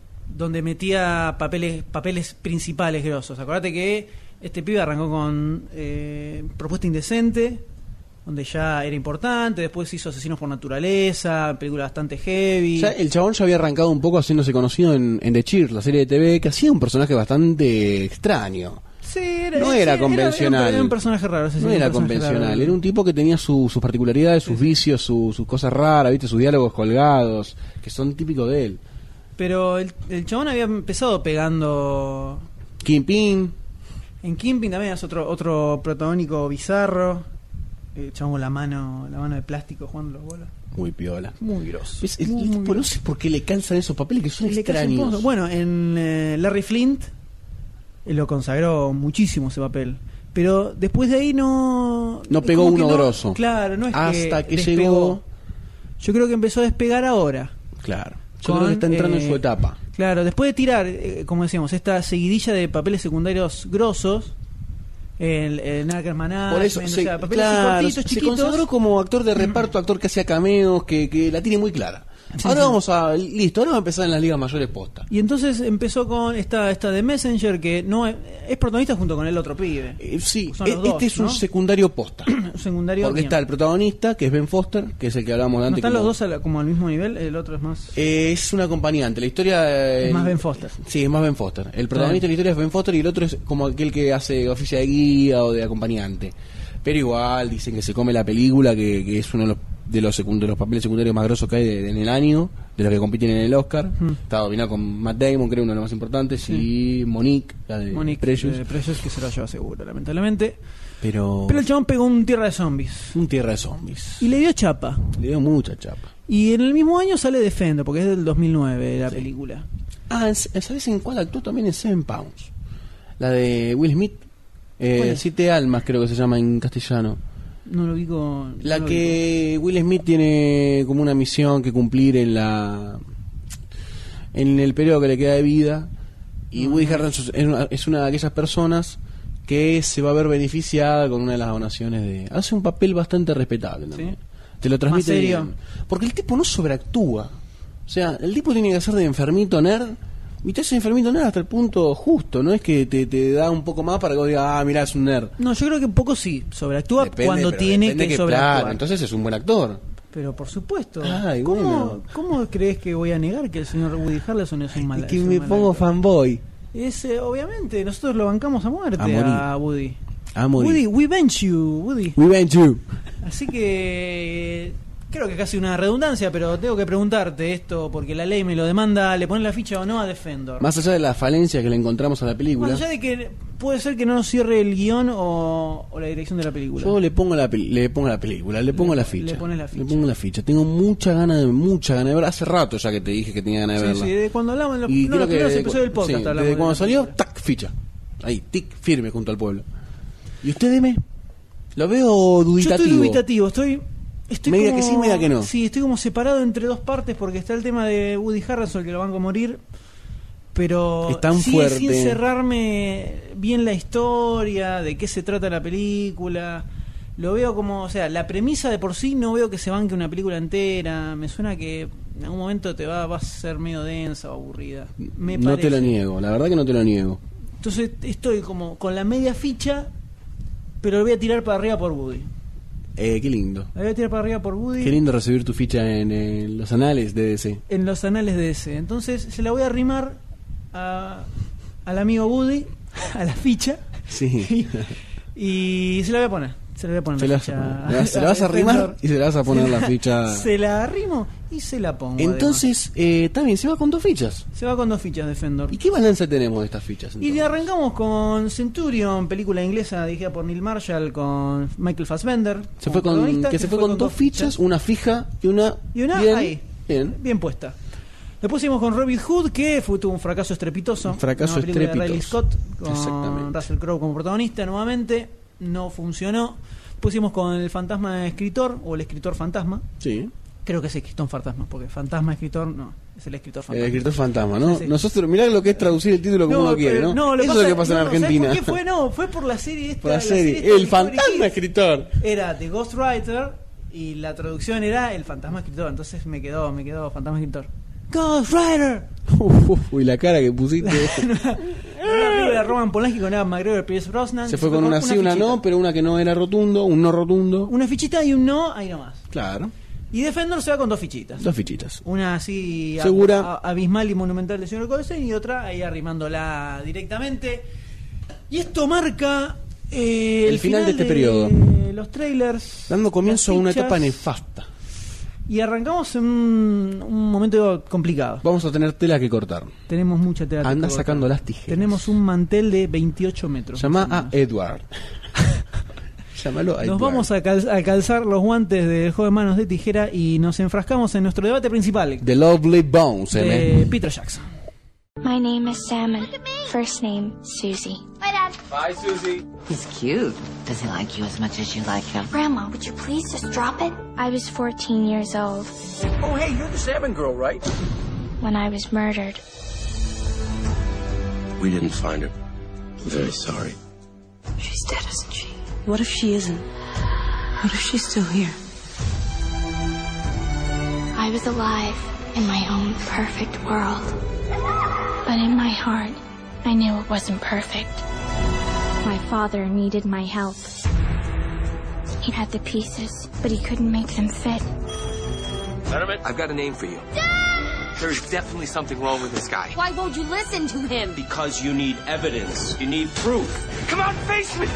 metía papeles principales grosos. Acordate que este pibe arrancó con Propuesta Indecente, donde ya era importante, después hizo Asesinos por Naturaleza, película bastante heavy. Ya el chabón ya había arrancado un poco haciéndose conocido en The Cheers, la serie de TV, que hacía un personaje bastante extraño. Sí, no era convencional. Era un personaje raro. No era convencional. Era un tipo que tenía sus particularidades, sus vicios, sus cosas raras, ¿viste? Sus diálogos colgados, que son típicos de él. Pero el chabón había empezado pegando Kingpin. En Kingpin también es otro protagónico bizarro. El chabón con la mano de plástico jugando los bolas. Muy piola. Muy grosso. No sé por qué le calzan esos papeles que son extraños. Bueno, en Larry Flint lo consagró muchísimo ese papel. Pero después de ahí no pegó uno grosso. Claro, no es hasta que despegó. llegó. Yo creo que empezó a despegar ahora. Claro. Yo creo que está entrando en su etapa. Claro, después de tirar, como decíamos, esta seguidilla de papeles secundarios grosos, el Narcos Management, por eso papeles cortitos, chiquitos. Se consagró como actor de reparto, actor que hacía cameos, que la tiene muy clara. Ahora vamos a empezar en las ligas mayores posta. Y entonces empezó con esta de Messenger, que no es protagonista junto con el otro pibe. Sí, dos, es un secundario posta. Secundario. Porque está el protagonista, que es Ben Foster, que es el que hablábamos de antes. ¿No están los dos como al mismo nivel? El otro es más... es un acompañante. La historia... es más Ben Foster. Sí, es más Ben Foster. El protagonista de la historia es Ben Foster y el otro es como aquel que hace oficia de guía o de acompañante. Pero igual dicen que se come la película, que es uno de los papeles secundarios más grosos que hay en el año, de los que compiten en el Oscar. Está dominado con Matt Damon, creo, uno de los más importantes, y Monique, la de Precious. Que se lo lleva seguro, lamentablemente. Pero el chabón pegó un Tierra de Zombies. Y le dio chapa. Le dio mucha chapa. Y en el mismo año sale Defender, porque es del 2009 la película. ¿Sabes en cuál actuó también? En Seven Pounds. La de Will Smith. 7 almas creo que se llama en castellano. No lo ubico. Will Smith tiene como una misión que cumplir en el periodo que le queda de vida, y Woody Harrelson es una de aquellas personas que se va a ver beneficiada con una de las donaciones hace un papel bastante respetable también. ¿Sí? Te lo transmite bien. Porque el tipo no sobreactúa. O sea, el tipo tiene que hacer de enfermito nerd. Y te hace enfermito nerd hasta el punto justo, no es que te da un poco más para que vos digas, mirá, es un nerd. No, yo creo que un poco sí, sobreactúa cuando tiene que sobreactuar. Claro, entonces es un buen actor. Pero por supuesto. ¿Cómo crees que voy a negar que el señor Woody Harrelson es un mal actor? Que me pongo fanboy. Obviamente, nosotros lo bancamos a muerte a Woody. A morir. Woody, we bench you, Woody. We bench you. Así que... creo que casi una redundancia, pero tengo que preguntarte esto porque la ley me lo demanda. ¿Le ponen la ficha o no a Defender? Más allá de la falencia que le encontramos a la película. Más allá de que puede ser que no cierre el guión o la dirección de la película. Yo le pongo la película, le pongo la ficha. Le pones la ficha. Le pongo la ficha. Tengo mucha gana de ver. Hace rato ya que te dije que tenía ganas de verla. Sí, de cuando hablamos en los Y creo primeros que episodios del podcast. sí, hablamos desde de cuando la salió, película. tac, ficha. Ahí, tic, firme junto al pueblo. ¿Y usted, dime? Lo veo duditativo. Yo estoy dubitativo, estoy media como, que sí, media que no. Sí, estoy como separado entre dos partes porque está el tema de Woody Harrelson, que lo van a morir, pero es tan sigue fuerte. sin cerrarme bien la historia, de qué se trata la película. Lo veo como, o sea, la premisa de por sí no veo que se banque una película entera. Me suena que en algún momento va a ser medio densa o aburrida. No te lo niego, la verdad que no te lo niego. Entonces estoy como con la media ficha, pero lo voy a tirar para arriba por Woody. Qué lindo. La voy a tirar para arriba por Woody. Qué lindo recibir tu ficha en los anales de DC. En los anales de DC. Entonces se la voy a arrimar al amigo Woody, a la ficha. Sí. Y se la voy a poner. Se la voy a poner la ficha. Se la vas a arrimar y se la vas a poner la ficha. Se la arrimo y se la pongo. Entonces, también se va con 2 fichas. Se va con 2 fichas de Fendor. ¿Y qué balance tenemos de estas fichas? Entonces? Y arrancamos con Centurion, película inglesa dirigida por Neil Marshall con Michael Fassbender. Se fue con 2 fichas, una fija y una bien, ahí. Bien puesta. Después seguimos con Robin Hood, que tuvo un fracaso estrepitoso. Un fracaso estrepitoso. De Riley Scott con Russell Crowe como protagonista nuevamente. No funcionó. Pusimos con el fantasma escritor o el escritor fantasma. Sí. Creo que es escritor fantasma, porque fantasma escritor no, es el escritor fantasma. El escritor fantasma, ¿no? Sí. Nosotros, mirá lo que es traducir el título como uno quiere, ¿no? Eso es lo que pasa en Argentina. ¿Por qué fue? No, fue por la serie esta. Por la serie. El fantasma escritor. Era The Ghostwriter y la traducción era el fantasma escritor. Entonces me quedó fantasma escritor. Ghostwriter. Uy, la cara que pusiste. Una película de Roman Polanski con Ewan McGregor y Pierce Brosnan. Se fue con una sí, una no, pero una que no era rotundo, un no rotundo. Una fichita y un no, ahí nomás. Claro. Y Defender se va con 2 fichitas. 2 fichitas. Una así segura, abismal y monumental de señor Goldstein y otra ahí arrimándola directamente. Y esto marca el final de este periodo. Los trailers. Dando comienzo a una etapa nefasta. Y arrancamos en un momento complicado. Vamos a tener tela que cortar. Tenemos mucha tela que cortar. Anda sacando las tijeras. Tenemos un mantel de 28 metros. Llama a Edward. Llámalo a Edward. Nos vamos a calzar los guantes del juego de manos de tijera y nos enfrascamos en nuestro debate principal. The Lovely Bones, de Peter Jackson. My name is Salmon. First name, Susie. Bye, Dad. Bye, Susie. He's cute. Does he like you as much as you like him? Grandma, would you please just drop it? I was 14 years old. Oh, hey, you're the salmon girl, right? When I was murdered. We didn't find her. I'm very sorry. She's dead, isn't she? What if she isn't? What if she's still here? I was alive in my own perfect world. But in my heart, I knew it wasn't perfect. My father needed my help. He had the pieces, but he couldn't make them fit. Letterman, I've got a name for you. Dad! There's definitely something wrong with this guy. Why won't you listen to him? Because you need evidence. You need proof. Come on, face me!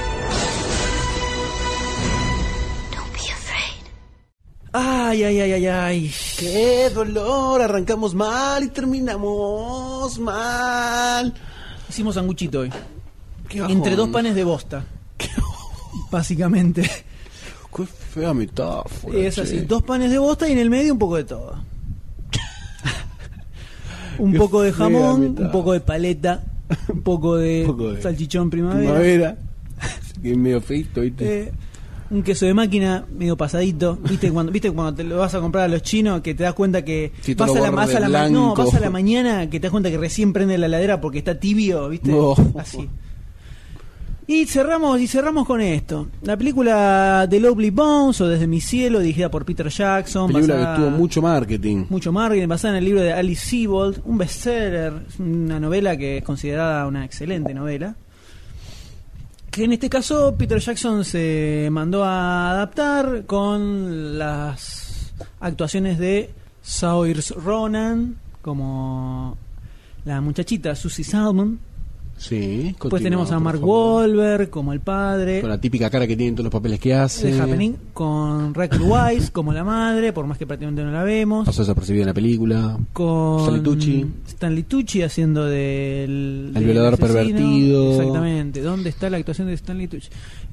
Don't be afraid. Ay, ay, ay, ay, ay. ¡Qué dolor! Arrancamos mal y terminamos mal. Hicimos sanguchito hoy. Entre 2 panes de bosta. Básicamente. Qué fea metáfora. Es así, 2 panes de bosta y en el medio un poco de todo. Un poco de jamón, un poco de paleta, un poco de salchichón primavera. Que es medio feito, ¿viste? Un queso de máquina medio pasadito. ¿Viste cuando te lo vas a comprar a los chinos que te das cuenta que vas a la mañana que te das cuenta que recién prende la heladera porque está tibio, ¿viste? No. Así. Y cerramos con esto. La película The Lovely Bones o Desde mi cielo, dirigida por Peter Jackson. Película que tuvo mucho marketing. Basada en el libro de Alice Sebold, un bestseller, una novela que es considerada una excelente novela. Que en este caso Peter Jackson se mandó a adaptar con las actuaciones de Saoirse Ronan como la muchachita Susie Salmon. Sí. Después tenemos a Mark Wahlberg como el padre. Con la típica cara que tiene en todos los papeles que hace. The Happening. Con Rachel Weisz como la madre, por más que prácticamente no la vemos. Pasó desapercibido en la película. Con Stanley Tucci haciendo del violador asesino. Pervertido. Exactamente. ¿Dónde está la actuación de Stanley Tucci?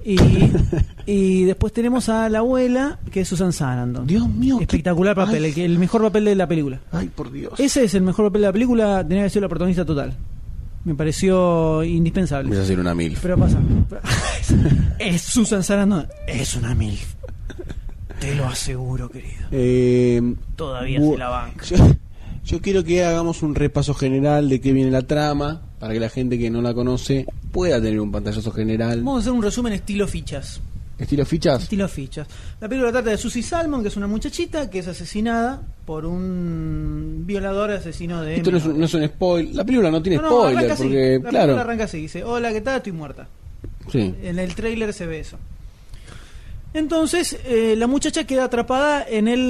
Y después tenemos a la abuela, que es Susan Sarandon. Dios mío. Espectacular papel, el mejor papel de la película. Ay, por Dios. Ese es el mejor papel de la película, tenía que ser la protagonista total. Me pareció indispensable. Empieza a ser una MILF. Pero pasa. Es Susan Sarandon. Es una MILF. Te lo aseguro, querido. Todavía se la banca. Yo quiero que hagamos un repaso general de qué viene la trama, para que la gente que no la conoce pueda tener un pantallazo general. Vamos a hacer un resumen estilo fichas. ¿Estilo fichas? Estilo fichas. La película trata de Susie Salmon, que es una muchachita que es asesinada por un violador asesino de... Esto no es un spoiler. La película no tiene spoiler, porque así. La película arranca así, dice, hola, ¿qué tal? Estoy muerta. Sí. En el tráiler se ve eso. Entonces, la muchacha queda atrapada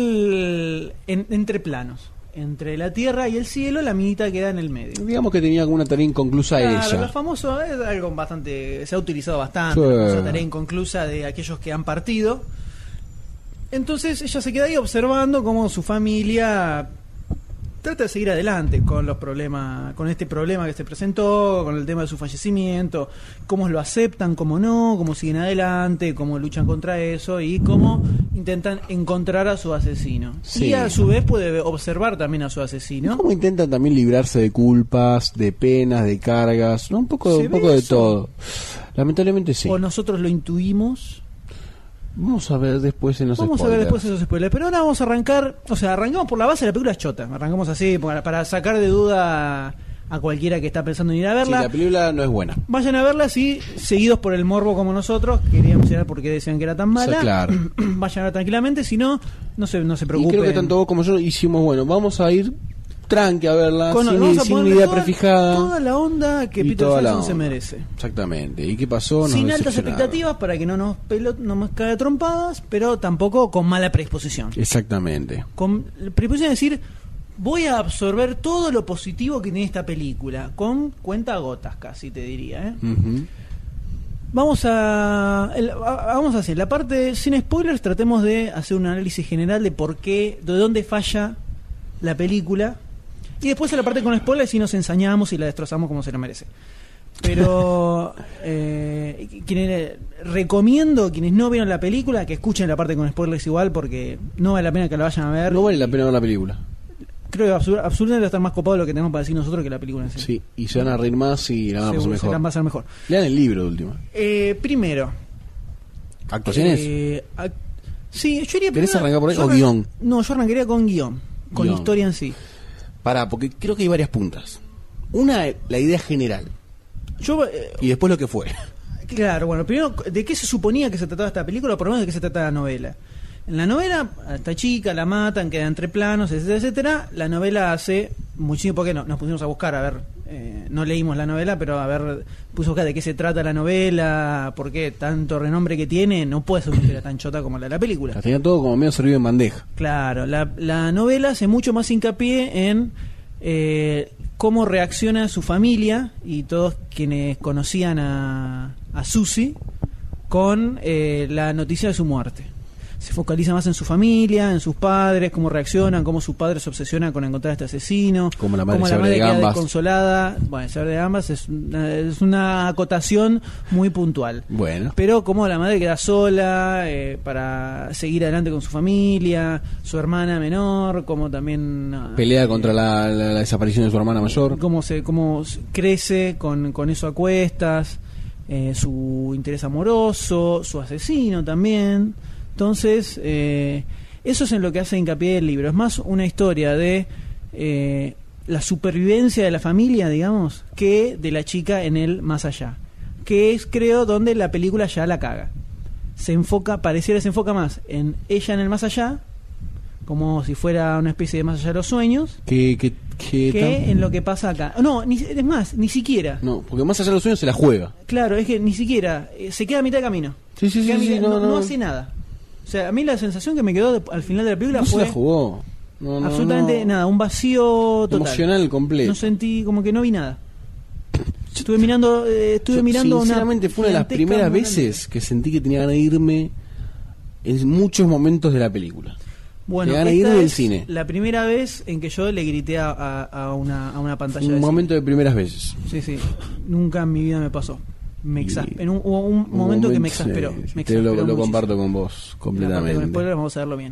entre planos. Entre la tierra y el cielo, la minita queda en el medio. Digamos que tenía alguna tarea inconclusa ella. Lo famoso es algo bastante... Se ha utilizado bastante. Sí. La famosa tarea inconclusa de aquellos que han partido. Entonces ella se queda ahí observando cómo su familia trata de seguir adelante con los problemas, con este problema que se presentó, con el tema de su fallecimiento, cómo lo aceptan, cómo no, cómo siguen adelante, cómo luchan contra eso y cómo intentan encontrar a su asesino. Sí. Y a su vez puede observar también a su asesino. Cómo intentan también librarse de culpas, de penas, de cargas, ¿no? Un poco de todo. Lamentablemente sí. O nosotros lo intuimos. Vamos a ver después en los spoilers. Vamos a ver después esos spoilers. Pero ahora vamos a arrancar. O sea, arrancamos por la base de la película chota. Arrancamos así para sacar de duda a cualquiera que está pensando en ir a verla. Sí, la película no es buena. Vayan a verla así, seguidos por el morbo como nosotros. Queríamos ir porque decían que era tan mala. Sí, claro. Vayan a ver tranquilamente. Si no, no se preocupen. Y creo que tanto vos como yo hicimos, bueno, vamos a ir tranqui a verla, sin una idea prefijada. Toda la onda que Peter Jackson se merece. Exactamente. ¿Y qué pasó? Sin altas expectativas para que no nos caiga trompadas, pero tampoco con mala predisposición. Exactamente. Con predisposición de decir, voy a absorber todo lo positivo que tiene esta película, con cuentagotas casi te diría. Uh-huh. Vamos a hacer la parte sin spoilers, tratemos de hacer un análisis general de por qué, de dónde falla la película. Y después a la parte con spoilers y nos ensañamos y la destrozamos como se lo merece. Pero recomiendo, quienes no vieron la película, que escuchen la parte con spoilers igual, porque no vale la pena que la vayan a ver. No vale la pena ver la película. Creo que absolutamente va a estar más copado de lo que tenemos para decir nosotros que la película en sí. Sí, y se van a reír más y la van a pasar mejor. Se la van a pasar mejor. Lean el libro de última. Primero. ¿Actuaciones? Sí, yo iría ¿Querés arrancar por ahí o guión? No, yo arrancaría con guión. Con historia en sí. Porque creo que hay varias puntas. Una, la idea general. Y después lo que fue. Claro, bueno, primero, ¿de qué se suponía que se trataba esta película? O por lo menos de qué se trataba la novela. En la novela, a esta chica la matan, queda entre planos, etcétera, etcétera. La novela hace muchísimo, porque nos pusimos a buscar, a ver, no leímos la novela, pero a ver, puse a buscar de qué se trata la novela, por qué tanto renombre que tiene, no puede ser una historia tan chota como la de la película. La tenía todo como medio servido en bandeja. Claro, la novela hace mucho más hincapié en cómo reacciona su familia y todos quienes conocían a Susie con la noticia de su muerte. Se focaliza más en su familia, en sus padres, cómo reaccionan, cómo su padre se obsesiona con encontrar a este asesino, cómo la madre queda ambas. Desconsolada. Bueno, se habla de ambas, es una acotación muy puntual. Bueno. Pero cómo la madre queda sola para seguir adelante con su familia, su hermana menor, cómo también pelea contra la desaparición de su hermana mayor. Cómo crece con eso a cuestas, su interés amoroso, su asesino también. Entonces, eso es en lo que hace hincapié el libro. Es más una historia de la supervivencia de la familia, digamos, que de la chica en el más allá. Que es, creo, donde la película ya la caga. Se enfoca más en ella en el más allá, como si fuera una especie de más allá de los sueños, que en lo que pasa acá. No, es más, ni siquiera. No, porque más allá de los sueños se la juega. Claro, es que ni siquiera. Se queda a mitad de camino. Sí, no hace nada. O sea, a mí la sensación que me quedó al final de la película fue... No se la jugó. Absolutamente nada, un vacío total. Emocional completo. No sentí, como que no vi nada. Estuve mirando sinceramente fue una de las primeras veces que sentí que tenía ganas de irme en muchos momentos de la película. Bueno, tenía ganas de irme del cine. La primera vez en que yo le grité a una pantalla un de momento cine. de primeras veces. Sí, nunca en mi vida me pasó. Hubo un momento que me exasperó. Lo comparto con vos completamente. Después vamos a verlo bien.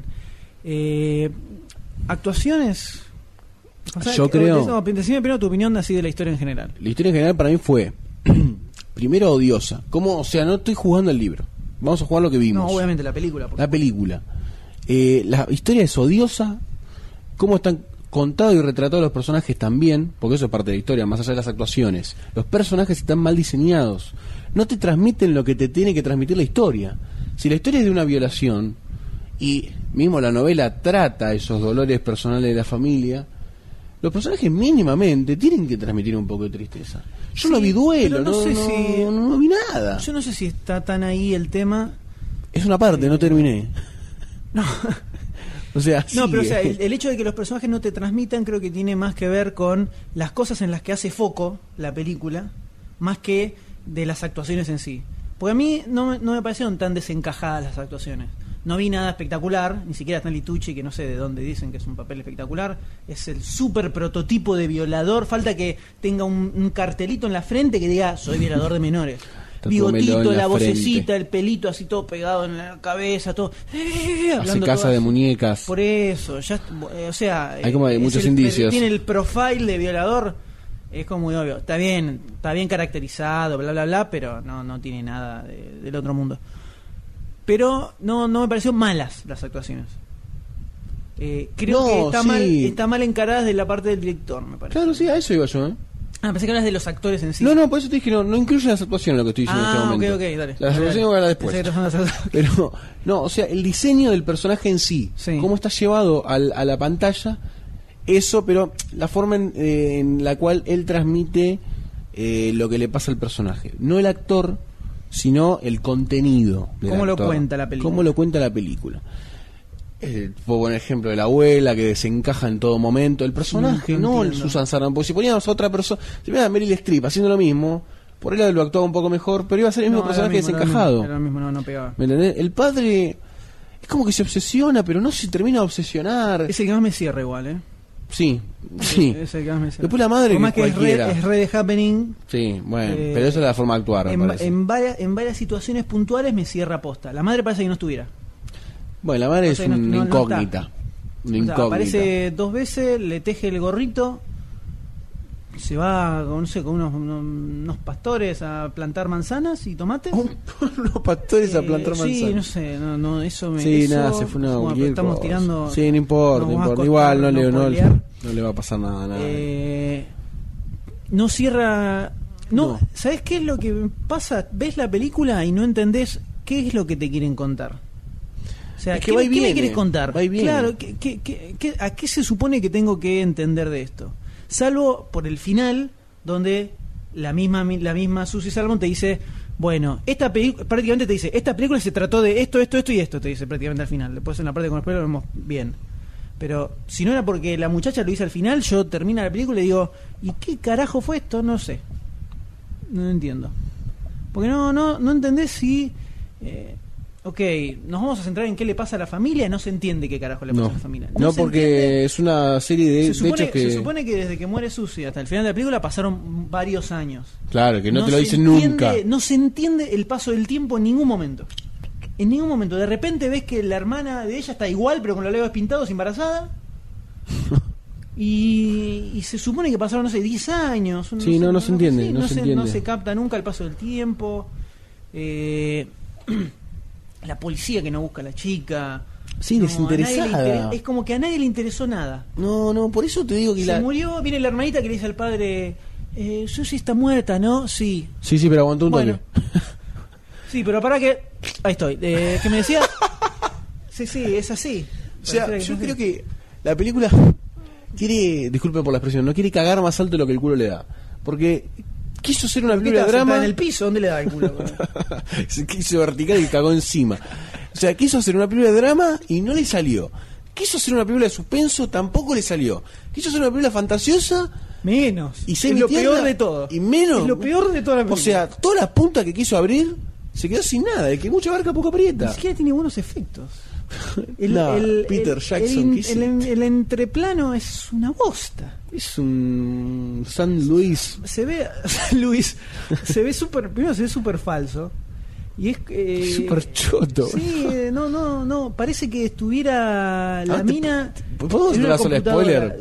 Actuaciones. Yo creo. Decime primero tu opinión así de la historia en general. La historia en general para mí fue primero odiosa. ¿Cómo? O sea, no estoy jugando el libro. Vamos a jugar lo que vimos. No, obviamente la película. La película. La historia es odiosa. Cómo están contados y retratados los personajes también, porque eso es parte de la historia, más allá de las actuaciones. Los personajes están mal diseñados. No te transmiten lo que te tiene que transmitir la historia. Si la historia es de una violación y mismo la novela trata esos dolores personales de la familia, los personajes mínimamente tienen que transmitir un poco de tristeza. Yo no vi duelo, no vi nada. Yo no sé si está tan ahí el tema. Es una parte, no terminé. No. O sea, no, pero o sea, el hecho de que los personajes no te transmitan creo que tiene más que ver con las cosas en las que hace foco la película, más que de las actuaciones en sí. Porque a mí no me parecieron tan desencajadas las actuaciones. No vi nada espectacular, ni siquiera Stanley Tucci, que no sé de dónde dicen que es un papel espectacular. Es el súper prototipo de violador. Falta que tenga un cartelito en la frente que diga, soy violador de menores. Bigotito, la vocecita, el pelito así todo pegado en la cabeza, todo. Hace casa de muñecas. Por eso, ya, o sea, hay como muchos indicios. Tiene el profile de violador, es como muy obvio. Está bien caracterizado, bla, bla, bla, pero no tiene nada del otro mundo. Pero no me pareció malas las actuaciones. Creo que está mal encaradas de la parte del director, me parece. Claro, sí, a eso iba yo, pensé que hablas de los actores en sí. No, por eso te dije, no incluye las actuaciones lo que estoy diciendo en este momento. Ok, dale. Las actuaciones voy a hablar después. Pero, no, o sea, el diseño del personaje en sí, cómo está llevado a la pantalla, eso, pero la forma en la cual él transmite lo que le pasa al personaje. No el actor, sino el contenido del ¿Cómo actor. lo cuenta la película? ¿Cómo lo cuenta la película? Puedo poner ejemplo de la abuela que desencaja en todo momento. El personaje, no el Susan Sarandon. Porque si poníamos a otra persona, si poníamos a Meryl Streep haciendo lo mismo, por él lo actuaba un poco mejor, pero iba a ser el mismo personaje desencajado. Era lo mismo, no pegaba. ¿Me entendés? El padre es como que se obsesiona, pero no se termina de obsesionar. Es el que más me cierra igual, Sí. Es el que más me cierra. Después la madre que cualquiera. Es re de Happening. Sí, bueno, pero esa es la forma de actuar, me parece. En varias situaciones puntuales me cierra posta. La madre parece que no estuviera. Bueno, la madre es una incógnita. Una incógnita. Aparece 2 veces, le teje el gorrito, se va, no sé, con unos pastores a plantar manzanas y tomates. Unos pastores a plantar manzanas. Sí, no sé, eso me. Sí, eso, nada, se fue una estamos tirando. Sí, no importa. Igual no le va a pasar nada. No cierra. No, ¿sabes qué es lo que pasa? Ves la película y no entendés qué es lo que te quieren contar. O sea, ¿qué me quieres contar? Claro, ¿a qué se supone que tengo que entender de esto? Salvo por el final, donde la misma Susie Salmon te dice, bueno, esta película, prácticamente te dice, esta película se trató de esto y esto, te dice prácticamente al final. Después en la parte con los pelos lo vemos bien. Pero si no era porque la muchacha lo dice al final, yo termino la película y digo, ¿y qué carajo fue esto? No sé. No entiendo. Porque no entendés si... ok, nos vamos a centrar en qué le pasa a la familia. No se entiende qué carajo le pasa a la familia. No porque entiende. Es una serie de hechos que... Se supone que desde que muere Susie hasta el final de la película pasaron varios años. Claro, que no te lo dicen nunca. No se entiende el paso del tiempo en ningún momento. En ningún momento. De repente ves que la hermana de ella está igual, pero con los labios pintados, embarazada. Y se supone que pasaron, no sé, 10 años. Sí, no se entiende. No se capta nunca el paso del tiempo. La policía que no busca a la chica. Sí, desinteresada. Es como que a nadie le interesó nada. No, por eso te digo que se murió, viene la hermanita que le dice al padre, Susie está muerta, ¿no? Sí. Sí, pero aguantó un toque. Sí, pero para que... Ahí estoy. ¿Qué me decías? Sí, es así. O sea, yo creo que la película quiere, disculpe por la expresión, no quiere cagar más alto de lo que el culo le da. Porque... quiso hacer una película de drama. En el piso, ¿dónde le da el culo? Se quiso vertical y cagó encima. O sea, quiso hacer una película de drama y no le salió. Quiso hacer una película de suspenso, tampoco le salió. Quiso hacer una película fantasiosa Menos. Y es lo peor de todo. Y menos. Es lo peor de toda la película. O sea, toda la punta que quiso abrir se quedó sin nada. El que mucha barca poco aprieta. Ni siquiera tiene buenos efectos. Peter Jackson. El entreplano es una bosta. Es un San Luis. Se ve Luis. Se ve súper. Primero se ve súper falso. Y es súper choto. Sí, no. Parece que estuviera la mina. ¿Podemos entrar a spoiler?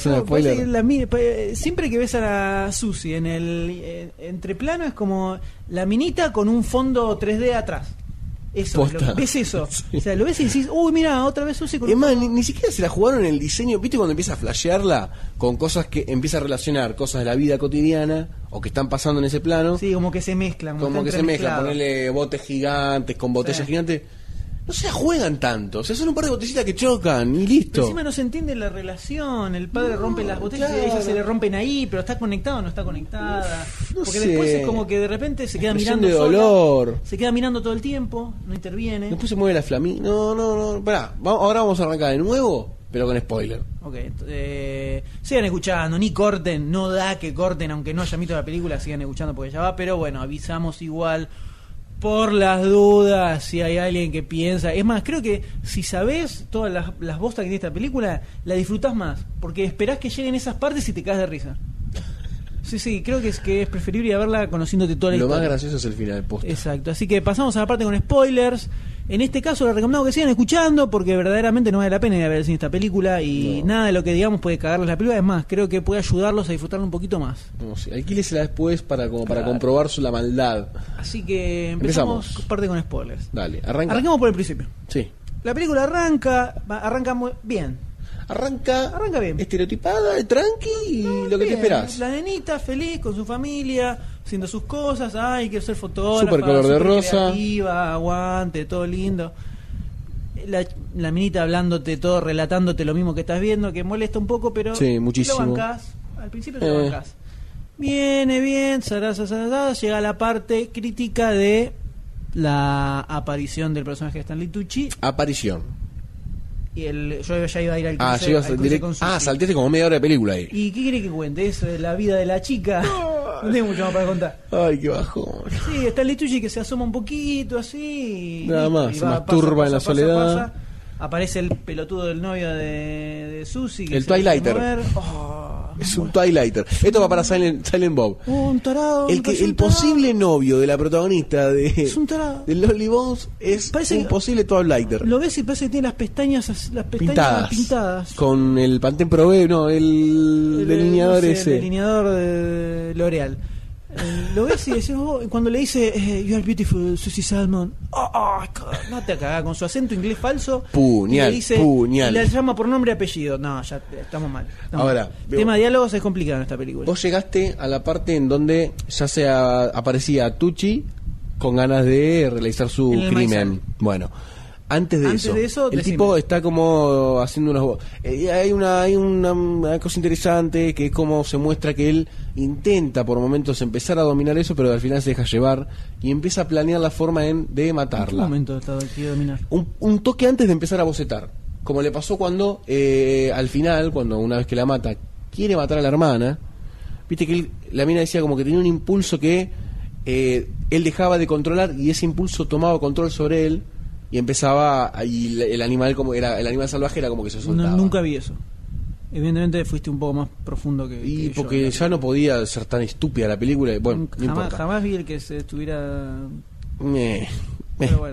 Siempre que ves a la Susie en el entreplano es como la minita con un fondo 3D atrás. Eso, ves eso. Sí. O sea, lo ves y decís, uy, mira, otra vez Susie con es más, ni siquiera se la jugaron en el diseño. ¿Viste cuando empieza a flashearla con cosas que empieza a relacionar cosas de la vida cotidiana o que están pasando en ese plano? Sí, como que se mezclan. Como que se mezclan, ponerle botes gigantes con botellas gigantes. No se la juegan tanto, o sea, son un par de botellitas que chocan y listo. Pero encima no se entiende la relación, el padre rompe las botellas y ellas se le rompen ahí, pero está conectada o no está conectada. Porque después es como que de repente se queda mirando de dolor. Se queda mirando todo el tiempo, no interviene. Después se mueve la flamita. No, pará, ahora vamos a arrancar de nuevo, pero con spoiler. Ok, sigan escuchando, ni corten, no da que corten, aunque no haya visto la película, sigan escuchando porque ya va, pero bueno, avisamos igual. Por las dudas, si hay alguien que piensa. Es más, creo que si sabés todas las bostas que tiene esta película, la disfrutás más. Porque esperás que lleguen esas partes y te caes de risa. Sí, creo que es preferible ir a verla conociéndote toda la historia. Lo más gracioso es el final posta. Exacto, así que pasamos a la parte con spoilers. En este caso les recomendamos que sigan escuchando porque verdaderamente no vale la pena ir a ver esta película y nada de lo que digamos puede cagarles la película. Es más, creo que puede ayudarlos a disfrutarla un poquito más. No sé, alquílesela después para comprobar la maldad. Así que empezamos parte con spoilers. Dale, arranquemos por el principio. Sí. La película arranca muy bien. Arranca bien. Estereotipada, tranqui y lo que te esperás. La nenita feliz con su familia, haciendo sus cosas. Ay, quiero ser fotógrafa. Super color de rosa. Creativa, aguante, todo lindo. La minita hablándote todo, relatándote lo mismo que estás viendo, que molesta un poco, pero sí, muchísimo. Lo bancás. Al principio te lo bancás. Viene bien, llega la parte crítica de la aparición del personaje de Stanley Tucci. Aparición. Y yo ya iba a ir al cruce, saltaste como media hora de película ahí. ¿Y qué quiere que cuente? Eso de la vida de la chica. No tengo mucho más para contar. Ay, qué bajón. Sí, está el Tucci que se asoma un poquito así. Nada más, se masturba en la soledad. Aparece el pelotudo del novio de Susie. El Twilighter. Es un Twilighter. Esto va para Silent Bob. Un tarado. El posible novio de la protagonista es un tarado. de Lonely Bones es un posible Twilighter. Lo ves y parece que tiene las pestañas pintadas. Con el Pantene Pro B, el delineador ese. El delineador de L'Oreal. Lo ves y decís, cuando le dice You are beautiful, Susie Salmon, no te cagás, con su acento inglés falso, puñal, y le llama por nombre y apellido. No, ya estamos mal. Ahora, el tema de diálogos es complicado en esta película. Vos llegaste a la parte en donde ya aparecía Tucci con ganas de realizar su crimen. Bueno, antes de eso el tipo está como haciendo unos... hay una cosa interesante que es como se muestra que él intenta por momentos empezar a dominar eso, pero al final se deja llevar y empieza a planear la forma de matarla. ¿En qué momento quiere dominar? Un toque antes de empezar a bocetar, como le pasó cuando al final, cuando una vez que la mata quiere matar a la hermana. Viste que la mina decía como que tenía un impulso que él dejaba de controlar y ese impulso tomaba control sobre él. Y empezaba, y el animal salvaje era como que se soltaba. Nunca vi eso. Evidentemente fuiste un poco más profundo que porque ya no podía ser tan estúpida la película. Bueno, jamás vi el que se estuviera... Pero bueno.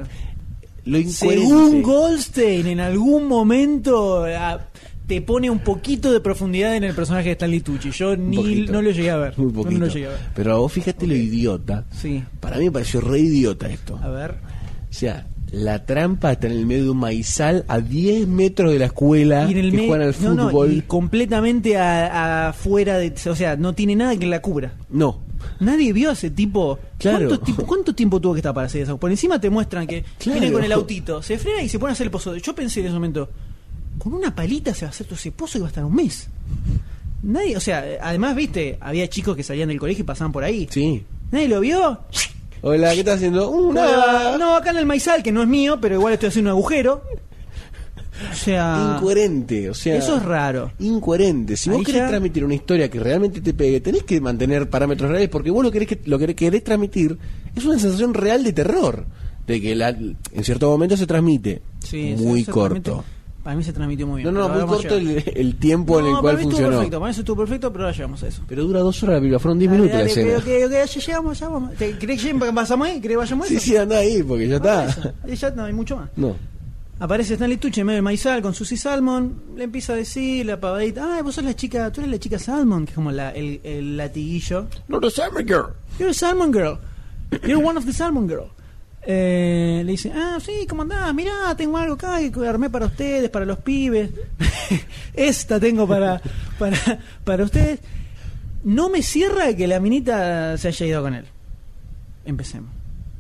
Según Goldstein, en algún momento te pone un poquito de profundidad en el personaje de Stanley Tucci. Yo no lo llegué a ver. Muy poquito. No lo llegué a ver. Pero vos fíjate lo idiota. Sí. Para mí me pareció re idiota esto. A ver. O sea, la trampa está en el medio de un maizal a 10 metros de la escuela que juegan al fútbol. Y completamente afuera de... O sea, no tiene nada que la cubra. No. Nadie vio a ese tipo. Claro. ¿Cuánto tiempo tuvo que estar para hacer eso? Por encima te muestran que viene con el autito, se frena y se pone a hacer el pozo. Yo pensé en ese momento, con una palita se va a hacer todo ese pozo y va a estar un mes. Nadie, o sea, además, viste, había chicos que salían del colegio y pasaban por ahí. Sí. ¿Nadie lo vio? Hola, ¿qué estás haciendo? Nada. No, acá en el maizal, que no es mío, pero igual estoy haciendo un agujero. sea, incoherente, o sea, eso es raro. Incoherente. Si vos Ahí querés ya- transmitir una historia que realmente te pegue, tenés que mantener parámetros reales, porque vos lo que querés transmitir es una sensación real de terror, de que en cierto momento se transmite Sí, muy se corto. transmite- para mí se transmitió muy bien. No, pero muy vamos a corto llegar. el tiempo en el No, cual para mí estuvo funcionó. perfecto, para mí eso estuvo perfecto, pero ahora llegamos a eso. Pero dura 2 horas la película, fueron 10 Dale, minutos dale, la escena. ok, ya llegamos, ya vamos. ¿Querés que pasamos ahí? ¿Querés que vayamos a Sí, eso? sí, anda ahí, porque ya está. Eso. Ya no hay mucho más. No. Aparece Stanley Tucci en medio de Maizal con Susie Salmon, le empieza a decir la pavadita, vos sos la chica, tú eres la chica Salmon, que es como el latiguillo. No, the Salmon Girl. You're a Salmon Girl. You're one of the Salmon Girl. Le dice, sí, ¿cómo andás? Mirá, tengo algo acá que armé para ustedes, para los pibes. Esta tengo para ustedes. No me cierra que la minita se haya ido con él. Empecemos.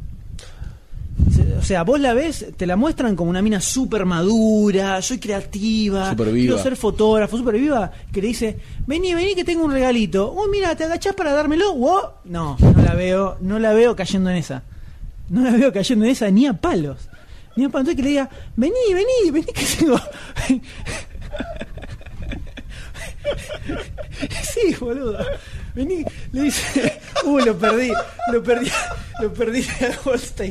O sea, vos la ves, te la muestran como una mina súper madura, soy creativa, Súper viva. quiero ser fotógrafo, súper viva, que le dice, vení que tengo un regalito. Mira, ¿te agachás para dármelo? Wow. No la veo cayendo en esa. No la veo cayendo en esa ni a palos. Ni a palos. Entonces que le diga, vení que tengo... Sí, boludo. Vení, le dice, lo perdí a Goldstein.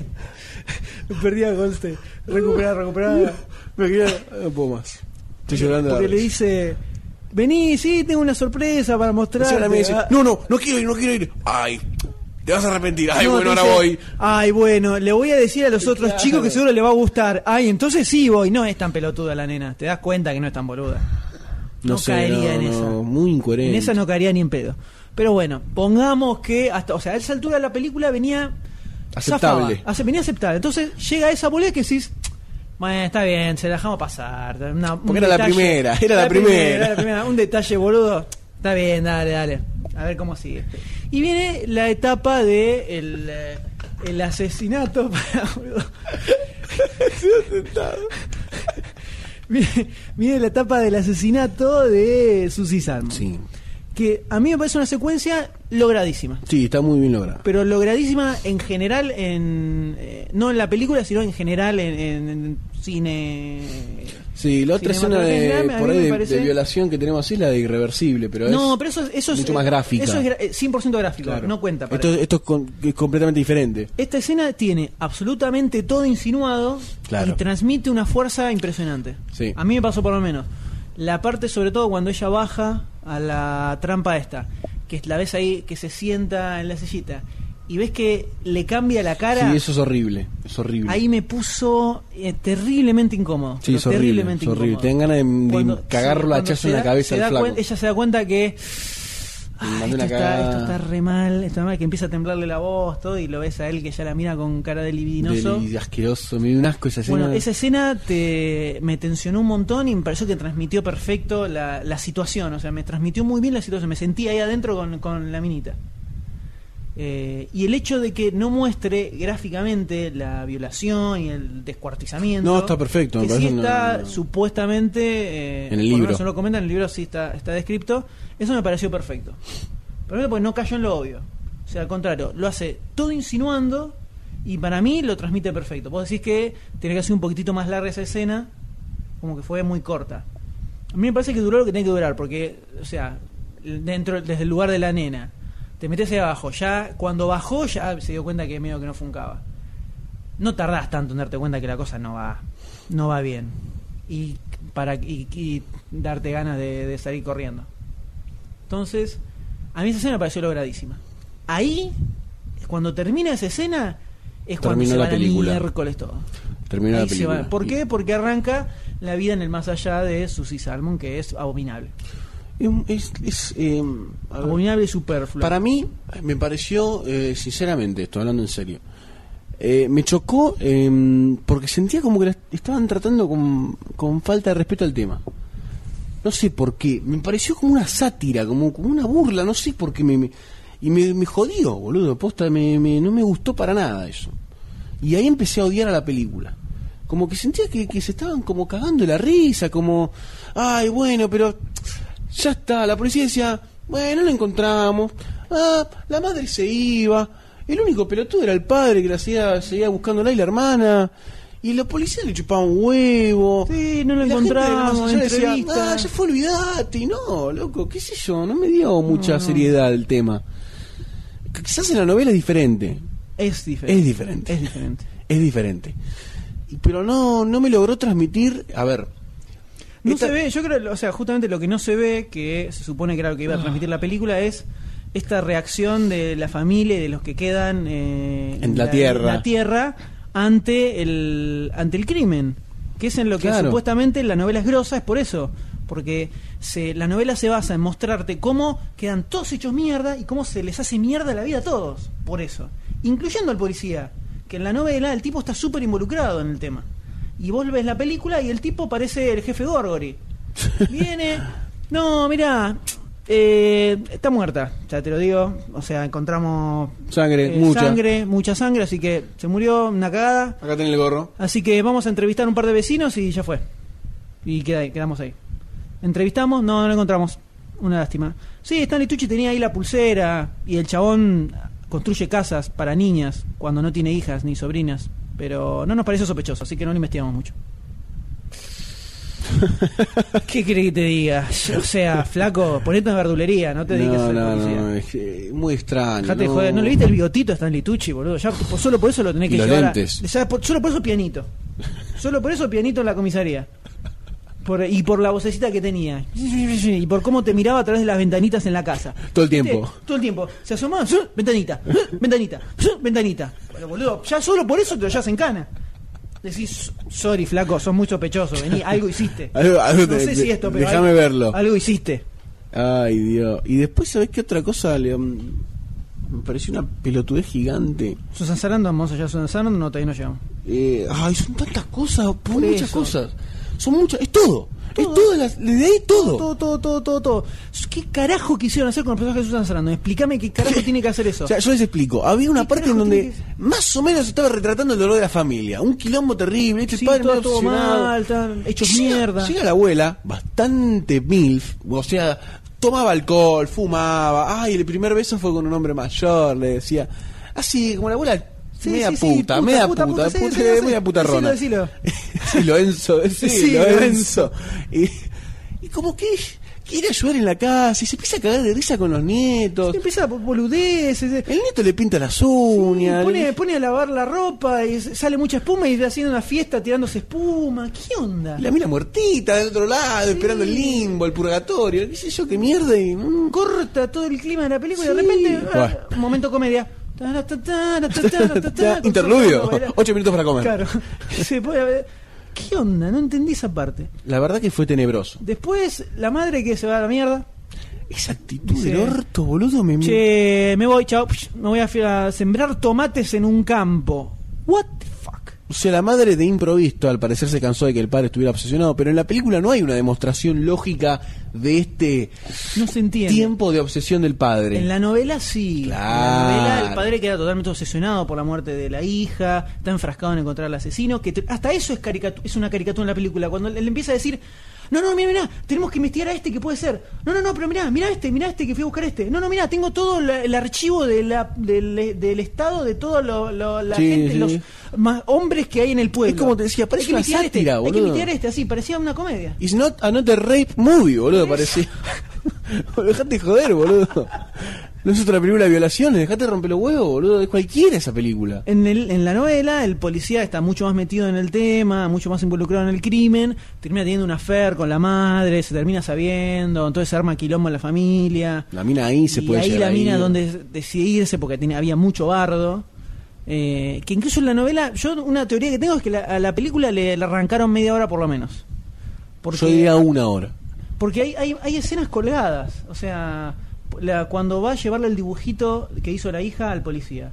Recuperar. No puedo más. Estoy llorando. Porque le dice, vení, sí, tengo una sorpresa para mostrarte. Me dice, no quiero ir. Ay, te vas a arrepentir. Ay, No, bueno, te ahora dice, voy. Ay, bueno, le voy a decir a los otros chicos que seguro le va a gustar. Ay, entonces sí voy. No es tan pelotuda la nena. Te das cuenta que no es tan boluda. No caería en esa. Muy incoherente. En esa no caería ni en pedo. Pero bueno, pongamos que a esa altura de la película venía aceptable. Venía aceptable. Entonces llega esa boleta que decís, bueno, está bien, se la dejamos pasar. Porque era la primera. Un detalle, boludo. Está bien, dale. A ver cómo sigue. Y viene la etapa de el asesinato. Viene la etapa del asesinato de Susie Salmon. Sí. Que a mí me parece una secuencia logradísima. Sí, está muy bien lograda. Pero logradísima en general, no en la película, sino en general en cine. Sí, la otra escena cinematográfica, de violación que tenemos así es la de Irreversible, pero pero eso es mucho más gráfica. Eso es 100% gráfico, Claro. no cuenta para Esto es completamente diferente. Esta escena tiene absolutamente todo insinuado Claro. y transmite una fuerza impresionante. Sí. A mí me pasó por lo menos. La parte sobre todo cuando ella baja a la trampa esta, que la ves ahí que se sienta en la sillita y ves que le cambia la cara. Sí, eso es horrible. Ahí me puso terriblemente incómodo. Sí, es horrible. Terriblemente Es horrible. incómodo. Te dan ganas de Cuando- cagarlo a cuando hachazo en la cabeza al flaco. Ella se da cuenta que Mandé esto una cagada. está re mal, que empieza a temblarle la voz, todo, y lo ves a él que ya la mira con cara de libidinoso. De asqueroso, me dio un asco esa escena. Bueno, esa escena me tensionó un montón y me pareció que transmitió perfecto la situación, o sea, me transmitió muy bien la situación, me sentí ahí adentro con la minita. Y el hecho de que no muestre gráficamente la violación y el descuartizamiento. No, está perfecto. Que me sí parece está una- supuestamente En el por lo libro. menos no lo comentan, en el libro sí está descrito. Eso me pareció perfecto. Primero porque no cayó en lo obvio. O sea, al contrario, lo hace todo insinuando y para mí lo transmite perfecto. Vos decís que tiene que ser un poquitito más larga esa escena, como que fue muy corta. A mí me parece que duró lo que tiene que durar, porque, o sea, desde el lugar de la nena, te metes ahí abajo, ya cuando bajó ya se dio cuenta que medio que no funcaba. No tardás tanto en darte cuenta que la cosa no va bien y darte ganas de salir corriendo. Entonces, a mí esa escena me pareció logradísima. Ahí, cuando termina esa escena, es cuando Terminó se la van a película. miércoles todo. Terminó Ahí la se película. va. ¿Por qué? Porque arranca la vida en el más allá de Susie Salmon, que es abominable. Abominable y superfluo. Para mí, me pareció, sinceramente, estoy hablando en serio, me chocó porque sentía como que la estaban tratando con falta de respeto al tema. No sé por qué, me pareció como una sátira, como una burla, no sé por qué me jodió, boludo, posta, no me gustó para nada eso. Y ahí empecé a odiar a la película. Como que sentía que se estaban como cagando de la risa, como, ay, bueno, pero ya está, la policía decía, bueno, la encontramos, la madre se iba, el único pelotudo era el padre que la seguía buscándola y la hermana, Y los policías le chupaban un huevo. Sí, no lo Y la gente de la encontramos, masacre decía, entrevista. ya fue, olvidate. Y no, loco, qué sé yo, no me dio mucha seriedad el tema. Quizás en la novela es diferente. Es diferente. Es diferente. Es diferente. Es diferente. Pero no me logró transmitir. A ver. No se ve, yo creo, o sea, justamente lo que no se ve, que se supone que era lo que iba a transmitir la película, es esta reacción de la familia y de los que quedan en la tierra ante el crimen, que es en lo que supuestamente la novela es grosa, es por eso, porque la novela se basa en mostrarte cómo quedan todos hechos mierda y cómo se les hace mierda la vida a todos, por eso, incluyendo al policía, que en la novela el tipo está súper involucrado en el tema. Y vos ves la película y el tipo parece el jefe Gorgory. Viene, no, mirá, está muerta, ya te lo digo. O sea, encontramos mucha sangre, así que se murió, una cagada. Acá tenés el gorro. Así que vamos a entrevistar a un par de vecinos y ya fue. Y quedamos ahí. Entrevistamos, no lo encontramos. Una lástima. Sí, Stanley Tucci tenía ahí la pulsera y el chabón construye casas para niñas cuando no tiene hijas ni sobrinas. Pero no nos pareció sospechoso, así que no lo investigamos mucho. ¿Qué querés que te diga? O sea, flaco, ponete en verdulería, no te dediques a ser policía. No, es muy extraño. Dejate joder, ¿no le viste el bigotito a Stanley Tucci, boludo? Ya solo por eso lo tenés que los llevar lentes. Solo por eso pianito. Solo por eso pianito en la comisaría. Y por la vocecita que tenía. Y por cómo te miraba a través de las ventanitas en la casa. Todo el tiempo. Todo el tiempo. Se asomaba, ventanita, ventanita, ventanita. Bueno, boludo, ya solo por eso te lo llevas en cana. Decís, sorry, flaco, sos muy sospechoso. Vení, algo hiciste. No sé si esto, pero déjame verlo. Algo hiciste. Ay, Dios. Y después, ¿sabés qué otra cosa? Me pareció una pelotudez gigante. Susan Sarandon, vamos allá a Susan Sarandon, no, todavía no llegamos. Ay, son tantas cosas, muchas cosas. Son muchas, es todo. Es todo, de ahí todo. ¿Qué carajo quisieron hacer con los personajes de Susan Sarandon? Explícame qué carajo tiene que hacer eso. O sea, yo les explico. Había una parte en donde más o menos estaba retratando el dolor de la familia. Un quilombo terrible. Este padre todo mal, están hechos mierda. Llega la abuela, bastante milf, o sea, tomaba alcohol, fumaba. Ay, el primer beso fue con un hombre mayor, le decía. Así, como la abuela. Media puta, media putarrona. Decilo. Sí, Lorenzo. Y como que quiere ayudar en la casa y se empieza a cagar de risa con los nietos. Se empieza a boludeces. El nieto le pinta las uñas. Pone a lavar la ropa y sale mucha espuma y está haciendo una fiesta tirándose espuma. ¿Qué onda? Y la mina muertita del otro lado, esperando el limbo, el purgatorio. ¿Qué sé yo? ¿Qué mierda? Y, corta todo el clima de la película y de repente, un momento comedia. Interludio, 8 minutos para comer. Claro. Se puede ver. ¿Qué onda? No entendí esa parte. La verdad que fue tenebroso. Después, la madre que se va a la mierda. Esa actitud del orto, boludo. Che, me voy, chao. Me voy a sembrar tomates en un campo. What the fuck? O sea, la madre de improviso al parecer se cansó de que el padre estuviera obsesionado, pero en la película no hay una demostración lógica de este no se entiende. Tiempo de obsesión del padre. En la novela sí. Claro. En la novela el padre queda totalmente obsesionado por la muerte de la hija, está enfrascado en encontrar al asesino, que hasta eso es una caricatura en la película, cuando él empieza a decir, no, mira, tenemos que investigar a este que puede ser. No, pero mira este que fui a buscar este. No, mira, tengo todo el archivo del estado de toda la gente, sí. Los hombres que hay en el pueblo. Es como te decía, parece una sátira, boludo. Hay que investigar así, parecía una comedia. It's not another rape movie, boludo, parecía. Dejate joder, boludo. No es otra película de violaciones, dejate de romper los huevos, boludo. Es cualquiera esa película. En la novela, el policía está mucho más metido en el tema, mucho más involucrado en el crimen, termina teniendo una affair con la madre, se termina sabiendo, entonces se arma quilombo en la familia. La mina ahí se puede llegar. Y ahí la mina donde decide irse porque había mucho bardo. Que incluso en la novela, yo una teoría que tengo es que a la película le arrancaron media hora por lo menos. Porque, yo diría 1 hora. Porque hay escenas colgadas, o sea... cuando va a llevarle el dibujito que hizo la hija al policía,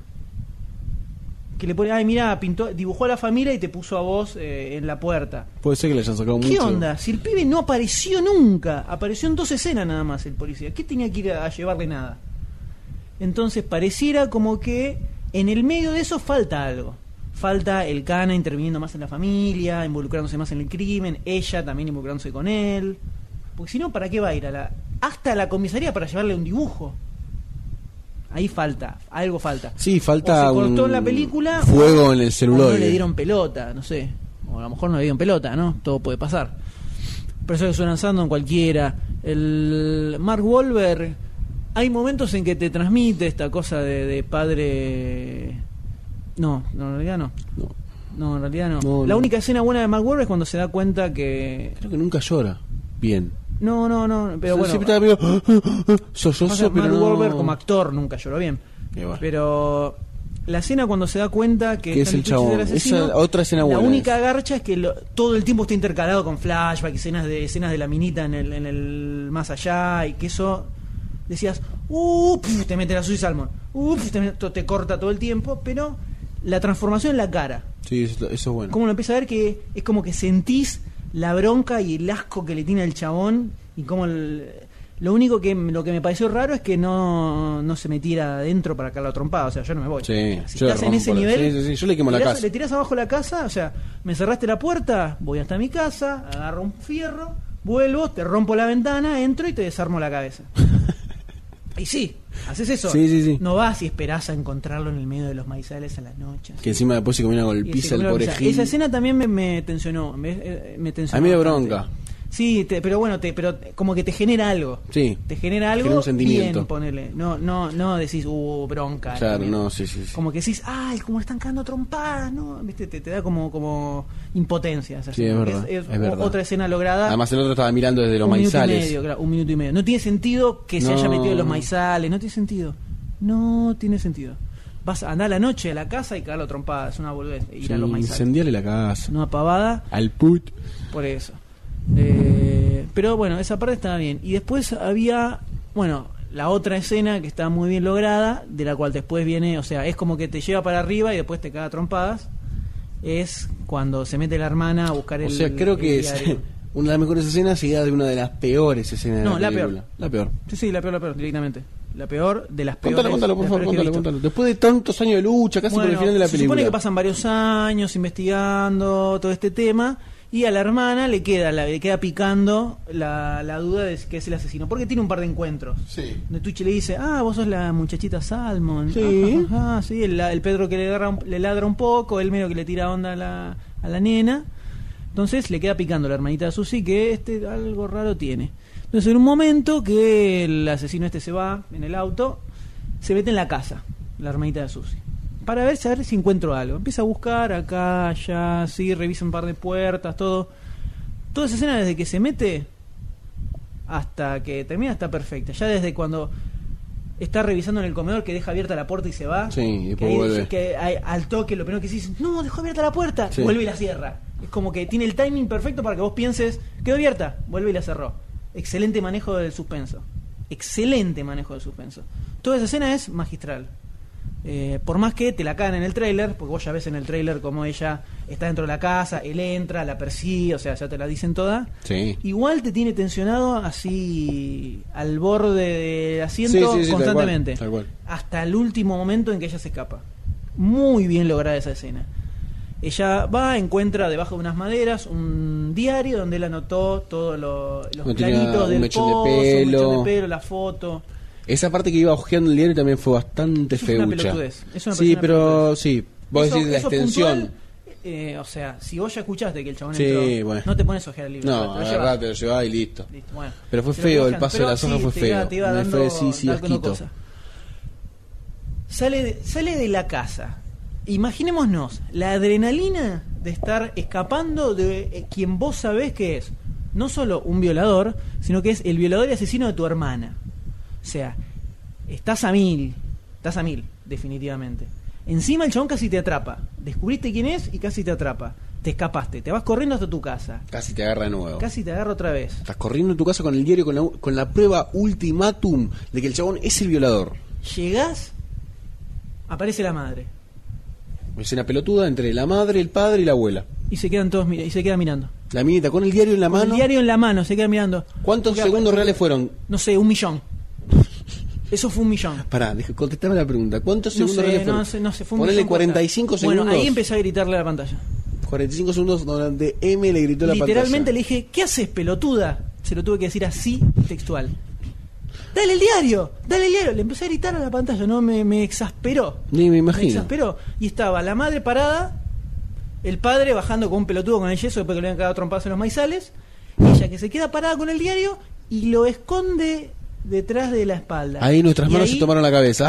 que le pone, ay mira, dibujó a la familia y te puso a vos en la puerta. Puede ser que le hayan sacado mucho. ¿Qué onda? Si el pibe no apareció nunca, apareció en 2 escenas nada más el policía, ¿qué tenía que ir a llevarle nada? Entonces pareciera como que en el medio de eso falta algo. Falta el cana interviniendo más en la familia, involucrándose más en el crimen, ella también involucrándose con él. Porque si no, ¿para qué va a ir hasta la comisaría para llevarle un dibujo? Ahí algo falta. Sí, falta o se cortó en la película, fuego en el celular. No le dieron pelota, no sé. O a lo mejor no le dieron pelota, ¿no? Todo puede pasar. Personajes que suenan Sandon, cualquiera. El Mark Wahlberg, hay momentos en que te transmite esta cosa de padre. No, en realidad no. No, en realidad no. No, la no. única escena buena de Mark Wahlberg es cuando se da cuenta que. Creo que nunca llora. Bien. No, pero bueno. Siempre está medio sollozo, pero Mark no. Wahlberg como actor nunca lloró bien. Bueno. Pero la escena cuando se da cuenta que es el chabón. Esa otra escena buena. La única garcha es que todo el tiempo está intercalado con flashback, escenas de la minita en el más allá, y que eso decías, te mete la Susie Salmon, te corta todo el tiempo, pero la transformación en la cara. Sí, eso es bueno. Como lo empieza a ver, que es como que sentís la bronca y el asco que le tiene al chabón, y como lo único que me pareció raro es que no se metiera adentro para caer la trompada. O sea, yo no me voy. Sí, si estás en ese nivel, sí, yo le quemo la casa. Le tirás abajo la casa, o sea, me cerraste la puerta, voy hasta mi casa, agarro un fierro, vuelvo, te rompo la ventana, entro y te desarmo la cabeza. Y sí, haces eso. Sí. No vas y esperás a encontrarlo en el medio de los maizales a la noche. Que encima después se comió una golpiza el pobre Gil. Esa escena también me tensionó. Me tensionó. A mí me bastante. bronca. Sí, pero bueno, pero como que te genera algo. Sí. Te genera algo. Genera un sentimiento. Bien, ponele. No decís, bronca. Claro, no, sí. Como que decís, ay, como están cagando trompadas, ¿no? ¿Viste? Te da como impotencia. Esa sí, escena. es verdad. Es verdad. Otra escena lograda. Además, el otro estaba mirando desde los maizales. Un minuto y medio. No tiene sentido que se haya metido en los maizales. No tiene sentido. No tiene sentido. Vas a andar a la noche a la casa y cagarlo trompada. Es una boludez. Ir a los maizales. Incendiarle la casa. Una pavada. Al put. Por eso. Pero bueno, esa parte estaba bien. Y después había, la otra escena que está muy bien lograda, de la cual después viene, o sea, es como que te lleva para arriba y después te caga trompadas. Es cuando se mete la hermana a buscar el. O sea, creo que es una de las mejores escenas, seguida de una de las peores escenas de la película. La peor. Sí, la peor, directamente. La peor de las peores. Contalo, por favor, contalo. Después de tantos años de lucha, casi por el final de la película. Se supone que pasan varios años investigando todo este tema. Y a la hermana le queda picando la duda de que es el asesino. Porque tiene un par de encuentros. Sí. Donde Twitch le dice, vos sos la muchachita Salmon. Sí. Sí, el Pedro que le ladra un poco, el medio que le tira onda a la nena. Entonces le queda picando la hermanita de Susie que algo raro tiene. Entonces en un momento que el asesino se va en el auto, se mete en la casa, la hermanita de Susie. Para ver si encuentro algo. Empieza a buscar acá, allá, sí, revisa un par de puertas, todo. Toda esa escena desde que se mete hasta que termina está perfecta. Ya desde cuando está revisando en el comedor, que deja abierta la puerta y se va. Sí, y después vuelve. Que al toque lo primero que dices, no, dejó abierta la puerta. Sí. Vuelve y la cierra. Es como que tiene el timing perfecto para que vos pienses, quedó abierta, vuelve y la cerró. Excelente manejo del suspenso. Toda esa escena es magistral. Por más que te la cagan en el tráiler, porque vos ya ves en el tráiler como ella está dentro de la casa, él entra, la persigue, o sea, ya te la dicen toda. Sí. Igual te tiene tensionado así al borde del asiento constantemente. Tal cual. Hasta el último momento en que ella se escapa. Muy bien lograda esa escena. Ella encuentra debajo de unas maderas un diario donde él anotó todos los planitos del pozo, un mechón de pelo, la foto. Esa parte que iba hojeando el diario también fue bastante feucha. Sí, pero sí, vos decís la extensión. O sea, si vos ya escuchaste que el chabón entró, no te pones a ojear el libro. No, agarrate, lo llevás y listo. Bueno, pero fue feo, el paso de las hojas fue feo. Te iba dando, asquito. Sale de la casa. Imaginémonos la adrenalina de estar escapando de quien vos sabés que es no solo un violador, sino que es el violador y asesino de tu hermana. O sea, estás a mil, definitivamente. Encima el chabón casi te atrapa. Descubriste quién es y casi te atrapa. Te escapaste, te vas corriendo hasta tu casa. Casi te agarra de nuevo. Casi te agarra otra vez. Estás corriendo en tu casa con el diario, con la prueba ultimátum de que el chabón es el violador. Llegás, aparece la madre. Escena pelotuda entre la madre, el padre y la abuela. Y se quedan todos y se queda mirando. La minita con el diario en la mano. El diario en la mano, se queda mirando. ¿Cuántos segundos reales fueron? No sé, 1 millón. Eso fue 1 millón. Pará, contestame la pregunta. ¿Cuántos segundos reales fueron? No sé, fue 1 Ponele millón. 45 segundos. Bueno, ahí empecé a gritarle a la pantalla. 45 segundos donde M le gritó a la pantalla. Literalmente le dije, ¿qué haces, pelotuda? Se lo tuve que decir así, textual. ¡Dale el diario! Le empecé a gritar a la pantalla, ¿no? Me exasperó. Ni me imagino. Me exasperó. Y estaba la madre parada, El padre bajando con un pelotudo con el yeso después que le habían cagado trompadas en los maizales. Ella que se queda parada con el diario y lo esconde detrás de la espalda. Ahí nuestras manos ahí, se tomaron la cabeza.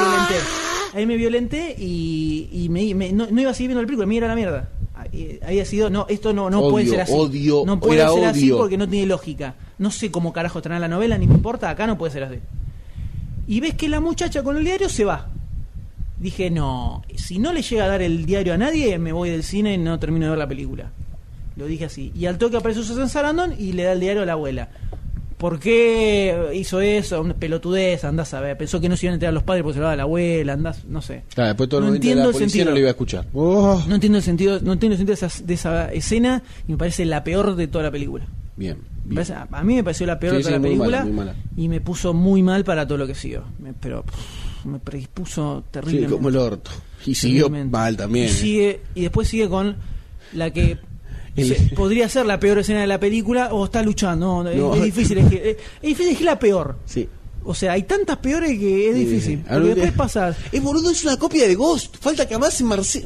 Ahí me violenté y no iba a seguir viendo la película, me iba a la mierda. Había sido, no, esto no puede ser así. No puede ser así porque no tiene lógica. No sé cómo carajo estará la novela, ni me importa, acá no puede ser así. Y ves que la muchacha con el diario se va. Dije, no, si no le llega a dar el diario a nadie, me voy del cine y no termino de ver la película. Lo dije así. Y al toque aparece Susan Sarandon y le da el diario a la abuela. ¿Por qué hizo eso? Una pelotudez, andás a ver. Pensó que no se iban a enterar los padres porque se lo daba a la abuela, andás, no sé. Claro, después todo el mundo de la policía no le iba a escuchar. No entiendo el sentido de esa escena y me parece la peor de toda la película. Bien. A mí me pareció la peor de toda la película muy mala. Y me puso muy mal para todo lo que siguió. Pero me predispuso terriblemente. Sí, como el orto. Y siguió mal también. Y después sigue con la que podría ser la peor escena de la película o está luchando. No. Es difícil elegir la peor. Sí. O sea, hay tantas peores que es difícil. Porque después pasas. Boludo, es una copia de Ghost. Falta que además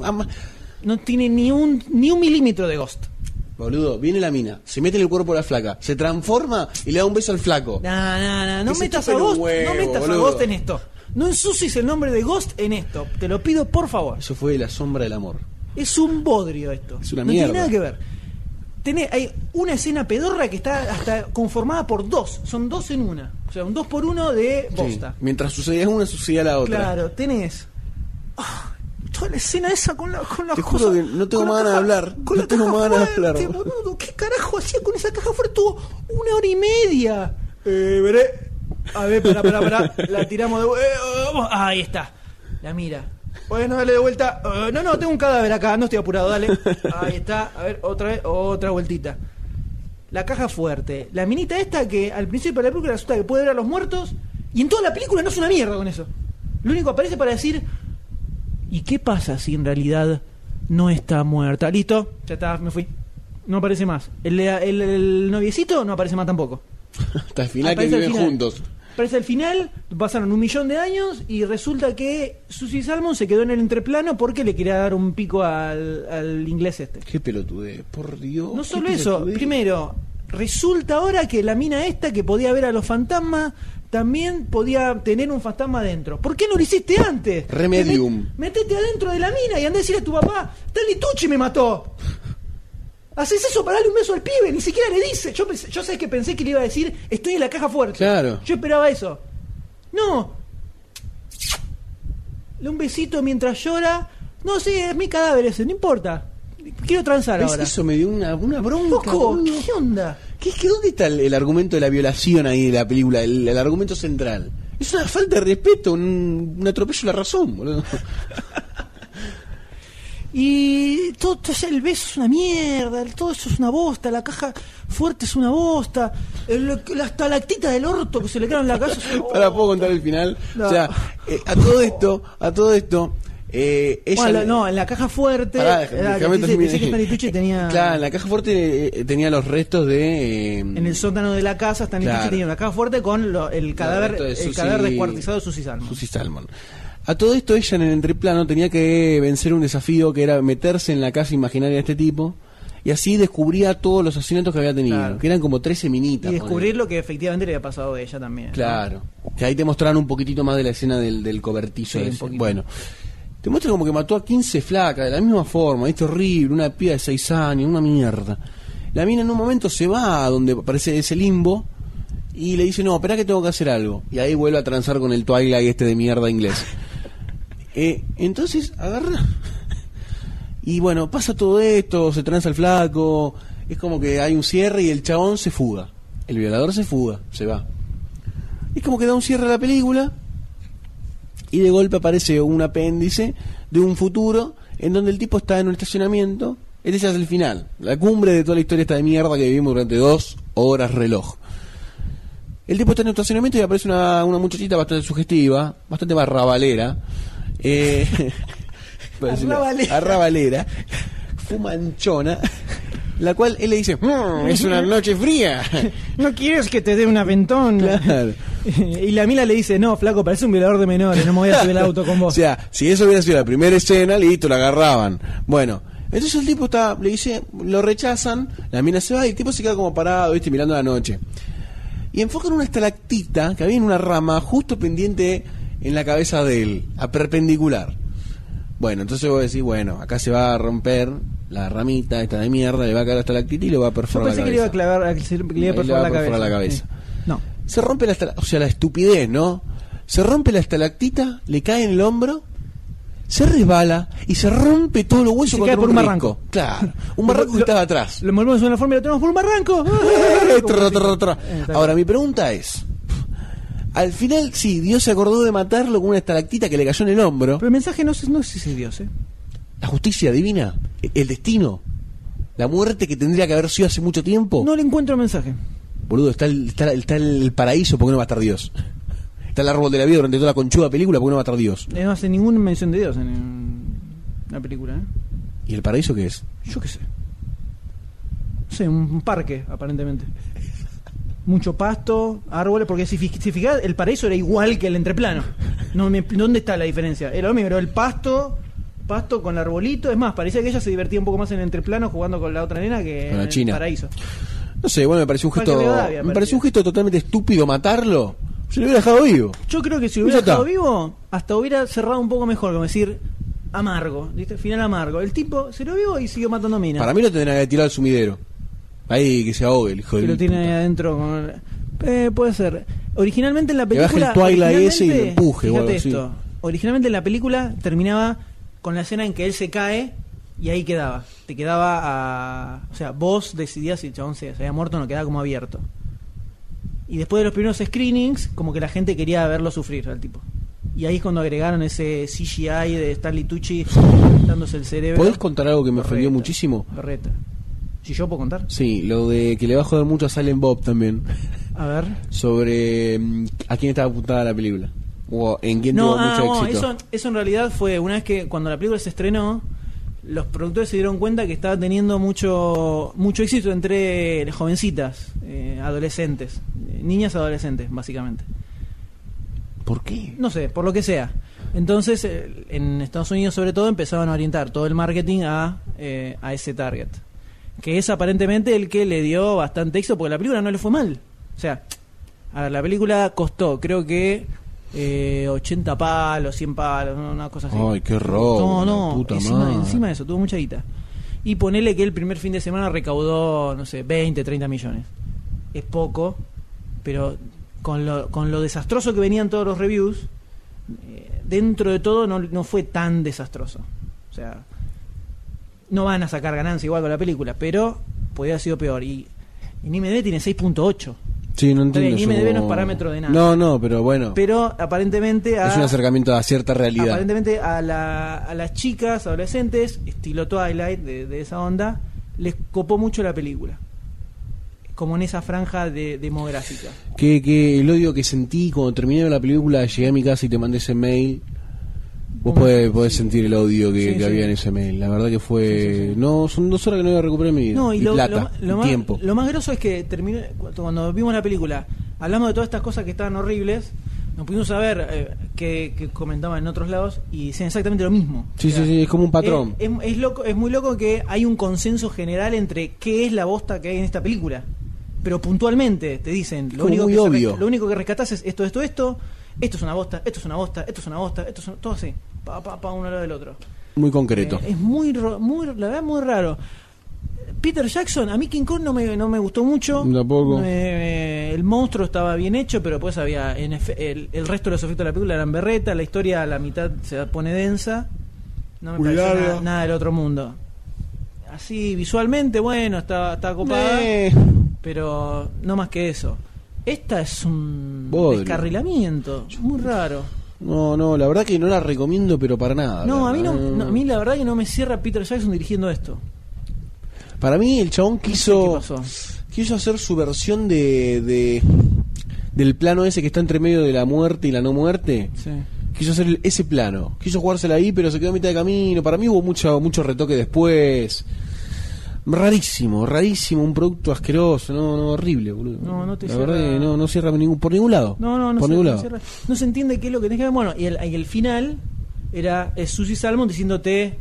no tiene ni un milímetro de Ghost. Boludo, viene la mina, se mete en el cuerpo de la flaca, se transforma y le da un beso al flaco. No metas a Ghost, no metas a Ghost en esto. No ensucies el nombre de Ghost en esto. Te lo pido, por favor. Eso fue La sombra del amor. Es un bodrio esto. Es una mierda. No tiene nada que ver. Hay una escena pedorra que está hasta conformada por dos. Son dos en una. O sea, un 2x1 de bosta. Sí. Mientras sucedía una, sucedía la otra. Claro, tenés toda la escena esa con las Te juro que no tengo más ganas de hablar. No tengo más ganas de hablar. Boludo, ¿qué carajo hacía con esa caja fuerte? Tuvo 1 hora y media. Veré. A ver, pará. La tiramos de vuelta. Ahí está. La mira. Bueno, dale de vuelta. No, tengo un cadáver acá. No estoy apurado, dale. Ahí está. A ver, otra vueltita. La caja fuerte. La minita esta que al principio de la película resulta que puede ver a los muertos. Y en toda la película no es una mierda con eso. Lo único que aparece para decir: ¿y qué pasa si en realidad no está muerta? Listo, ya está, me fui. No aparece más. El noviecito no aparece más tampoco. Hasta el final que viven juntos. Aparece al final, pasaron 1.000.000 de años y resulta que Susie Salmon se quedó en el entreplano porque le quería dar un pico al inglés este. Qué pelotudez, por Dios. No solo eso, primero, resulta ahora que la mina esta que podía ver a los fantasmas también podía tener un fantasma adentro. ¿Por qué no lo hiciste antes? Remedium. Metete adentro de la mina y andá a decirle a tu papá: Stanley Tucci me mató. Haces eso para darle un beso al pibe, ni siquiera le dice. Yo sé que pensé que le iba a decir: estoy en la caja fuerte. Claro. Yo esperaba eso. No. Un besito mientras llora. No, sí, es mi cadáver ese, no importa. Quiero transar ahora. Eso me dio una bronca. Loco, ¿qué onda? ¿Dónde está el argumento de la violación ahí de la película? El argumento central. Es una falta de respeto, un atropello a la razón, boludo. Y todo el beso es una mierda, todo eso es una bosta, la caja fuerte es una bosta, la estalactita del orto que se le quedaron en la casa. ¿Para puedo contar el final? No. O sea, a todo esto ella, en la caja fuerte tenía... Claro, en la caja fuerte tenía los restos de... en el sótano de la casa Stanley Tucci tenía una caja fuerte con el cadáver descuartizado de Susie Salmon. A todo esto ella en el entreplano tenía que vencer un desafío que era meterse en la casa imaginaria de este tipo y así descubría todos los asesinatos que había tenido, que eran como 13 minitas. Y descubrir lo que efectivamente le había pasado a ella también. Claro, que ahí te mostraron un poquitito más de la escena del cobertizo. Bueno, te muestra como que mató a 15 flacas de la misma forma, es horrible, una piba de 6 años, una mierda. La mina en un momento se va a donde aparece ese limbo y le dice: no, espera que tengo que hacer algo. Y ahí vuelve a transar con el Twilight este de mierda inglés. Entonces agarra y bueno, pasa todo esto, se tranza el flaco, es como que hay un cierre y el chabón se fuga, el violador se fuga, se va. Es como que da un cierre a la película y de golpe aparece un apéndice de un futuro en donde el tipo está en un estacionamiento. Este ya es el final, la cumbre de toda la historia esta de mierda que vivimos durante 2 horas reloj. El tipo está en un estacionamiento y aparece una muchachita bastante sugestiva, bastante barrabalera, arrabalera, fumanchona, la cual él le dice: es una noche fría, ¿no quieres que te dé un aventón? Claro. Y la mina le dice: no, flaco, parece un violador de menores, no me voy a subir el auto con vos. O sea, si eso hubiera sido la primera escena, listo, la agarraban. Bueno, Entonces el tipo le dice, lo rechazan, la mina se va y el tipo se queda como parado, ¿viste? Mirando la noche. Y enfocan una estalactita que había en una rama justo pendiente en la cabeza de él, a perpendicular. Bueno, entonces vos decís, bueno, acá se va a romper la ramita esta de mierda, le va a caer la estalactita y le va a perforar la cabeza. Yo pensé que le iba a clavar, que le iba a perforar la cabeza. No. Se rompe o sea, la estupidez, ¿no? Se rompe la estalactita, le cae en el hombro, se resbala y se rompe todo los huesos contra por un barranco. Claro, un barranco que estaba atrás. Lo envolvemos en una forma y lo tenemos por un barranco. Ahora, mi pregunta es, al final, sí, Dios se acordó de matarlo con una estalactita que le cayó en el hombro. Pero el mensaje no es ese Dios, ¿eh? La justicia divina, el destino, la muerte que tendría que haber sido hace mucho tiempo. No le encuentro mensaje. Boludo, está el paraíso, ¿por qué no va a estar Dios? Está el árbol de la vida durante toda la conchuda película, ¿por qué no va a estar Dios? No hace ninguna mención de Dios en la película, ¿eh? ¿Y el paraíso qué es? Yo qué sé. No sé, un parque, aparentemente. Mucho pasto, árboles, porque si fijás, el paraíso era igual que el entreplano. ¿Dónde está la diferencia? Era lo mismo, era el pasto con arbolito. Es más, parecía que ella se divertía un poco más en el entreplano jugando con la otra nena que con en la China. El paraíso. No sé, bueno, me pareció un gesto totalmente estúpido matarlo. Se lo hubiera dejado vivo. Yo creo que si lo hubiera dejado vivo, hasta hubiera cerrado un poco mejor, como decir, amargo, ¿viste? Final amargo. El tipo se lo vivo y siguió matando minas. Para mí lo tendrían que tirar al sumidero. Ahí que se ahogue el hijo de que lo tiene ahí adentro puede ser. Originalmente en la película, que baje el Twilight ese y lo empuje, fíjate esto. Originalmente en la película terminaba con la escena en que él se cae y ahí quedaba. Te quedaba o sea, vos decidías si el chabón se había muerto o no, quedaba como abierto. Y después de los primeros screenings, como que la gente quería verlo sufrir al tipo. Y ahí es cuando agregaron ese CGI de Stanley Tucci dándose el cerebro. ¿Podés contar algo que me ofendió muchísimo? Berreta. Si yo puedo contar. Sí, lo de que le va a joder mucho a Silent Bob también. A ver. Sobre a quién estaba apuntada la película. O en quién tuvo mucho éxito. Eso en realidad fue una vez que cuando la película se estrenó, los productores se dieron cuenta que estaba teniendo mucho éxito entre jovencitas, adolescentes, niñas adolescentes, básicamente. ¿Por qué? No sé, por lo que sea. Entonces, en Estados Unidos sobre todo empezaban a orientar todo el marketing a ese target, que es aparentemente el que le dio bastante éxito, porque la película no le fue mal. O sea, a ver, la película costó, creo que 80 palos, 100 palos, una cosa así. Ay, qué robo. No, encima de eso, tuvo mucha guita. Y ponele que el primer fin de semana recaudó, no sé, 20, 30 millones. Es poco, pero con lo desastroso que venían todos los reviews, dentro de todo no fue tan desastroso. O sea, no van a sacar ganancia igual con la película, pero podría haber sido peor. Y IMDb tiene 6.8. Sí, no entiendo. IMDb no es parámetro de nada. No, pero bueno. Pero aparentemente es un acercamiento a cierta realidad. Aparentemente a las chicas, adolescentes, estilo Twilight, de esa onda, les copó mucho la película. Como en esa franja demográfica. Que el odio que sentí cuando terminé la película, llegué a mi casa y te mandé ese mail. Vos podés sentir el odio que había en ese mail. La verdad que fue... No, son 2 horas que no voy a recuperar mi vida. No, y plata, tiempo. Lo más groso es que terminé, cuando vimos la película, hablamos de todas estas cosas que estaban horribles, nos pudimos saber que comentaban en otros lados y decían exactamente lo mismo. Sí, es como un patrón. Es loco, es muy loco que hay un consenso general entre qué es la bosta que hay en esta película. Pero puntualmente te dicen, lo único que rescatás es esto es una bosta, esto es una bosta, esto es una bosta, todo así, pa uno al lado del otro. Muy concreto. Es la verdad muy raro. Peter Jackson, a mí King Kong no me gustó mucho. Tampoco. El monstruo estaba bien hecho, pero pues había el resto de los efectos de la película eran berreta, la historia a la mitad se pone densa. No me pareció nada del otro mundo. Así visualmente, bueno, está copada, pero no más que eso. Esta es un descarrilamiento, muy raro. No, la verdad que no la recomiendo, pero para nada. No, a mí la verdad que no me cierra Peter Jackson dirigiendo esto. Para mí el chabón quiso hacer su versión del plano ese que está entre medio de la muerte y la no muerte. Sí. Quiso hacer ese plano, quiso jugársela ahí, pero se quedó a mitad de camino. Para mí hubo mucho retoque después. Rarísimo, un producto asqueroso, no horrible, boludo. No te la cierra. Verdad que no cierra por ningún lado. No cierra. No se entiende qué es lo que tenés que ver. Bueno, y el final es Susie Salmon diciéndote,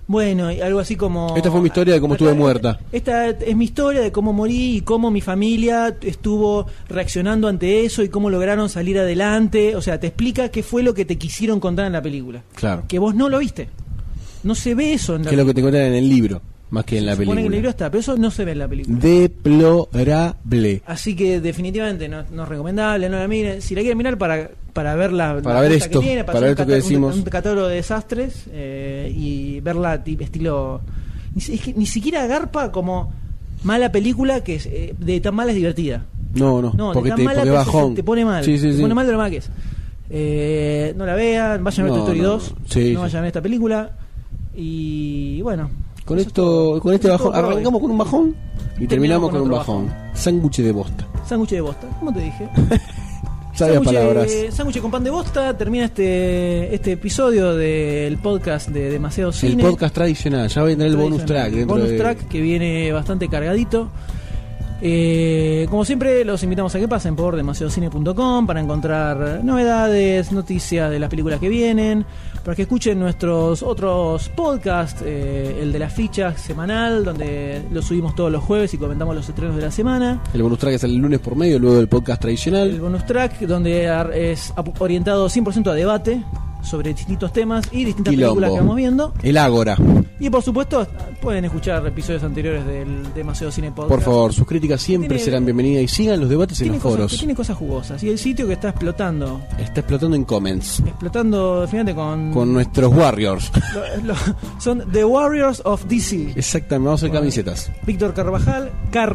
bueno, y algo así como... Esta fue mi historia de cómo estuve muerta. Esta es mi historia de cómo morí y cómo mi familia estuvo reaccionando ante eso y cómo lograron salir adelante. O sea, te explica qué fue lo que te quisieron contar en la película. Claro. Que vos no lo viste. No se ve eso en la película. Que es lo que te cuentan en el libro, más que en la Se supone película. que el libro está, pero eso no se ve en la película. Deplorable. Así que definitivamente no es recomendable, no la miren. Si la quieren mirar para ver la Para ver cosa esto, que tiene, para ver esto que decimos. un catálogo de desastres y verla estilo... Es que ni siquiera garpa como mala película que es, de tan mala es divertida. No, porque te pone bajón. Te pone mal. Sí. Te pone mal de lo mal que es. No la vean, vayan a ver Toy Story 2. Sí, no vayan a ver esta película. Y bueno... Con este bajón, arrancamos con un bajón y terminamos con un bajón. Sándwich de bosta. Sándwich de bosta, ¿cómo te dije? Sabias palabras. Sándwich con pan de bosta. Termina este episodio del podcast de Demasiado Cine. El podcast tradicional. Ya vendrá el bonus track. El bonus track que viene bastante cargadito. Como siempre, los invitamos a que pasen por demasiadocine.com para encontrar novedades, noticias de las películas que vienen, para que escuchen nuestros otros podcasts, el de las fichas semanal, donde lo subimos todos los jueves y comentamos los estrenos de la semana. El bonus track es el lunes por medio, luego del podcast tradicional. El bonus track, donde es orientado 100% a debate sobre distintos temas y distintas películas que vamos viendo. El Ágora. Y por supuesto, pueden escuchar episodios anteriores del Demasiado Cine Podcast. Por favor, sus críticas siempre serán bienvenidas y sigan los debates en los foros. Tiene cosas jugosas. Y el sitio que está explotando. Está explotando en comments. Explotando, fíjate, con nuestros Warriors. Son The Warriors of DC. Exactamente, vamos a hacer camisetas. Víctor Carvajal.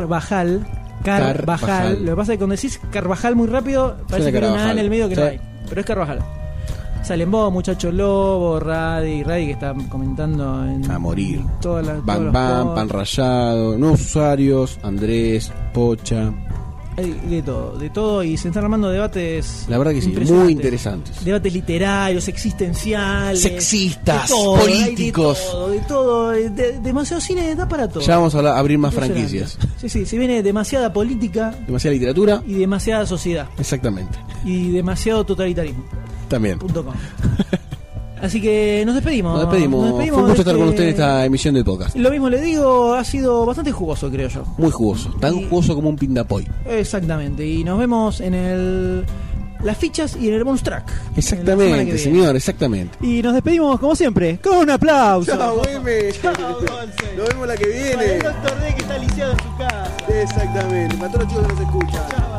Lo que pasa es que cuando decís Carvajal muy rápido, parece que hay una A en el medio que no hay. Pero es Carvajal. Salen vos, Muchacho Lobo, Radi que está comentando a morir. Bam Bam, Pan Rayado, nuevos usuarios, Andrés, Pocha. Hay de todo, y se están armando debates. La verdad que sí, muy interesantes. Debates literarios, existenciales, sexistas, de todo, políticos. De todo. Demasiado cine da para todo. Ya vamos a abrir más franquicias. Sí, se viene demasiada política, demasiada literatura y demasiada sociedad. Exactamente. Y demasiado totalitarismo. También. .com. Así que nos despedimos. Fue un gusto estar con usted en esta emisión del podcast. Lo mismo le digo, ha sido bastante jugoso, creo yo. Muy jugoso, tan jugoso como un pindapoy. Exactamente, y nos vemos en las fichas y en el bonus track. Exactamente, señor, exactamente. Y nos despedimos, como siempre, con un aplauso. Chao, Nos vemos la que viene. Para el Dr. D que está lisiado en su casa. Exactamente, para todos los chicos que nos escuchan. Chao.